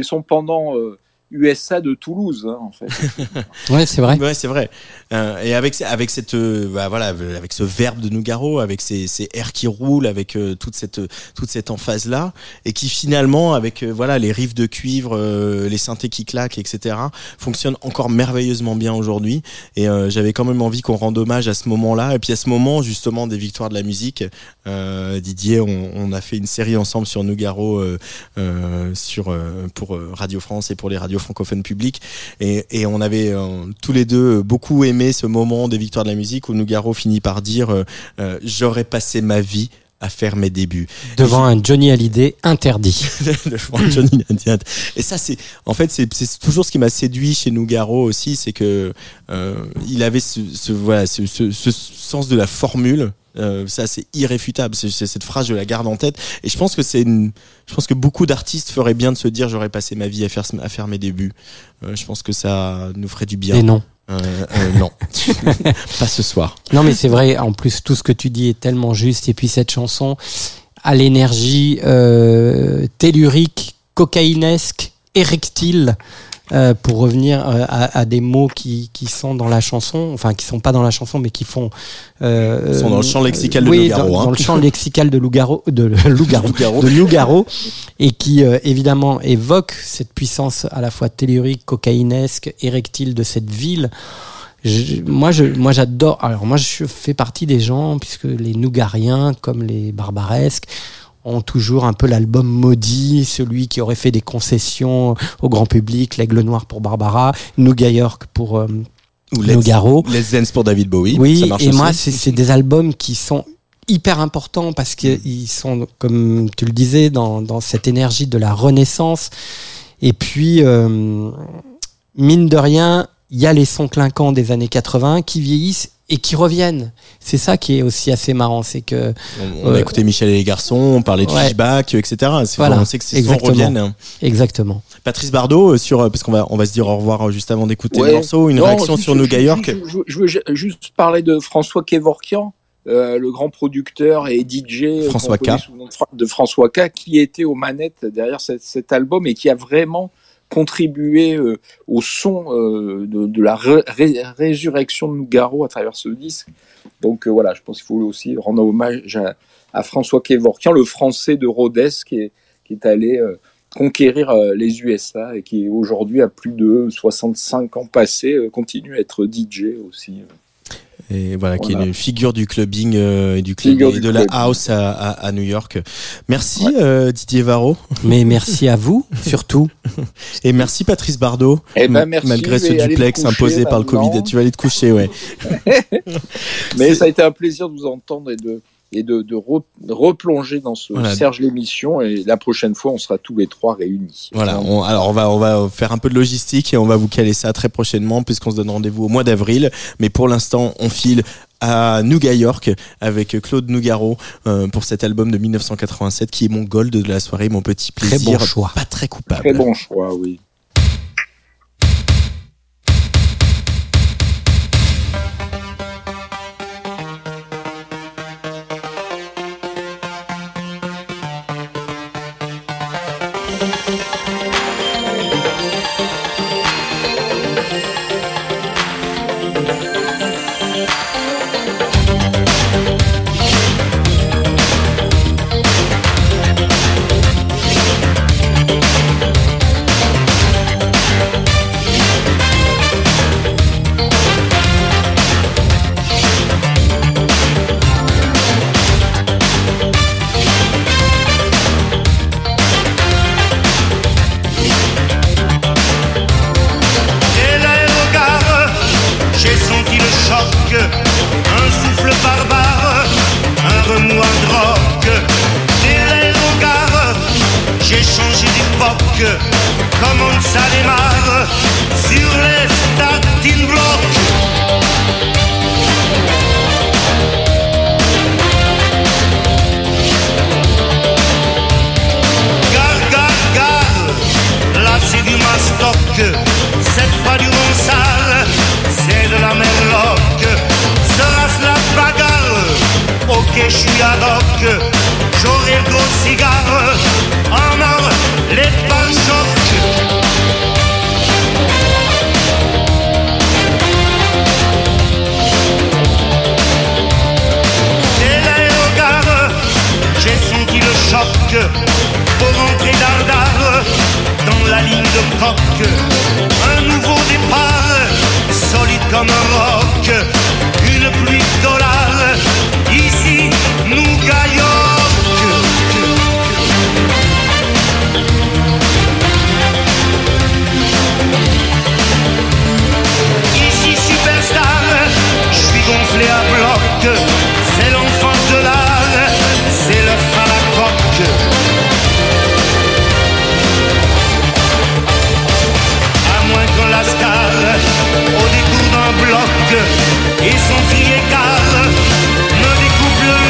USA de Toulouse, en fait. Ouais, c'est vrai. Ouais, c'est vrai. Et avec avec ce verbe de Nougaro, avec ces airs qui roulent, avec toute cette emphase là, et qui finalement, avec les riffs de cuivre, les synthés qui claquent, etc., fonctionne encore merveilleusement bien aujourd'hui. Et j'avais quand même envie qu'on rende hommage à ce moment-là, et puis à ce moment justement des victoires de la musique. Didier, on a fait une série ensemble sur Nougaro pour Radio France et pour les radios francophones publiques, et on avait tous les deux beaucoup aimé ce moment des victoires de la musique où Nougaro finit par dire j'aurais passé ma vie à faire mes débuts devant un Johnny Hallyday interdit. Devant un Johnny Hallyday. Et ça, c'est toujours ce qui m'a séduit chez Nougaro aussi, c'est que il avait ce sens de la formule. Ça c'est irréfutable, c'est cette phrase, je la garde en tête, et je pense que beaucoup d'artistes feraient bien de se dire j'aurais passé ma vie à faire mes débuts. Je pense que ça nous ferait du bien. Et non. Non, pas ce soir. Non, mais c'est vrai, en plus tout ce que tu dis est tellement juste, et puis cette chanson a l'énergie tellurique, cocaïnesque, érectile, pour revenir à des mots qui sont dans la chanson, enfin qui sont pas dans la chanson, mais qui sont dans le champ lexical de Nougaro, dans le champ lexical de Nougaro, et qui évidemment évoque cette puissance à la fois tellurique, cocaïnesque, érectile de cette ville. moi j'adore. Alors moi je fais partie des gens, puisque les Nougariens comme les Barbaresques ont toujours un peu l'album maudit, celui qui aurait fait des concessions au grand public, l'Aigle Noir pour Barbara, Nouga York pour Nougaro, Let's Dance pour David Bowie. Oui, ça marche et aussi. moi c'est des albums qui sont hyper importants parce qu'ils sont, comme tu le disais, dans cette énergie de la Renaissance. Et puis mine de rien, il y a les sons clinquants des années 80 qui vieillissent et qui reviennent. C'est ça qui est aussi assez marrant, c'est que on a écouté Michel et les garçons, on parlait de Fishback, etc. Voilà, on sait que ces sons reviennent. Exactement. Patrice Bardot, parce qu'on va se dire au revoir juste avant d'écouter le morceau, réaction sur Nouga York. Je veux juste parler de François Kevorkian, le grand producteur et DJ François K. De François K, qui était aux manettes derrière cet album et qui a vraiment contribué au son de la résurrection de Nougaro à travers ce disque. Donc voilà, je pense qu'il faut aussi rendre hommage à François Kevorkian, le français de Rhodes qui est allé conquérir les USA et qui aujourd'hui, à plus de 65 ans passés, continue à être DJ aussi. Et voilà, qui est une figure du clubbing et de la house à New York. Merci Didier Varro. Mais merci à vous surtout. Et merci Patrice Bardot. Merci, malgré ce duplex imposé par le Covid. Tu vas aller te coucher, ouais. Mais ça a été un plaisir de vous entendre et de replonger dans ce Serge l'émission, et la prochaine fois on sera tous les trois réunis. Voilà, on va faire un peu de logistique et on va vous caler ça très prochainement puisqu'on se donne rendez-vous au mois d'avril, mais pour l'instant on file à Nouga York avec Claude Nougaro pour cet album de 1987 qui est mon gold de la soirée, mon petit plaisir. Très bon choix. Pas très coupable. Très bon choix, oui. Comment ça démarre sur les starting blocks. Gare, là c'est du mastoc, cette fois du Ronsal, c'est de la merloc. Sera-ce la bagarre? Ok, je suis ad hoc, j'aurai le gros cigare, en or, les pare-chocs. Faut rentrer dardard dans la ligne de coque. Un nouveau départ, solide comme un roc. Une pluie de dollars, ici Nouga York. Ici superstar, je suis gonflé à bloc. C'est l'enfance de l'art, c'est le fin à la coque. À moins que la star, au détour d'un bloc, et son cri écart me découpe le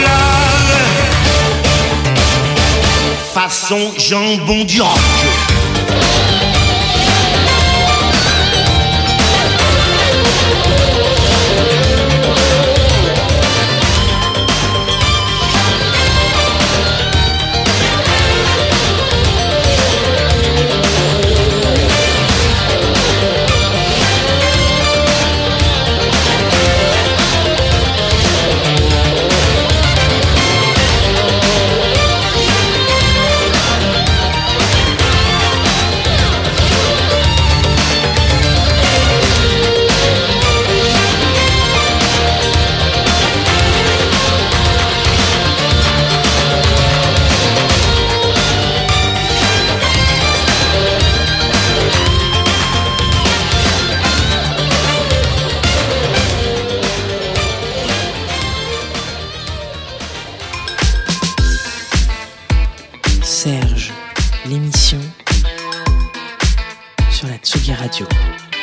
lard. Façon jambon du roc. Serge, l'émission sur la Tsugi Radio.